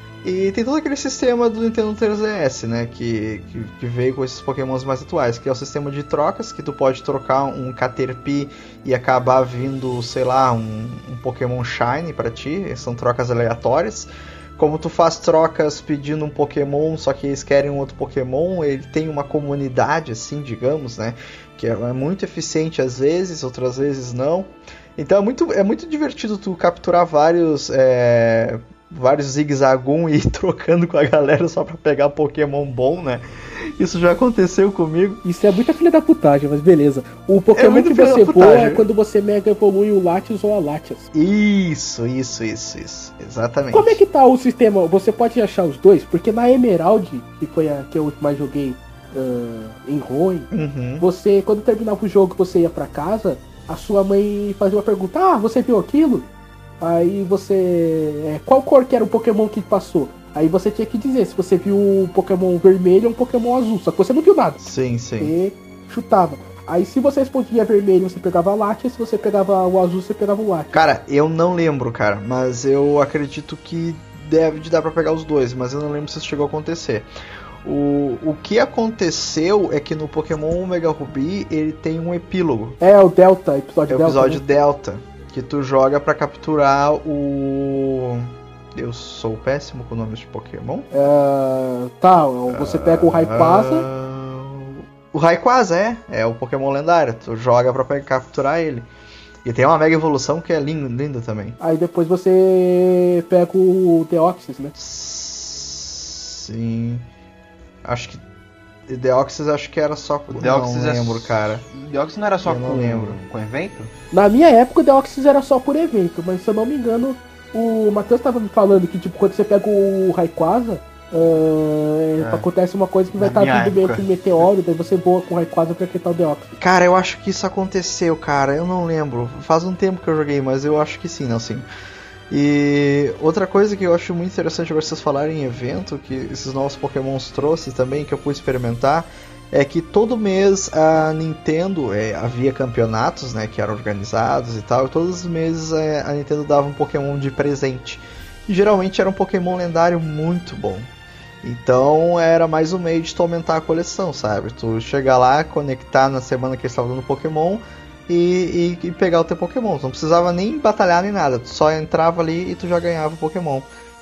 E tem todo aquele sistema do Nintendo três D S, né, que, que, que veio com esses Pokémons mais atuais, que é o sistema de trocas, que tu pode trocar um Caterpie e acabar vindo, sei lá, um, um Pokémon Shiny pra ti, são trocas aleatórias. Como tu faz trocas pedindo um Pokémon, só que eles querem um outro Pokémon, ele tem uma comunidade, assim, digamos, né? Que é muito eficiente às vezes, outras vezes não. Então é muito, é muito divertido tu capturar vários... É... vários zigzagum e ir trocando com a galera só pra pegar Pokémon bom, né? Isso já aconteceu comigo. Isso é muita filha da putagem, mas beleza. O Pokémon É que filha você da voa putagem. é quando você mega evolui o Latios ou a Latias. Isso, isso, isso, isso. Exatamente. Como é que tá o sistema? Você pode achar os dois? Porque na Emerald, que foi a que eu mais joguei uh, em Ruin, Uhum. você, quando terminava o jogo, você ia pra casa, a sua mãe fazia uma pergunta: ah, você viu aquilo? Aí você... É, qual cor que era o Pokémon que passou? Aí você tinha que dizer se você viu um Pokémon vermelho ou um Pokémon azul. Só que você não viu nada. Sim, sim. Você chutava. Aí se você respondia vermelho, você pegava a Latias. Se você pegava o azul, você pegava o Latias. Cara, eu não lembro, cara. Mas eu acredito que deve de dar pra pegar os dois. Mas eu não lembro se isso chegou a acontecer. O, o que aconteceu é que no Pokémon Omega Ruby ele tem um epílogo. É, o Delta, episódio É o Delta. episódio né? Delta. Que tu joga pra capturar o... Eu sou péssimo com nomes de Pokémon. É, tá, você pega o Rayquaza. Ah, o Rayquaza, é. É o Pokémon lendário. Tu joga pra pegar, capturar ele. E tem uma Mega Evolução que é linda, linda também. Aí depois você pega o Deoxys, né? Sim. Acho que... Deoxys acho que era só... O Deoxys não é lembro, s- cara. O Deoxys não era só Eu não com, lembro. com evento? Na minha época o Deoxys era só por evento, mas se eu não me engano, o Matheus tava me falando que tipo, quando você pega o Rayquaza, uh, É. acontece uma coisa que vai Na estar minha vindo meio época. que um meteoro, daí você voa com o Rayquaza pra enfrentar o Deoxys. Cara, eu acho que isso aconteceu, cara. Eu não lembro. Faz um tempo que eu joguei, mas eu acho que sim, não sim. E outra coisa que eu acho muito interessante agora vocês falarem em evento, que esses novos Pokémons trouxe também, que eu pude experimentar, é que todo mês a Nintendo, é, havia campeonatos, né, que eram organizados e tal, e todos os meses é, a Nintendo dava um Pokémon de presente. E geralmente era um Pokémon lendário muito bom. Então era mais um meio de tu aumentar a coleção, sabe? Tu chegar lá, conectar na semana que eles estavam dando Pokémon e, e, e pegar o teu Pokémon. Tu não precisava nem batalhar nem nada, tu só entrava ali e tu já ganhava o Pokémon.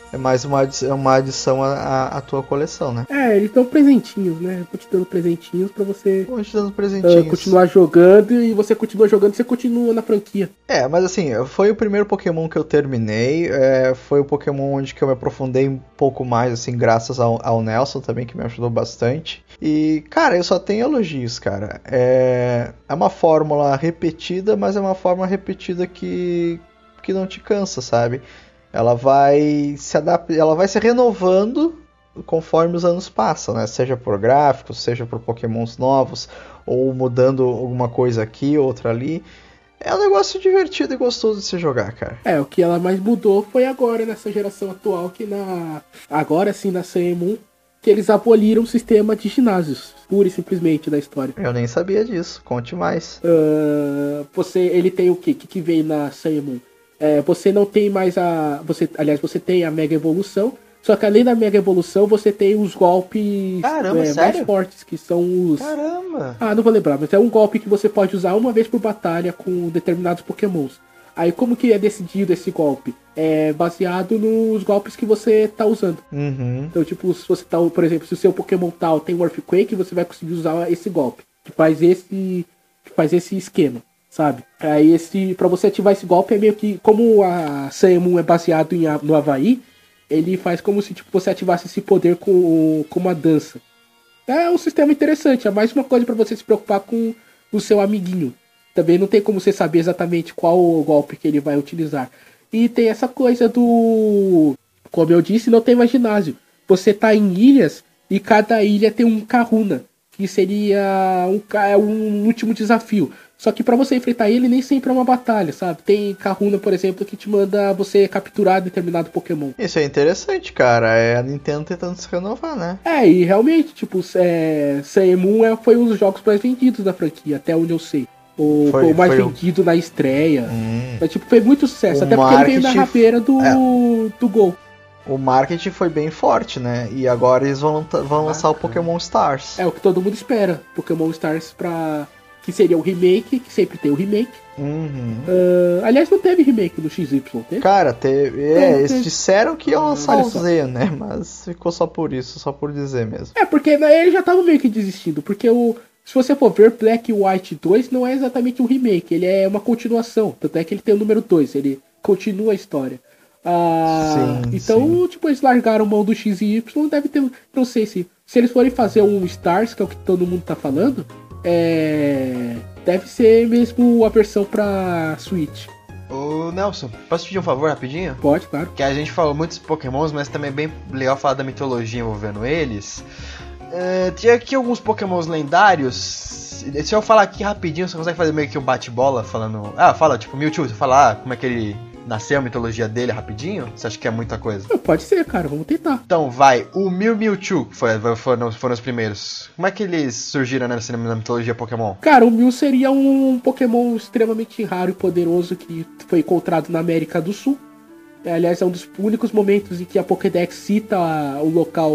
É mais uma adição, uma adição à, à- à tua coleção, né? É, eles dão presentinhos, né? Vou te dando presentinhos pra você Vou te dando ah, presentinhos. continuar jogando e você continua jogando, você continua na franquia. É, mas assim, foi o primeiro Pokémon que eu terminei, é, foi o Pokémon onde que eu me aprofundei um pouco mais, assim, graças ao, ao Nelson também, que me ajudou bastante. E, cara, eu só tenho elogios, cara. É, é uma fórmula repetida, mas é uma fórmula repetida que, que não te cansa, sabe? Ela vai se adap- ela vai se renovando conforme os anos passam, né? Seja por gráficos, seja por Pokémons novos, ou mudando alguma coisa aqui, outra ali. É um negócio divertido e gostoso de se jogar, cara. É, o que ela mais mudou foi agora, nessa geração atual, que na. Agora sim, na C M um, que eles aboliram o sistema de ginásios, pura e simplesmente da história. Eu nem sabia disso, conte mais. Ah, você, ele tem o quê? O que, que vem na C M um? É, você não tem mais a. Você, aliás, você tem a Mega Evolução. Só que além da Mega Evolução, você tem os golpes Caramba, é, mais sério? fortes, que são os. Caramba! Ah, não vou lembrar, mas é um golpe que você pode usar uma vez por batalha com determinados Pokémons. Aí como que é decidido esse golpe? É baseado nos golpes que você tá usando. Uhum. Então, tipo, se você tá, por exemplo, se o seu Pokémon tal tem um Earthquake, você vai conseguir usar esse golpe. Que faz esse. Que faz esse esquema, sabe? Aí esse. Pra você ativar esse golpe é meio que. Como a C M um é baseado em, no Havaí, ele faz como se tipo, você ativasse esse poder com, com uma dança. É um sistema interessante, é mais uma coisa pra você se preocupar com o seu amiguinho. Também não tem como você saber exatamente qual o golpe que ele vai utilizar. E tem essa coisa do... Como eu disse, não tem mais ginásio. Você tá em ilhas e cada ilha tem um Kahuna, que seria um, ca- um último desafio. Só que pra você enfrentar ele nem sempre é uma batalha, sabe? Tem Kahuna, por exemplo, que te manda você capturar determinado Pokémon. Isso é interessante, cara. É a Nintendo tentando se renovar, né? É, e realmente, tipo, é, C M um é, foi um dos jogos mais vendidos da franquia, até onde eu sei. O, Foi- foi o mais foi o- vendido na estreia. Hum. Mas, tipo, foi muito sucesso, O até porque ele veio na marketing- rabeira do, é. do Gol. O marketing foi bem forte, né? E agora eles vão, vão lançar o Pokémon Stars. É o que todo mundo espera. Pokémon Stars pra... Que seria o remake, que sempre tem o remake. Uhum. Ah, aliás, não teve remake no X Y, teve? Cara, teve, é, Tem, eles tem. disseram que iam lançar Olha o só. Z, né? Mas ficou só por isso, só por dizer mesmo. É, porque né, ele já tava meio que desistindo. Porque o, se você for ver, Black White dois não é exatamente um remake, ele é uma continuação. Tanto é que ele tem o número dois, ele continua a história. Ah, Sim, então, tipo, eles largaram mão do X e Y, deve ter. Não sei se. Se eles forem fazer um Stars, que é o que todo mundo tá falando, é. Deve ser mesmo a versão pra Switch. Ô Nelson, posso te pedir um favor rapidinho? Pode, claro. Que a gente falou muitos Pokémons, mas também é bem legal falar da mitologia envolvendo eles. É, tinha aqui alguns Pokémons lendários. Se eu falar aqui rapidinho, você consegue fazer meio que um bate-bola falando. Ah, fala tipo Mewtwo, você fala ah, como é que ele nasceu, a mitologia dele rapidinho? Você acha que é muita coisa? Não, pode ser, cara, vamos tentar. Então vai, o Mew Mewtwo, que foi, foram, foram os primeiros. Como é que eles surgiram né, na mitologia Pokémon? Cara, o Mew seria um Pokémon extremamente raro e poderoso que foi encontrado na América do Sul. É, aliás, é um dos únicos momentos em que a Pokédex cita o local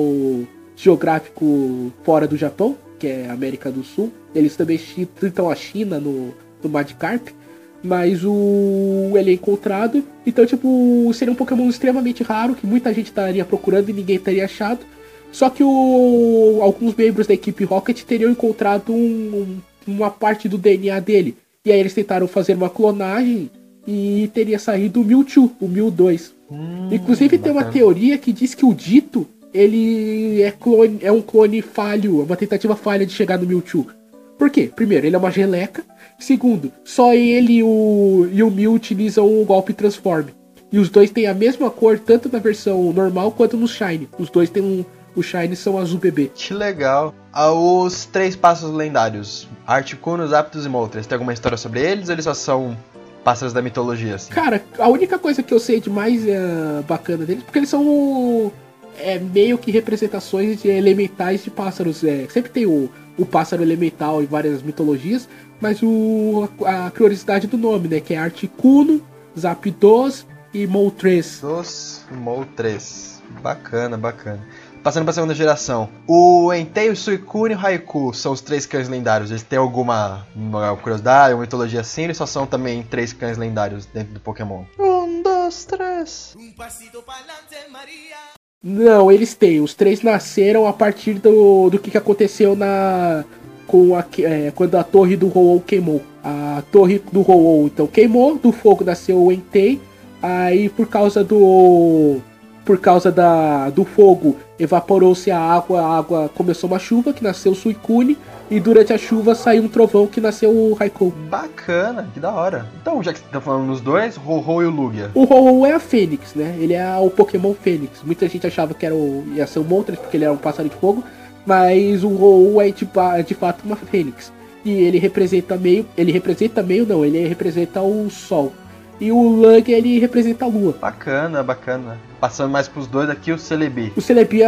geográfico fora do Japão, que é a América do Sul. Eles também citam a China no, no Magikarp. Mas o ele é encontrado. Então, tipo, seria um Pokémon extremamente raro que muita gente estaria procurando e ninguém teria achado. Só que o, alguns membros da equipe Rocket teriam encontrado um, uma parte do D N A dele. E aí eles tentaram fazer uma clonagem e teria saído o Mewtwo, o Mew dois. Hum, Inclusive tem uma teoria que diz que o Ditto ele é, clone, é um clone falho, é uma tentativa falha de chegar no Mewtwo. Por quê? Primeiro, ele é uma geleca. Segundo, só ele e o, e o Mew utilizam o golpe Transform. E os dois têm a mesma cor, tanto na versão normal quanto no Shine. Os dois têm um... Os Shine são azul bebê. Que legal. Ah, os três pássaros lendários, Articuno, Zapdos e Moltres, tem alguma história sobre eles ou eles só são pássaros da mitologia? Assim? Cara, a única coisa que eu sei de mais uh, bacana deles, porque eles são é, meio que representações de elementais de pássaros. É, sempre tem o, o pássaro elemental em várias mitologias, mas o, a, a curiosidade do nome, né? Que é Articuno, Zapdos e Moltres. Dos Moltres. Bacana, bacana. Passando pra segunda geração. O Entei, o Suicune e o Raikou são os três cães lendários. Eles têm alguma uma curiosidade, uma mitologia assim? Eles só são também três cães lendários dentro do Pokémon? Onda os três. Não, eles têm. Os três nasceram a partir do, do que, que aconteceu na com a, é, quando a torre do Ho-Oh queimou. A torre do Ho-Oh então queimou, do fogo nasceu o Entei. Aí por causa do por causa da, do fogo evaporou-se a água, a água começou uma chuva que nasceu o Suicune. E durante a chuva saiu um trovão que nasceu o Raikou. Bacana, que da hora. Então, já que você tá falando dos dois, Ho-Oh e o Lugia. O Ho-Oh é a Fênix, né? Ele é o Pokémon Fênix. Muita gente achava que era o, ia ser o Moltres, porque ele era um pássaro de fogo. Mas o Ho-Oh é de, de fato uma Fênix. E ele representa meio... Ele representa meio, não. Ele representa o Sol. E o Lugia, ele representa a Lua. Bacana, bacana. Passando mais pros dois aqui, o Celebi. O Celebi é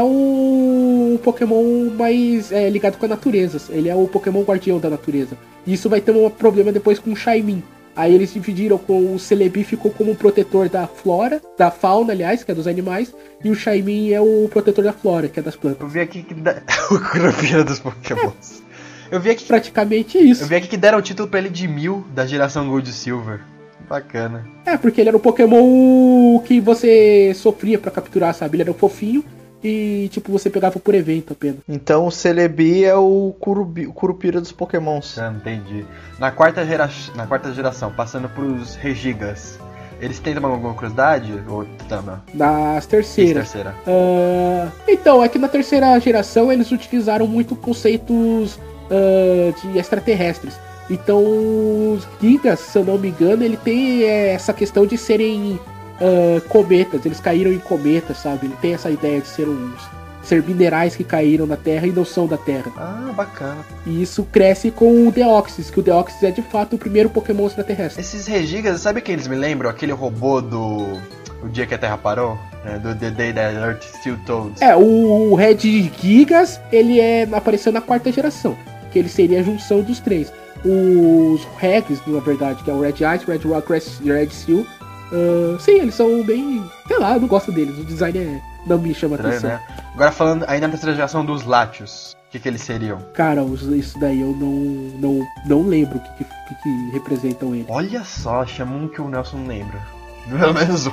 o Pokémon mais é, ligado com a natureza. Ele é o Pokémon guardião da natureza. E isso vai ter um problema depois com o Shaymin. Aí eles dividiram com o Celebi, ficou como um protetor da flora, da fauna, aliás, que é dos animais. E o Shaymin é o protetor da flora, que é das plantas. Eu vi aqui que... Da... o Curupira dos Pokémons. Eu vi aqui... Praticamente isso. Eu vi aqui que deram o título pra ele de Mil, da geração Gold e Silver. Bacana. É, porque ele era um Pokémon que você sofria pra capturar, sabe? Ele era um fofinho e, tipo, você pegava por evento apenas. Então o Celebi é o, Curubi, o Curupira dos Pokémons. Ah, entendi. Na quarta, gera... Na quarta geração, passando pros Regigas, eles têm alguma curiosidade? Ou também? Das terceiras. terceira. Uh, então, é que na terceira geração eles utilizaram muito conceitos uh, de extraterrestres. Então, os Gigas, se eu não me engano, ele tem é, essa questão de serem uh, cometas. Eles caíram em cometas, sabe? Ele tem essa ideia de ser uns ser minerais que caíram na Terra e não são da Terra. Ah, bacana. E isso cresce com o Deoxys, que o Deoxys é de fato o primeiro Pokémon extraterrestre. Esses Regigas, sabe quem eles me lembram? Aquele robô do... O Dia que a Terra Parou? É, do The Day That Earth Still Toads. É, o, o Red Gigas, ele é, apareceu na quarta geração, que ele seria a junção dos três. Os Regs, na verdade, que é o Red Ice, Red Rock, Red Steel. Uh, sim, eles são bem... Sei lá, eu não gosto deles. O design é, não me chama Estranho, atenção. né? Agora falando ainda na terceira geração dos Latios. O que, que eles seriam? Cara, os, isso daí eu não, não, não lembro o que, que, que representam eles. Olha só, chama um que o Nelson não lembra. Pelo menos um.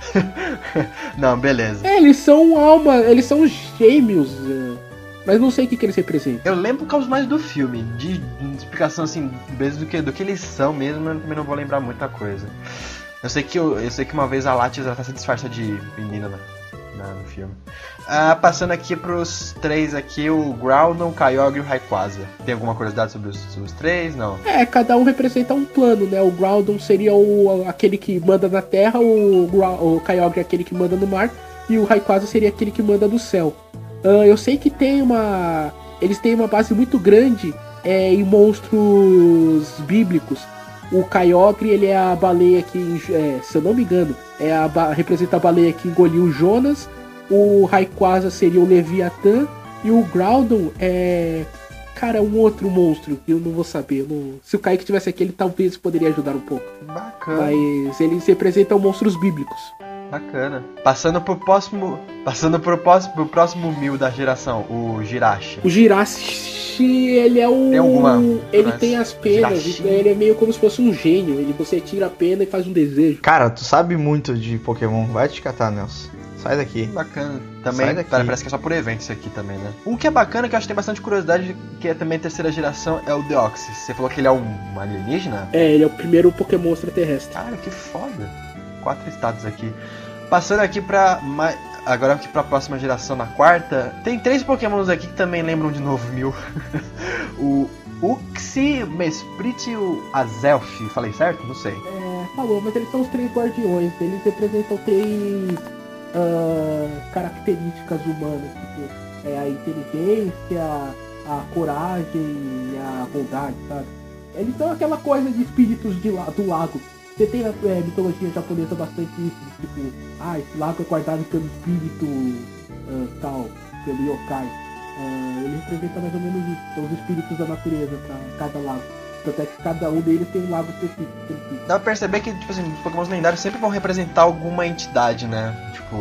Não, beleza. É, eles são alma... Eles são gêmeos... Uh, Mas não sei o que, que eles representam. Eu lembro por causa mais do filme, de, de explicação assim, mesmo do que, do que eles são mesmo, eu também não vou lembrar muita coisa. Eu sei que, eu, eu sei que uma vez a Latias ela tá se disfarça de menina na, na, no filme. Ah, passando aqui pros três aqui, o Groudon, o Kyogre e o Rayquaza. Tem alguma curiosidade sobre os, sobre os três? Não. É, cada um representa um plano, né? O Groudon seria o, aquele que manda na terra, o, o Kyogre é aquele que manda no mar, e o Rayquaza seria aquele que manda no céu. Uh, eu sei que tem uma... Eles têm uma base muito grande é, em monstros bíblicos. O Kyogre, ele é a baleia que, é, se eu não me engano, é a, representa a baleia que engoliu o Jonas. O Rayquaza seria o Leviatã. E o Groudon é... Cara, um outro monstro que eu não vou saber. Eu não... Se o Kaique tivesse aqui, ele talvez poderia ajudar um pouco. Bacana. Mas eles representam monstros bíblicos. Bacana. Passando pro próximo. Passando pro próximo, pro próximo mil da geração, o Jirachi. O Jirachi, ele é o. Tem alguma. Ele mas... tem as penas, Jirachi. Ele é meio como se fosse um gênio. Ele, você tira a pena e faz um desejo. Cara, tu sabe muito de Pokémon. Vai te catar, Nelson. Sai daqui. Bacana. Também Sai daqui. parece que é só por evento isso aqui também, né? Um que é bacana, que eu acho que tem bastante curiosidade, que é também terceira geração, é o Deoxys. Você falou que ele é um alienígena? É, ele é o primeiro Pokémon extraterrestre. Cara, que foda. Quatro estados aqui. Passando aqui pra... Agora aqui pra próxima geração, na quarta, tem três Pokémons aqui que também lembram de novo mil. O Uxie, Mesprit e o Azelf. Falei certo? Não sei. É, falou, mas eles são os três guardiões. Eles representam três uh, características humanas. Tipo, é a inteligência, a coragem e a bondade, sabe? Eles são aquela coisa de espíritos de la- do lago. Você tem na é, mitologia japonesa bastante isso, tipo, ah, esse lago é guardado pelo espírito uh, tal, pelo yokai. Uh, ele representa mais ou menos isso, são os espíritos da natureza pra cada lago. Tanto é que cada um deles tem um lago específico. específico. Dá pra perceber que, tipo assim, os Pokémons lendários sempre vão representar alguma entidade, né? Tipo,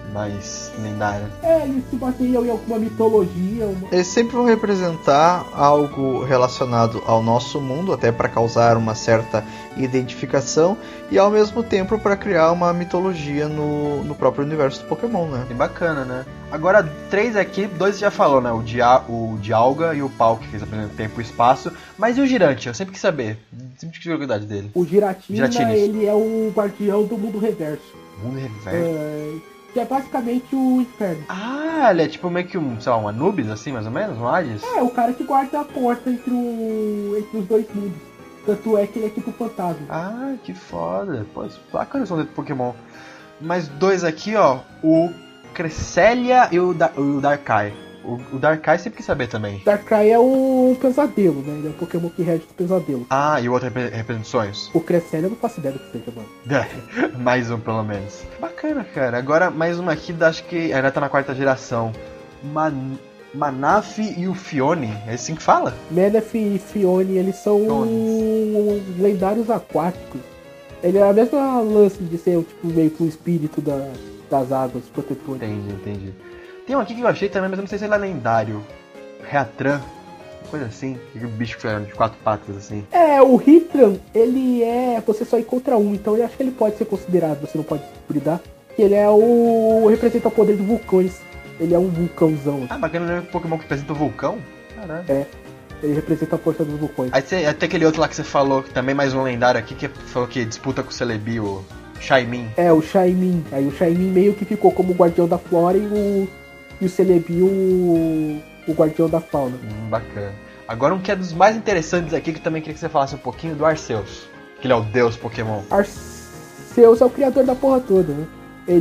mais lendária. É, eles se baseiam em alguma mitologia. Uma... Eles sempre vão representar algo relacionado ao nosso mundo, até para causar uma certa identificação, e ao mesmo tempo para criar uma mitologia no, no próprio universo do Pokémon, né? Bem bacana, né? Agora, três aqui, dois já falou, né? O, Dia, o Dialga e o Pau, que fez apresentar tempo e espaço. Mas e o Girante? Eu sempre quis saber. Sempre tive curiosidade dele. O Giratina, Giratina. ele é o guardião do mundo reverso. Mundo Reverso. É, que é basicamente o inferno. Ah, ele é tipo meio que um, sei lá, um Anubis, assim, mais ou menos? Um Hades? É, o cara que guarda a porta entre, o, entre os dois mundos. Tanto é que ele é tipo fantasma. Ah, que foda. Pô, bacana o som desse Pokémon. Mais dois aqui, ó. O Cresselia e o, da o Darkrai. O, o Darkrai sempre quis saber também. Darkrai é o pesadelo, né? Ele é o Pokémon que rege o pesadelo. Ah, e o outro repre representa sonhos? O Cresselia eu não faço ideia do que seja, mano. Mais um, pelo menos. Bacana, cara. Agora, mais uma aqui, acho que ainda tá na quarta geração. Man Manaf e o Fione. É assim que fala? Manaf e Fione, eles são Fiones. lendários aquáticos. Ele é a mesma lance de ser tipo, meio que um espírito da, das águas protetoras. Entendi, entendi. Tem um aqui que eu achei também, mas eu não sei se ele é lendário. Reatran. Coisa assim. Que bicho que era de quatro patas, assim. É, o Hitran, ele é... Você só encontra um, então eu acho que ele pode ser considerado, você não pode bridar. Que ele é o... representa o poder de vulcões. Ele é um vulcãozão. Ah, bacana, ele é um Pokémon que representa o vulcão? Caralho. É, ele representa a força dos vulcões. Aí tem até aquele outro lá que você falou, que também mais um lendário aqui, que falou que disputa com o Celebi, o Shaymin. É, o Shaymin. Aí o Shaymin meio que ficou como o guardião da flora e o, e o Celebi o, o guardião da fauna. Hum, bacana. Agora um que é dos mais interessantes aqui, que eu também queria que você falasse um pouquinho do Arceus. Que ele é o deus Pokémon. Arceus é o criador da porra toda, né?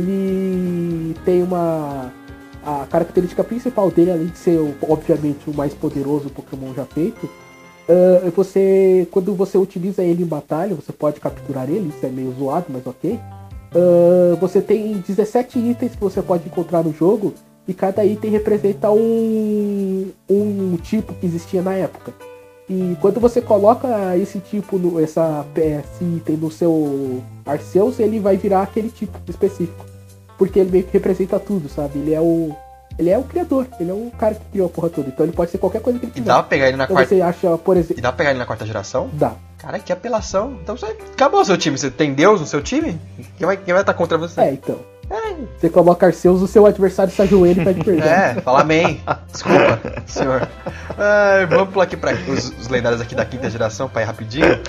Ele tem uma... A característica principal dele, além de ser, obviamente, o mais poderoso Pokémon já feito, uh, você, quando você utiliza ele em batalha, você pode capturar ele, isso é meio zoado, mas ok. Uh, você tem dezessete itens que você pode encontrar no jogo, e cada item representa um, um tipo que existia na época. E quando você coloca esse tipo, no, essa, esse item no seu Arceus, ele vai virar aquele tipo específico. Porque ele meio que representa tudo, sabe? Ele é o. Ele é o criador, ele é o cara que criou a porra toda. Então ele pode ser qualquer coisa que ele E quiser. dá pra pegar ele na Então quarta. você acha, por exemplo. E dá pra pegar ele na quarta geração? Dá. Cara, que apelação. Então você acabou o seu time. Você tem Deus no seu time? Quem vai, quem vai estar contra você? É, então. Você coloca Arceus, o seu adversário se ajoelha e pede perdão. É, fala amém. Desculpa, senhor. Ai, vamos pular aqui pra os, os lendários aqui da quinta geração, pra ir rapidinho.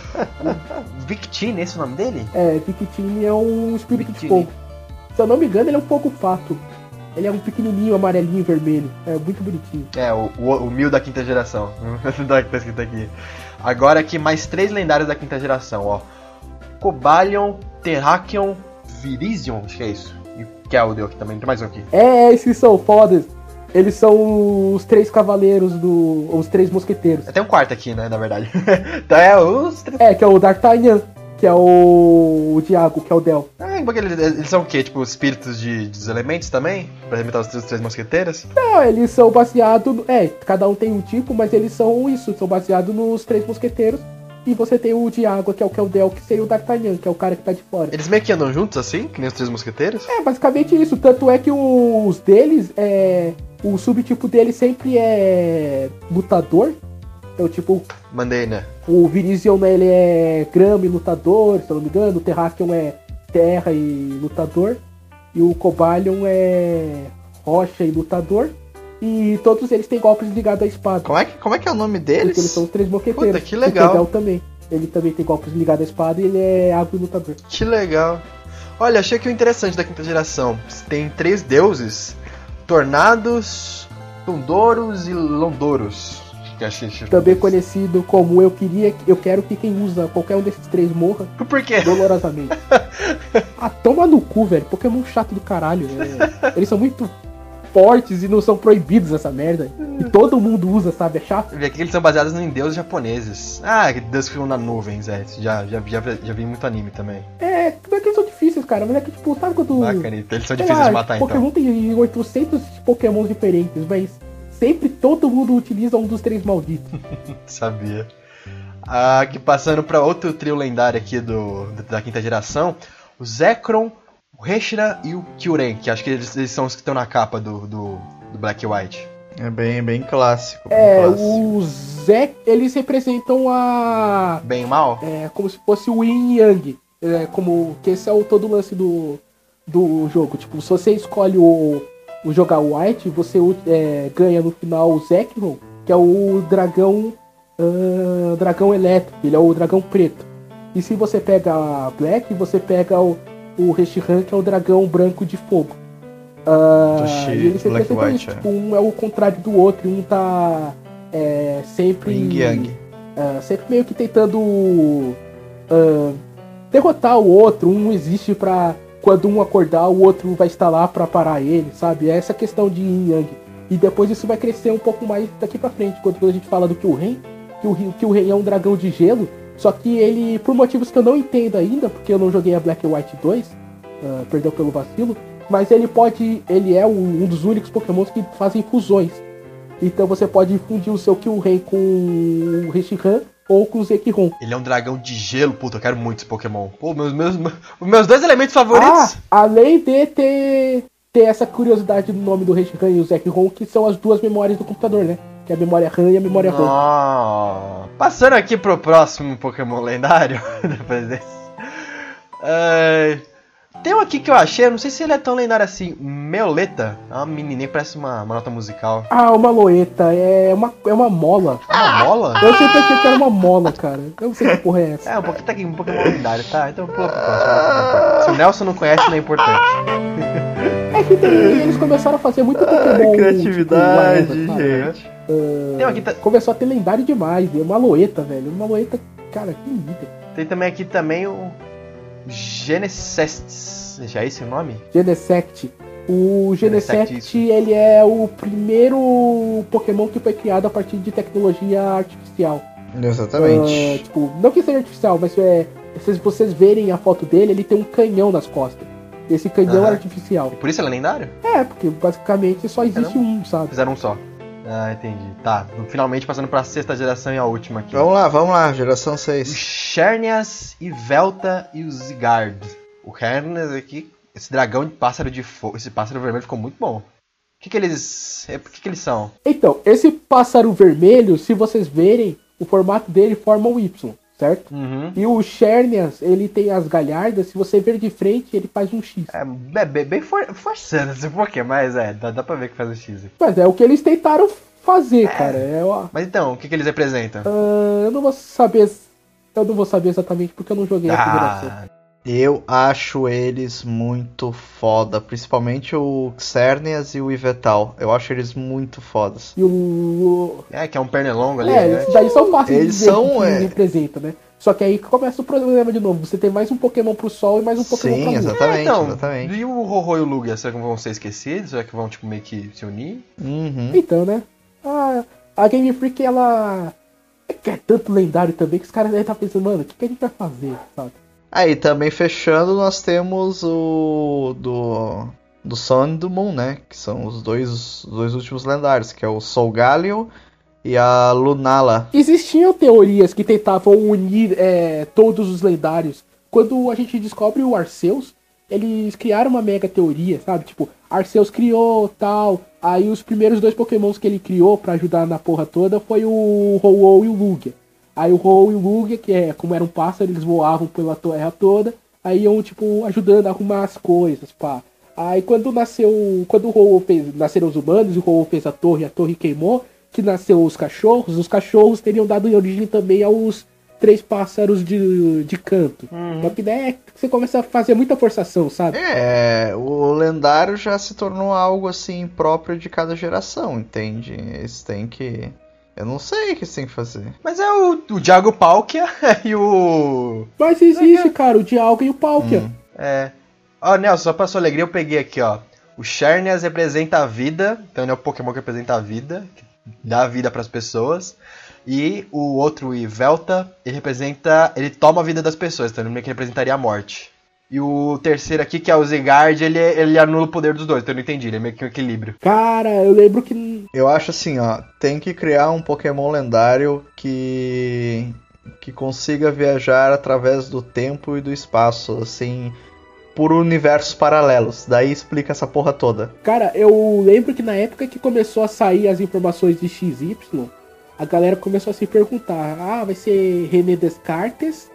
O Victini, esse é o nome dele? É, Victini é um espírito de Victini. fogo. Se eu não me engano, ele é um pouco fato. Ele é um pequenininho, amarelinho, vermelho. É muito bonitinho. É, o, o, o mil da quinta geração. Tá escrito aqui. Agora aqui, mais três lendários da quinta geração, ó. Cobalion, Terrakion, Virizion, acho que é isso. E Keldeo aqui também, tem mais um aqui. É, esses são fodas. Eles são os três cavaleiros do... Os três mosqueteiros. Tem um quarto aqui, né, na verdade. Então é os três... É, que é o D'Artagnan, que é o... o Diago, que é o Del. Ah, porque eles, eles são o quê? Tipo, espíritos de, dos elementos também? Pra representar os três, os três mosqueteiros? Não, eles são baseados... no- É, cada um tem um tipo, mas eles são isso. São baseados nos três mosqueteiros. E você tem o Diago, que é o que é o Del, que seria o D'Artagnan, que é o cara que tá de fora. Eles meio que andam juntos assim, que nem os três mosqueteiros? É, basicamente isso. Tanto é que os deles, é... O subtipo deles sempre é... lutador. Então, tipo... Mandei, né? O Virizion, né, ele é grama e lutador, se eu não me engano. O Terrakion é terra e lutador. E o Cobalion é rocha e lutador. E todos eles têm golpes ligados à espada. Como é que, como é, que é o nome Porque eles deles? são os três moqueteiros. Puta, que legal. O Pedel também. Ele também tem golpes ligados à espada e ele é água e lutador. Que legal. Olha, achei que o interessante da quinta geração. Tem três deuses. Tornados, Tundoros e Londoros. Que achei, achei Também conhecido como eu queria, eu quero que quem usa qualquer um desses três morra Por quê? dolorosamente. Ah, toma no cu, velho. Pokémon chato do caralho. É. Eles são muito fortes e não são proibidos essa merda. E todo mundo usa, sabe? É chato. Vi aqui que eles são baseados em deuses japoneses. Ah, que deuses que ficam nas nuvens, é. Já, já, já, já vi muito anime também. É, não é que eles são difíceis, cara, mas é que, tipo, sabe quando... Bacana, então eles são sei difíceis lá, de matar, então. Pokémon tem oitocentos Pokémons diferentes, mas sempre todo mundo utiliza um dos três malditos. Sabia. Aqui passando pra outro trio lendário aqui do, da quinta geração. O Zekrom, o Reshira e o Kyurem, que acho que eles, eles são os que estão na capa do, do, do Black e White. É bem, bem clássico. Bem É, clássico. os Zek, eles representam a... Bem e mal? É, como se fosse o Yin e Yang. É, como, que esse é o todo o lance do, do jogo. Tipo, se você escolhe o, o jogar White, você é, ganha no final o Zekrom, que é o dragão uh, dragão elétrico, ele é o dragão preto. E se você pega a Black, você pega o, o Reshiram, que é o dragão branco de fogo. Uh, Toshi, e eles Black representam White, isso, é. tipo, um é o contrário do outro, um tá é, sempre... Yin Yang. Uh, sempre meio que tentando uh, derrotar o outro. Um não existe pra quando um acordar, o outro vai estar lá pra parar ele, sabe? É essa questão de Yin Yang. E depois isso vai crescer um pouco mais daqui pra frente, quando a gente fala do Kyurem, que o Kyurem é um dragão de gelo, só que ele, por motivos que eu não entendo ainda, porque eu não joguei a Black and White dois, uh, perdão pelo vacilo, mas ele pode, ele é um, um dos únicos pokémons que fazem fusões. Então você pode fundir o seu Kyurem com o Reshiram ou com o Zekrom. Ele é um dragão de gelo, puta, eu quero muito esse Pokémon. Pô, meus, meus, os meus dois elementos favoritos. Ah, além de ter, ter essa curiosidade no nome do Reshiram e o Zekrom, que são as duas memórias do computador, né? Que é a memória RAM e a memória ROM. Oh. Passando aqui pro próximo Pokémon lendário, depois desse. Uh, tem um aqui que eu achei, eu não sei se ele é tão lendário assim. Meoleta. É uma menininha que parece uma, uma nota musical. Ah, uma loeta, é uma, é uma mola. É uma mola? Eu sempre achei que era uma mola, cara. Eu não sei que porra é essa. É, um pouquinho, tá aqui, um Pokémon lendário, tá? Então pula pro próximo. Se o Nelson não conhece, não é importante. É que tem, eles começaram a fazer muito Pokémon. Criatividade, tipo, whatever, sabe? gente. Uh, Tem, aqui, tá- Começou a ter lendário demais. É uma loeta, velho. Uma loeta, cara, que líder. tem também aqui também o Genesects. Já é esse o nome? Genesect. O Genesect, Genesect, ele é o primeiro Pokémon que foi criado a partir de tecnologia artificial. Exatamente. Ah, tipo, não que seja artificial, mas é, se vocês verem a foto dele, ele tem um canhão nas costas. Esse canhão Aham. é artificial. Por isso ele é lendário? É, porque basicamente só existe É, um, sabe? Fizeram um só. Ah, entendi. Tá, finalmente passando pra sexta geração e a última aqui. Vamos lá, vamos lá, geração O seis. Xerneas, Yvelta e o Zygarde. O Xerneas aqui, esse dragão de pássaro de fogo, esse pássaro vermelho ficou muito bom. O que que eles, o que que eles são? Então, esse pássaro vermelho, se vocês verem, o formato dele forma um Y, certo? Uhum. E o Xerneas, ele tem as galhardas, se você ver de frente, ele faz um X. É bem, bem for, forçando esse Pokémon, mas é, dá, dá pra ver que faz o X aqui. Mas é o que eles tentaram fazer, cara. É, ó, Mas então, o que que eles representam? ah, eu não vou saber. Eu não vou saber exatamente porque eu não joguei a federação. Ah, Eu acho eles muito foda, principalmente o Xerneas e o Ivetal. Eu acho eles muito fodas. E o. é, que é um pernilongo ali, É, né? esses daí são fáceis Eles de ver são, o que é. representa, né? Só que aí começa o problema de novo. Você tem mais um Pokémon pro Sol e mais um Pokémon Sim, pra Lua. exatamente. É, então, exatamente. e o Ho-Ho e o Lugia, será que vão ser esquecidos? Será que vão, tipo, meio que se unir? Uhum. Então, né? A, a Game Freak, ela quer tanto lendário também que os caras devem estar pensando, mano, o que, que a gente vai fazer, sabe? Aí, também fechando, nós temos o do, do Sun e do Moon, né? Que são os dois, os dois últimos lendários, que é o Solgaleo e a Lunala. Existiam teorias que tentavam unir é, todos os lendários. Quando a gente descobre o Arceus, eles criaram uma mega teoria, sabe? Tipo, Arceus criou tal. Aí os primeiros dois Pokémons que ele criou pra ajudar na porra toda foi o Ho-Oh e o Lugia. Aí o Ho-Oh e o Lugia, que é como era um pássaro, eles voavam pela terra toda. Aí iam, tipo, ajudando a arrumar as coisas, pá. Aí quando nasceu. Quando o Ho-Oh fez. Nasceram os humanos e o Ho-Oh fez a torre, a torre queimou. Que nasceu os cachorros, os cachorros teriam dado origem também aos três pássaros de, de canto. Uhum. Só que daí é que você começa a fazer muita forçação, sabe? É, o lendário já se tornou algo assim próprio de cada geração, entende? Eles têm que. Eu não sei o que eles têm que fazer. Mas é o, o Diago Palkia e o... Mas existe, cara, o Dialga e o Palkia. Hum. É... Ó, Nelson, só pra sua alegria eu peguei aqui, ó. O Xerneas representa a vida, então ele é o Pokémon que representa a vida, que dá vida pras pessoas. E o outro, o Yvelta, ele representa... Ele toma a vida das pessoas, então ele meio que representaria a morte. E o terceiro aqui, que é o Zygarde, ele, ele anula o poder dos dois, então eu não entendi, ele é meio que um equilíbrio. Cara, eu lembro que. Eu acho assim, ó, tem que criar um Pokémon lendário que que consiga viajar através do tempo e do espaço, assim, por universos paralelos. Daí explica essa porra toda. Cara, eu lembro que na época que começou a sair as informações de X Y, a galera começou a se perguntar, ah, vai ser René Descartes?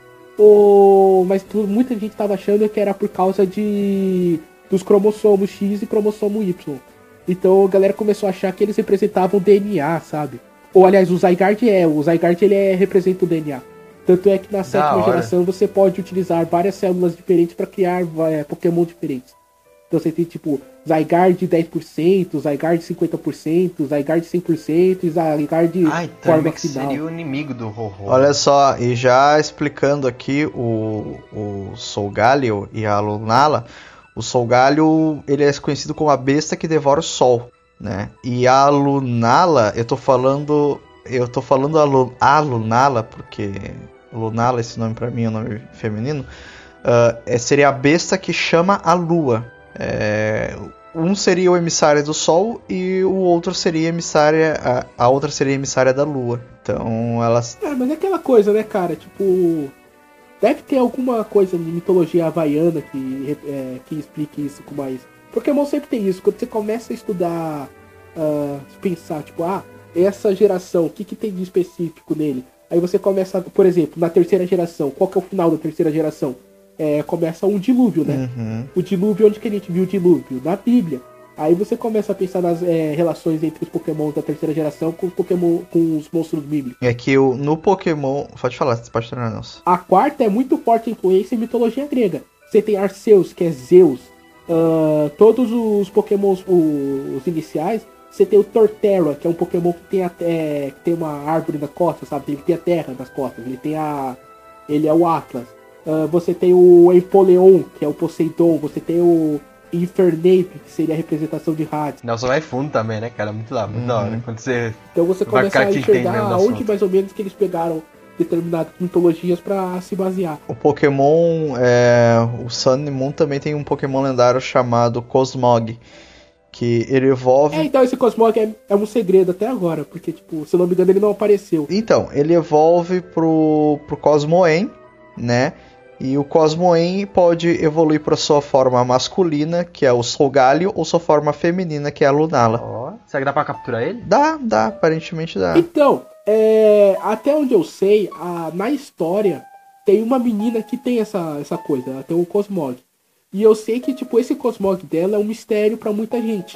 Ou... Mas tu, muita gente tava achando que era por causa de dos cromossomos X e cromossomo Y. Então a galera começou a achar que eles representavam o D N A, sabe? Ou aliás, o Zygarde é, o Zygarde ele é, representa o D N A. Tanto é que na sétima geração você pode utilizar várias células diferentes para criar é, Pokémon diferentes. Então você tem tipo Zygarde dez por cento, Zygarde cinquenta por cento, Zygarde cem por cento e Zygarde ah, então forma ele final. Seria o inimigo do Ho-Ho. Olha só, e já explicando aqui o, o Solgaleo e a Lunala, o Solgaleo ele é conhecido como a besta que devora o sol, né? E a Lunala, eu tô falando, eu tô falando a, Lu, a Lunala porque Lunala, esse nome pra mim é um nome feminino, uh, seria a besta que chama a lua. É, um seria o emissário do Sol e o outro seria emissária, a, a outra seria emissária da Lua. Então elas. É, mas é aquela coisa, né, cara? Tipo, deve ter alguma coisa de mitologia havaiana que, é, que explique isso com mais. Pokémon sempre tem isso. Quando você começa a estudar, uh, pensar, tipo, ah, essa geração, o que, que tem de específico nele? Aí você começa, por exemplo, na terceira geração, qual que é o final da terceira geração? É, começa um dilúvio, né? Uhum. O dilúvio, onde que a gente viu o dilúvio? Na Bíblia. Aí você começa a pensar nas é, relações entre os Pokémon da terceira geração com os Pokémon, com os monstros bíblicos. É que o, no Pokémon... Pode falar, você pode terminar, Nelson. A quarta é muito forte a influência em mitologia grega. Você tem Arceus, que é Zeus. Uh, todos os Pokémons, os, os iniciais. Você tem o Torterra, que é um Pokémon que tem, a, é, que tem uma árvore nas costas, sabe? Ele tem a terra nas costas. Ele tem a... Ele é o Atlas. Uh, você tem o Empoleon, que é o Poseidon. Você tem o Infernape, que seria a representação de Hades. Nelson vai fundo também, né, cara? Muito lá, muito Uhum. da hora. Quando você... Então você vai começa a ficar aqui enxergar entendendo o aonde assunto. mais ou menos que eles pegaram determinadas mitologias pra se basear. O Pokémon... É, o Sun e Moon também tem um Pokémon lendário chamado Cosmog. Que ele evolve... É, então esse Cosmog é, é um segredo até agora. Porque, tipo, se eu não me engano, ele não apareceu. Então, ele evolve pro, pro Cosmoem, né? E o Cosmoem pode evoluir para sua forma masculina, que é o Solgaleo, ou sua forma feminina, que é a Lunala. Ó, será que dá pra capturar ele? Dá, dá, aparentemente dá. Então, é, até onde eu sei, a, na história, tem uma menina que tem essa, essa coisa. Ela tem o Cosmog. E eu sei que, tipo, esse Cosmog dela é um mistério pra muita gente.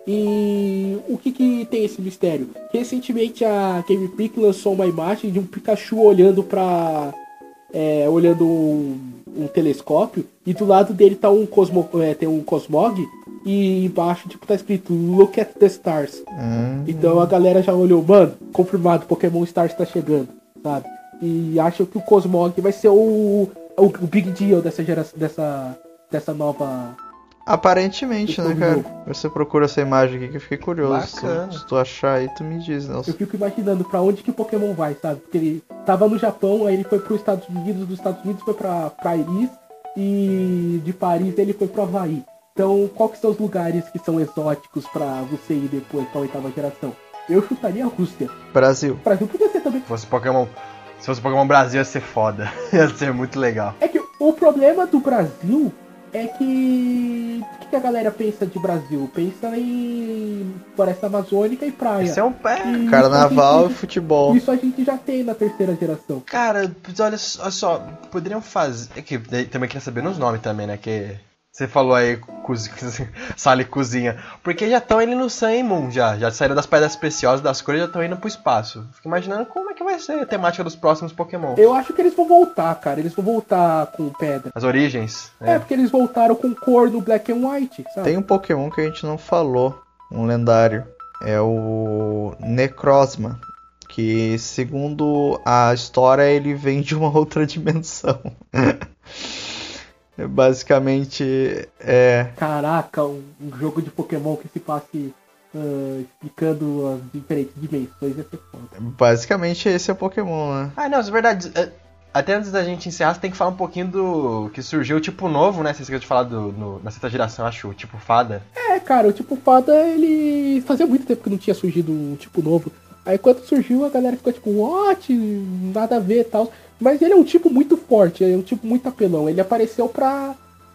E o que que tem esse mistério? Recentemente a Game Freak lançou uma imagem de um Pikachu olhando pra... É, olhando um, um telescópio, e do lado dele tá um Cosmo, é, tem um Cosmog, e embaixo tipo tá escrito Look at the Stars. Hum. Então a galera já olhou, mano, confirmado, Pokémon Stars tá chegando, sabe? E acham que o Cosmog vai ser o, o, o big deal dessa geração, dessa, dessa nova... Aparentemente, Esse né, novo cara? jogo. Você procura essa imagem aqui que eu fiquei curioso. Se Bacana. tu, se tu achar aí, tu me diz, Nelson. Eu fico imaginando pra onde que Pokémon vai, sabe? Porque ele tava no Japão, aí ele foi pros Estados Unidos, dos Estados Unidos foi pra Paris, e de Paris ele foi pro Havaí. Então, qual que são os lugares que são exóticos pra você ir depois pra oitava geração? Eu chutaria a Rússia. Brasil. O Brasil podia ser também. Se fosse Pokémon... Se fosse Pokémon Brasil, ia ser foda. Ia ser muito legal. É que o problema do Brasil é que... O que, que a galera pensa de Brasil? Pensa em floresta amazônica e praia. Isso é um pé. E Carnaval isso a e gente- futebol. Isso a gente já tem na terceira geração. Cara, olha só, olha só, poderiam fazer. É que daí também queria saber nos nomes também, né? Que você falou aí, cozi... sala e cozinha. Porque já estão indo no Sun e Moon, já. Já saíram das pedras preciosas, das cores, já estão indo pro espaço. Fico imaginando como é que vai ser a temática dos próximos Pokémon. Eu acho que eles vão voltar, cara. Eles vão voltar com pedra. As origens. É, porque eles voltaram com cor no Black and White, sabe? Tem um Pokémon que a gente não falou, um lendário. É o Necrozma. Que, segundo a história, ele vem de uma outra dimensão. É basicamente, é... Caraca, um, um jogo de Pokémon que se passe ah, explicando as diferentes dimensões ia ser foda. Basicamente esse é o Pokémon, né? Ah, não, é verdade. é, Até antes da gente encerrar, você tem que falar um pouquinho do que surgiu o tipo novo, né? Você esqueceu de falar do, no- na sexta geração, acho, o tipo fada. É, cara, o tipo fada, ele fazia muito tempo que não tinha surgido um tipo novo. Aí quando surgiu, a galera ficou tipo, what? Nada a ver e tal. Mas ele é um tipo muito forte, é um tipo muito apelão. Ele apareceu pra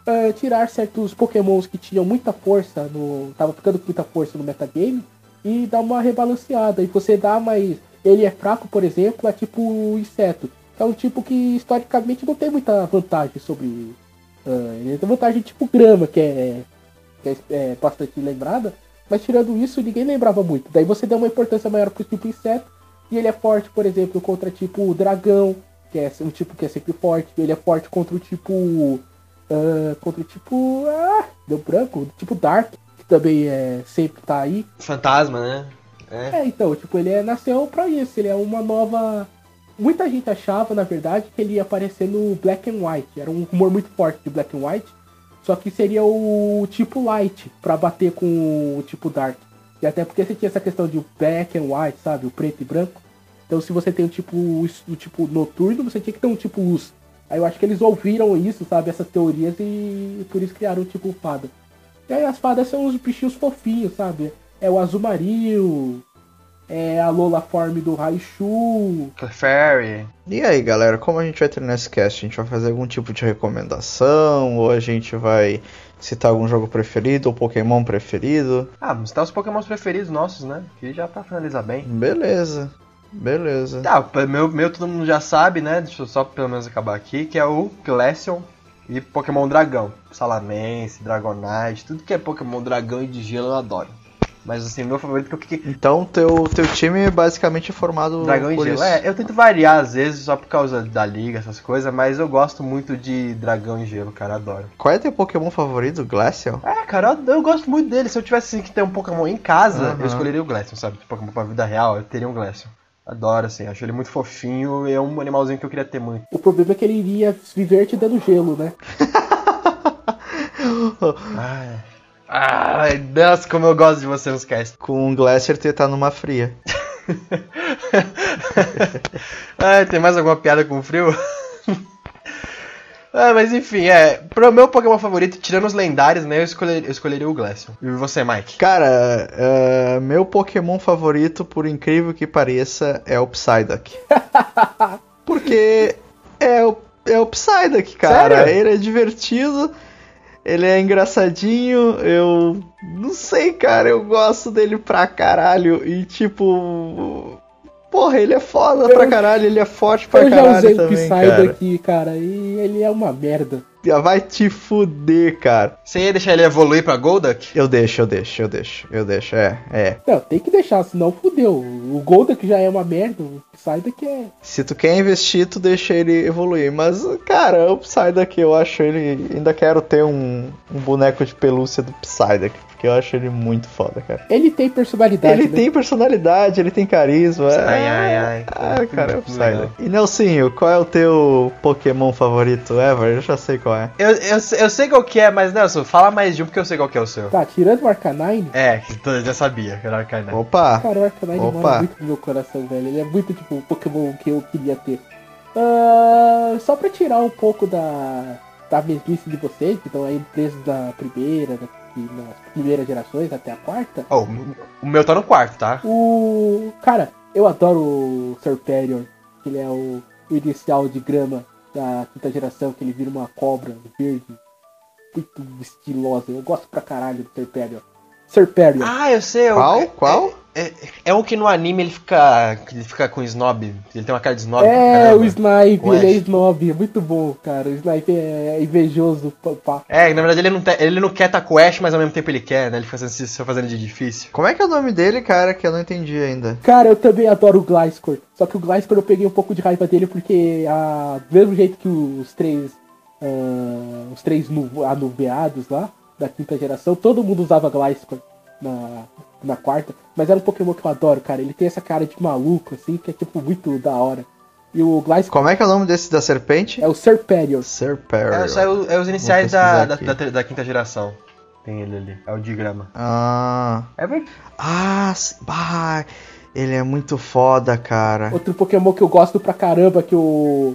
uh, tirar certos pokémons que tinham muita força, no, tava ficando com muita força no metagame, e dar uma rebalanceada. E você dá mais... Ele é fraco, por exemplo, é tipo o inseto. É um tipo que historicamente não tem muita vantagem sobre... Uh, ele tem vantagem tipo grama, que é, que é, é bastante lembrada. Mas tirando isso, ninguém lembrava muito. Daí você dá uma importância maior pro tipo inseto. E ele é forte, por exemplo, contra tipo dragão, que é um tipo que é sempre forte. Ele é forte contra o tipo... Uh, contra o tipo... Ah, deu branco. Tipo Dark, que também é, sempre tá aí. Fantasma, né? É. é, então, tipo, ele é, nasceu pra isso. Ele é uma nova... Muita gente achava, na verdade, que ele ia aparecer no Black and White. Era um rumor muito forte de Black and White. Só que seria o tipo Light, pra bater com o tipo Dark. E até porque você tinha essa questão de Black and White, sabe? O preto e branco. Então se você tem o tipo, o tipo noturno, você tinha que ter um tipo luz. Aí eu acho que eles ouviram isso, sabe? Essas teorias e por isso criaram o tipo fada. E aí as fadas são os bichinhos fofinhos, sabe? É o Azumarill, é a Lola Form do Raichu. Clefairy. E aí, galera, como a gente vai terminar esse cast? A gente vai fazer algum tipo de recomendação? Ou a gente vai citar algum jogo preferido ou Pokémon preferido? Ah, vamos citar os Pokémons preferidos nossos, né? Que já pra finalizar bem. Beleza, beleza. Tá, meu, meu todo mundo já sabe, né? Deixa eu só pelo menos acabar aqui, que é o Glaceon e Pokémon Dragão. Salamence, Dragonite, tudo que é Pokémon Dragão e de gelo eu adoro. Mas assim, meu favorito porque... Então teu, teu time é basicamente formado Dragão por e isso. gelo. É, eu tento variar às vezes só por causa da liga, essas coisas, mas eu gosto muito de Dragão e gelo, cara, adoro. Qual é teu Pokémon favorito? Glaceon? É, cara, eu, eu gosto muito dele. Se eu tivesse assim, que ter um Pokémon em casa, Uhum. eu escolheria o Glaceon, sabe? Pokémon pra vida real, eu teria um Glaceon. Adoro, assim, acho ele muito fofinho e é um animalzinho que eu queria ter muito. O problema é que ele iria viver te dando gelo, né? Ai... Ai, nossa, como eu gosto de você nos casts. Com o Glacier tu tá numa fria. Ai, tem mais alguma piada com frio? Ah, mas enfim, é. Pro meu Pokémon favorito, tirando os lendários, né? Eu, escolher, eu escolheria o Glaceon. E você, Mike? Cara, uh, meu Pokémon favorito, por incrível que pareça, é o Psyduck. Porque é o, é o Psyduck, cara. Sério? Ele é divertido. Ele é engraçadinho, eu não sei, cara, eu gosto dele pra caralho. E tipo, porra, ele é foda eu, pra caralho, ele é forte pra eu caralho já usei também, o Psyduck aqui, cara, e ele é uma merda. Vai te fuder, cara. Você ia deixar ele evoluir pra Golduck? Eu deixo, eu deixo, eu deixo, eu deixo, é, é. Não, tem que deixar, senão fudeu. O Golduck já é uma merda, o Psyduck é... Se tu quer investir, tu deixa ele evoluir. Mas, cara, o Psyduck, eu acho ele... Ainda quero ter um, um boneco de pelúcia do Psyduck, porque eu acho ele muito foda, cara. Ele tem personalidade, Ele né? tem personalidade, ele tem carisma. Ai, ai, ai. Ah, cara, é o Psyduck. E Nelsinho, qual é o teu Pokémon favorito ever? Eu já sei qual é. Eu, eu, eu sei qual que é, mas Nelson, fala mais de um porque eu sei qual que é o seu. Tá, tirando o Arcanine... É, eu já sabia que era o Arcanine. Opa! Cara, o Arcanine Opa. mora muito no meu coração, velho. Ele é muito, tipo, o Pokémon que eu queria ter. Uh, só pra tirar um pouco da, da mesmice de vocês, que estão aí presos na primeira, na, nas primeiras gerações até a quarta. Oh, o meu tá no quarto, tá? O... Cara, eu adoro o Serperior, que ele é o, o inicial de grama da quinta geração, que ele vira uma cobra verde, muito estilosa. Eu gosto pra caralho do Serperior. Serperior. Ah, eu sei. Qual? É, Qual? É, é, é um que no anime ele fica. Ele fica com snob. Ele tem uma cara de snob. É, caramba. o Snipe, O ele é Ash. snob, é muito bom, cara. O Snipe é invejoso, pá. É, na verdade ele não, te, ele não quer tá com o Ash, mas ao mesmo tempo ele quer, né? Ele fica se se fazendo de difícil. Como é que é o nome dele, cara, que eu não entendi ainda? Cara, eu também adoro o Gliscor. Só que o Gliscor eu peguei um pouco de raiva dele porque, a, do mesmo jeito que os três, uh, os três nu, anuviados lá, da quinta geração, todo mundo usava Gliscor na, na quarta. Mas era um Pokémon que eu adoro, cara. Ele tem essa cara de maluco, assim, que é tipo muito da hora. E o Gliscor Como é que é o nome desse da serpente? é o Serperior. Serperior. É, só é, o- é os iniciais Vou da, pesquisar da, aqui. da, ter- da quinta geração. Tem ele ali. É o digrama. Ah... É verdade. Ah, s- bah, ele é muito foda, cara. Outro Pokémon que eu gosto pra caramba, que o.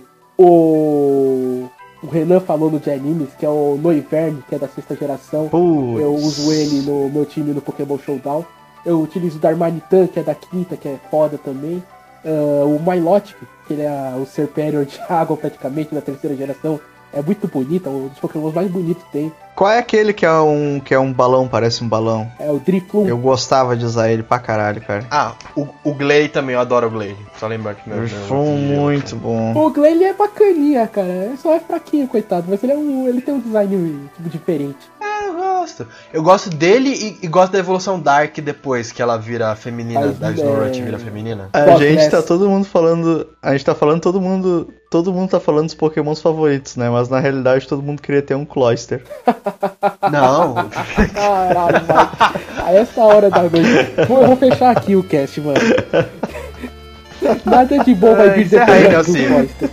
O. O Renan falou no de animes, que é o Noivern, que é da sexta geração. Putz. Eu uso ele no meu time no Pokémon Showdown. Eu utilizo o Darmanitan, que é da quinta, que é foda também. Uh, o Milotic, que ele é o Serperior de água praticamente, da terceira geração, É muito bonito, é um dos Pokémon mais bonitos que tem. Qual é aquele que é um, que é um balão, parece um balão? É o Drifloon. Eu gostava de usar ele pra caralho, cara. Ah, o, o Glade também, eu adoro o Glade. Só lembrar que meu... Drifloon meu- muito bom. O Glenn, ele é bacaninha, cara. Ele só é fraquinho, coitado. Mas ele, é um, ele tem um design tipo, diferente. É, eu gosto. Eu gosto dele e, e gosto da evolução Dark depois, que ela vira feminina, Mas, da é- Snorlax vira feminina. A Gosto gente dessa. tá todo mundo falando. A gente tá falando todo mundo. Todo mundo tá falando dos Pokémons favoritos, né? Mas na realidade todo mundo queria ter um Cloyster. Não, Caralho, vai. A essa hora da noite. Vou- Eu vou fechar aqui o cast, mano. Nada de bom vai É, vir encerra depois aí, do Nelsinho. Cloyster.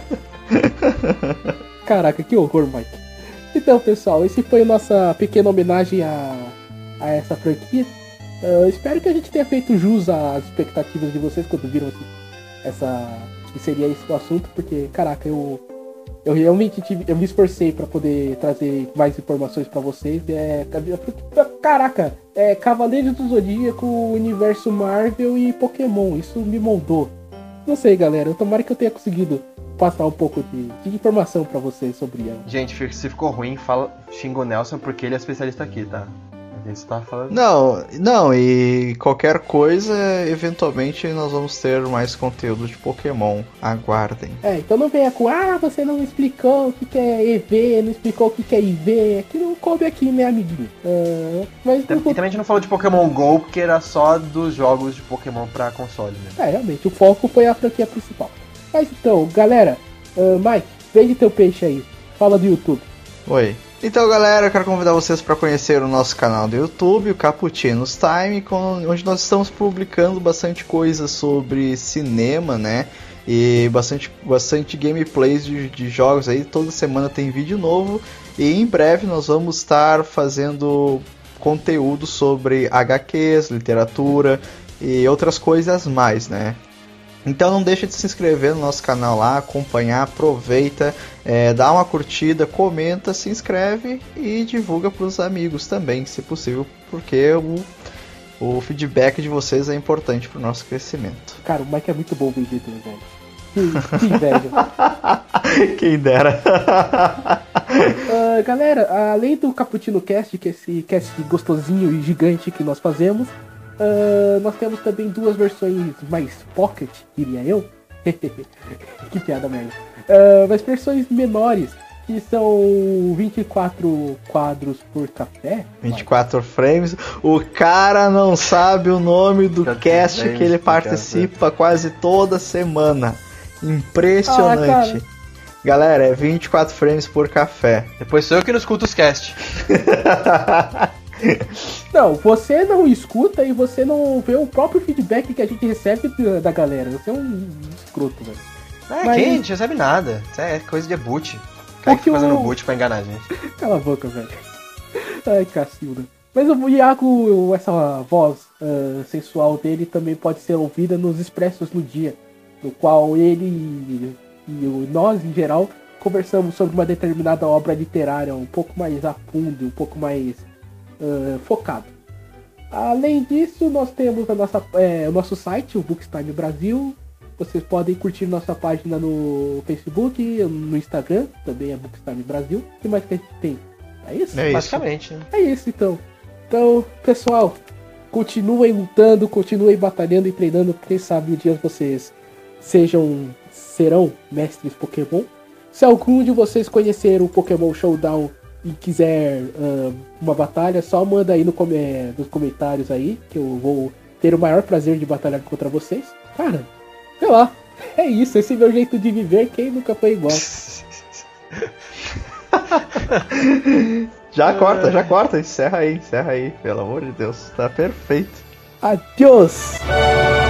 Caraca, que horror, Mike. Então, pessoal, esse foi a nossa pequena homenagem a, a essa franquia. Eu espero que a gente tenha feito jus às expectativas de vocês quando viram esse- essa. que seria esse o assunto, porque, caraca, eu. Eu realmente tive, eu me esforcei pra poder trazer mais informações pra vocês. É, caraca, é Cavaleiros do Zodíaco, Universo Marvel e Pokémon. Isso me moldou. Não sei, galera. Tomara que eu tenha conseguido passar um pouco de, de informação pra vocês sobre ela. gente, se ficou ruim, fala, xinga o Nelson porque ele é especialista aqui, tá? A gente tá falando... Não, não, e qualquer coisa, eventualmente nós vamos ter mais conteúdo de Pokémon. Aguardem. É, então não venha com, ah, você não explicou o que que é E V, não explicou o que que é I V. Aqui não coube aqui, né, amiguinho? Ah, mas E também a gente não falou de Pokémon GO porque era só dos jogos de Pokémon pra console, né? É, realmente, o foco foi a franquia principal. Mas então, galera, ah, Mike, vende teu peixe aí. Fala do YouTube. Oi. Então, galera, eu quero convidar vocês para conhecer o nosso canal do YouTube, o Cappuccinos Time, com- onde nós estamos publicando bastante coisa sobre cinema, né? E bastante, bastante gameplays de, de jogos aí. Toda semana tem vídeo novo. E em breve nós vamos estar fazendo conteúdo sobre H Qs, literatura e outras coisas mais, né? Então não deixa de se inscrever no nosso canal lá, acompanhar, aproveita, é, dá uma curtida, comenta, se inscreve e divulga para os amigos também, se possível, porque o, o feedback de vocês é importante para o nosso crescimento. Cara, o Mike é muito bom vendedor, velho. Que, que inveja. Quem dera. Ah, galera, além do Cappuccino Cast, que é esse cast gostosinho e gigante que nós fazemos, ah, nós temos também duas versões mais pocket, diria eu. Que piada merda. Ah, mas versões menores, que são vinte e quatro quadros por café. vinte e quatro frames. O cara não sabe o nome do vinte e quatro cast frames que ele por participa quase toda semana. Impressionante. Ah, cara. Galera, é vinte e quatro frames por café. Depois sou eu que não escuto os cast. Não, você não escuta e você não vê o próprio feedback que a gente recebe da- da galera. Você é um escroto, velho. É, Mas- quem? A gente recebe nada. Isso é coisa de boot. O cara que Porque fica fazendo o- boot pra enganar a gente. Cala a boca, velho. Ai, Cacilda. Mas o Iago, essa voz ah, sensual dele também pode ser ouvida nos Expressos no Dia, no qual ele e, e o- nós, em geral, conversamos sobre uma determinada obra literária um pouco mais a fundo, um pouco mais ah, focado. Além disso, nós temos a nossa, é, o nosso site, o Bookstime Brasil. Vocês podem curtir nossa página no Facebook, no Instagram, também é Bookstime Brasil. O que mais que a gente tem? É isso? É isso. Basicamente, né? É isso então. Então, pessoal, continuem lutando, continuem batalhando e treinando. Quem sabe um dia vocês sejam, serão mestres Pokémon. Se algum de vocês conhecer o Pokémon Showdown e quiser ah, uma batalha, só manda aí no come- eh, nos comentários aí, que eu vou ter o maior prazer de batalhar contra vocês. Cara, sei lá, é isso, esse é meu jeito de viver, quem nunca foi igual. Já corta, já corta. Encerra aí, encerra aí. Pelo amor de Deus. Tá perfeito. Adiós!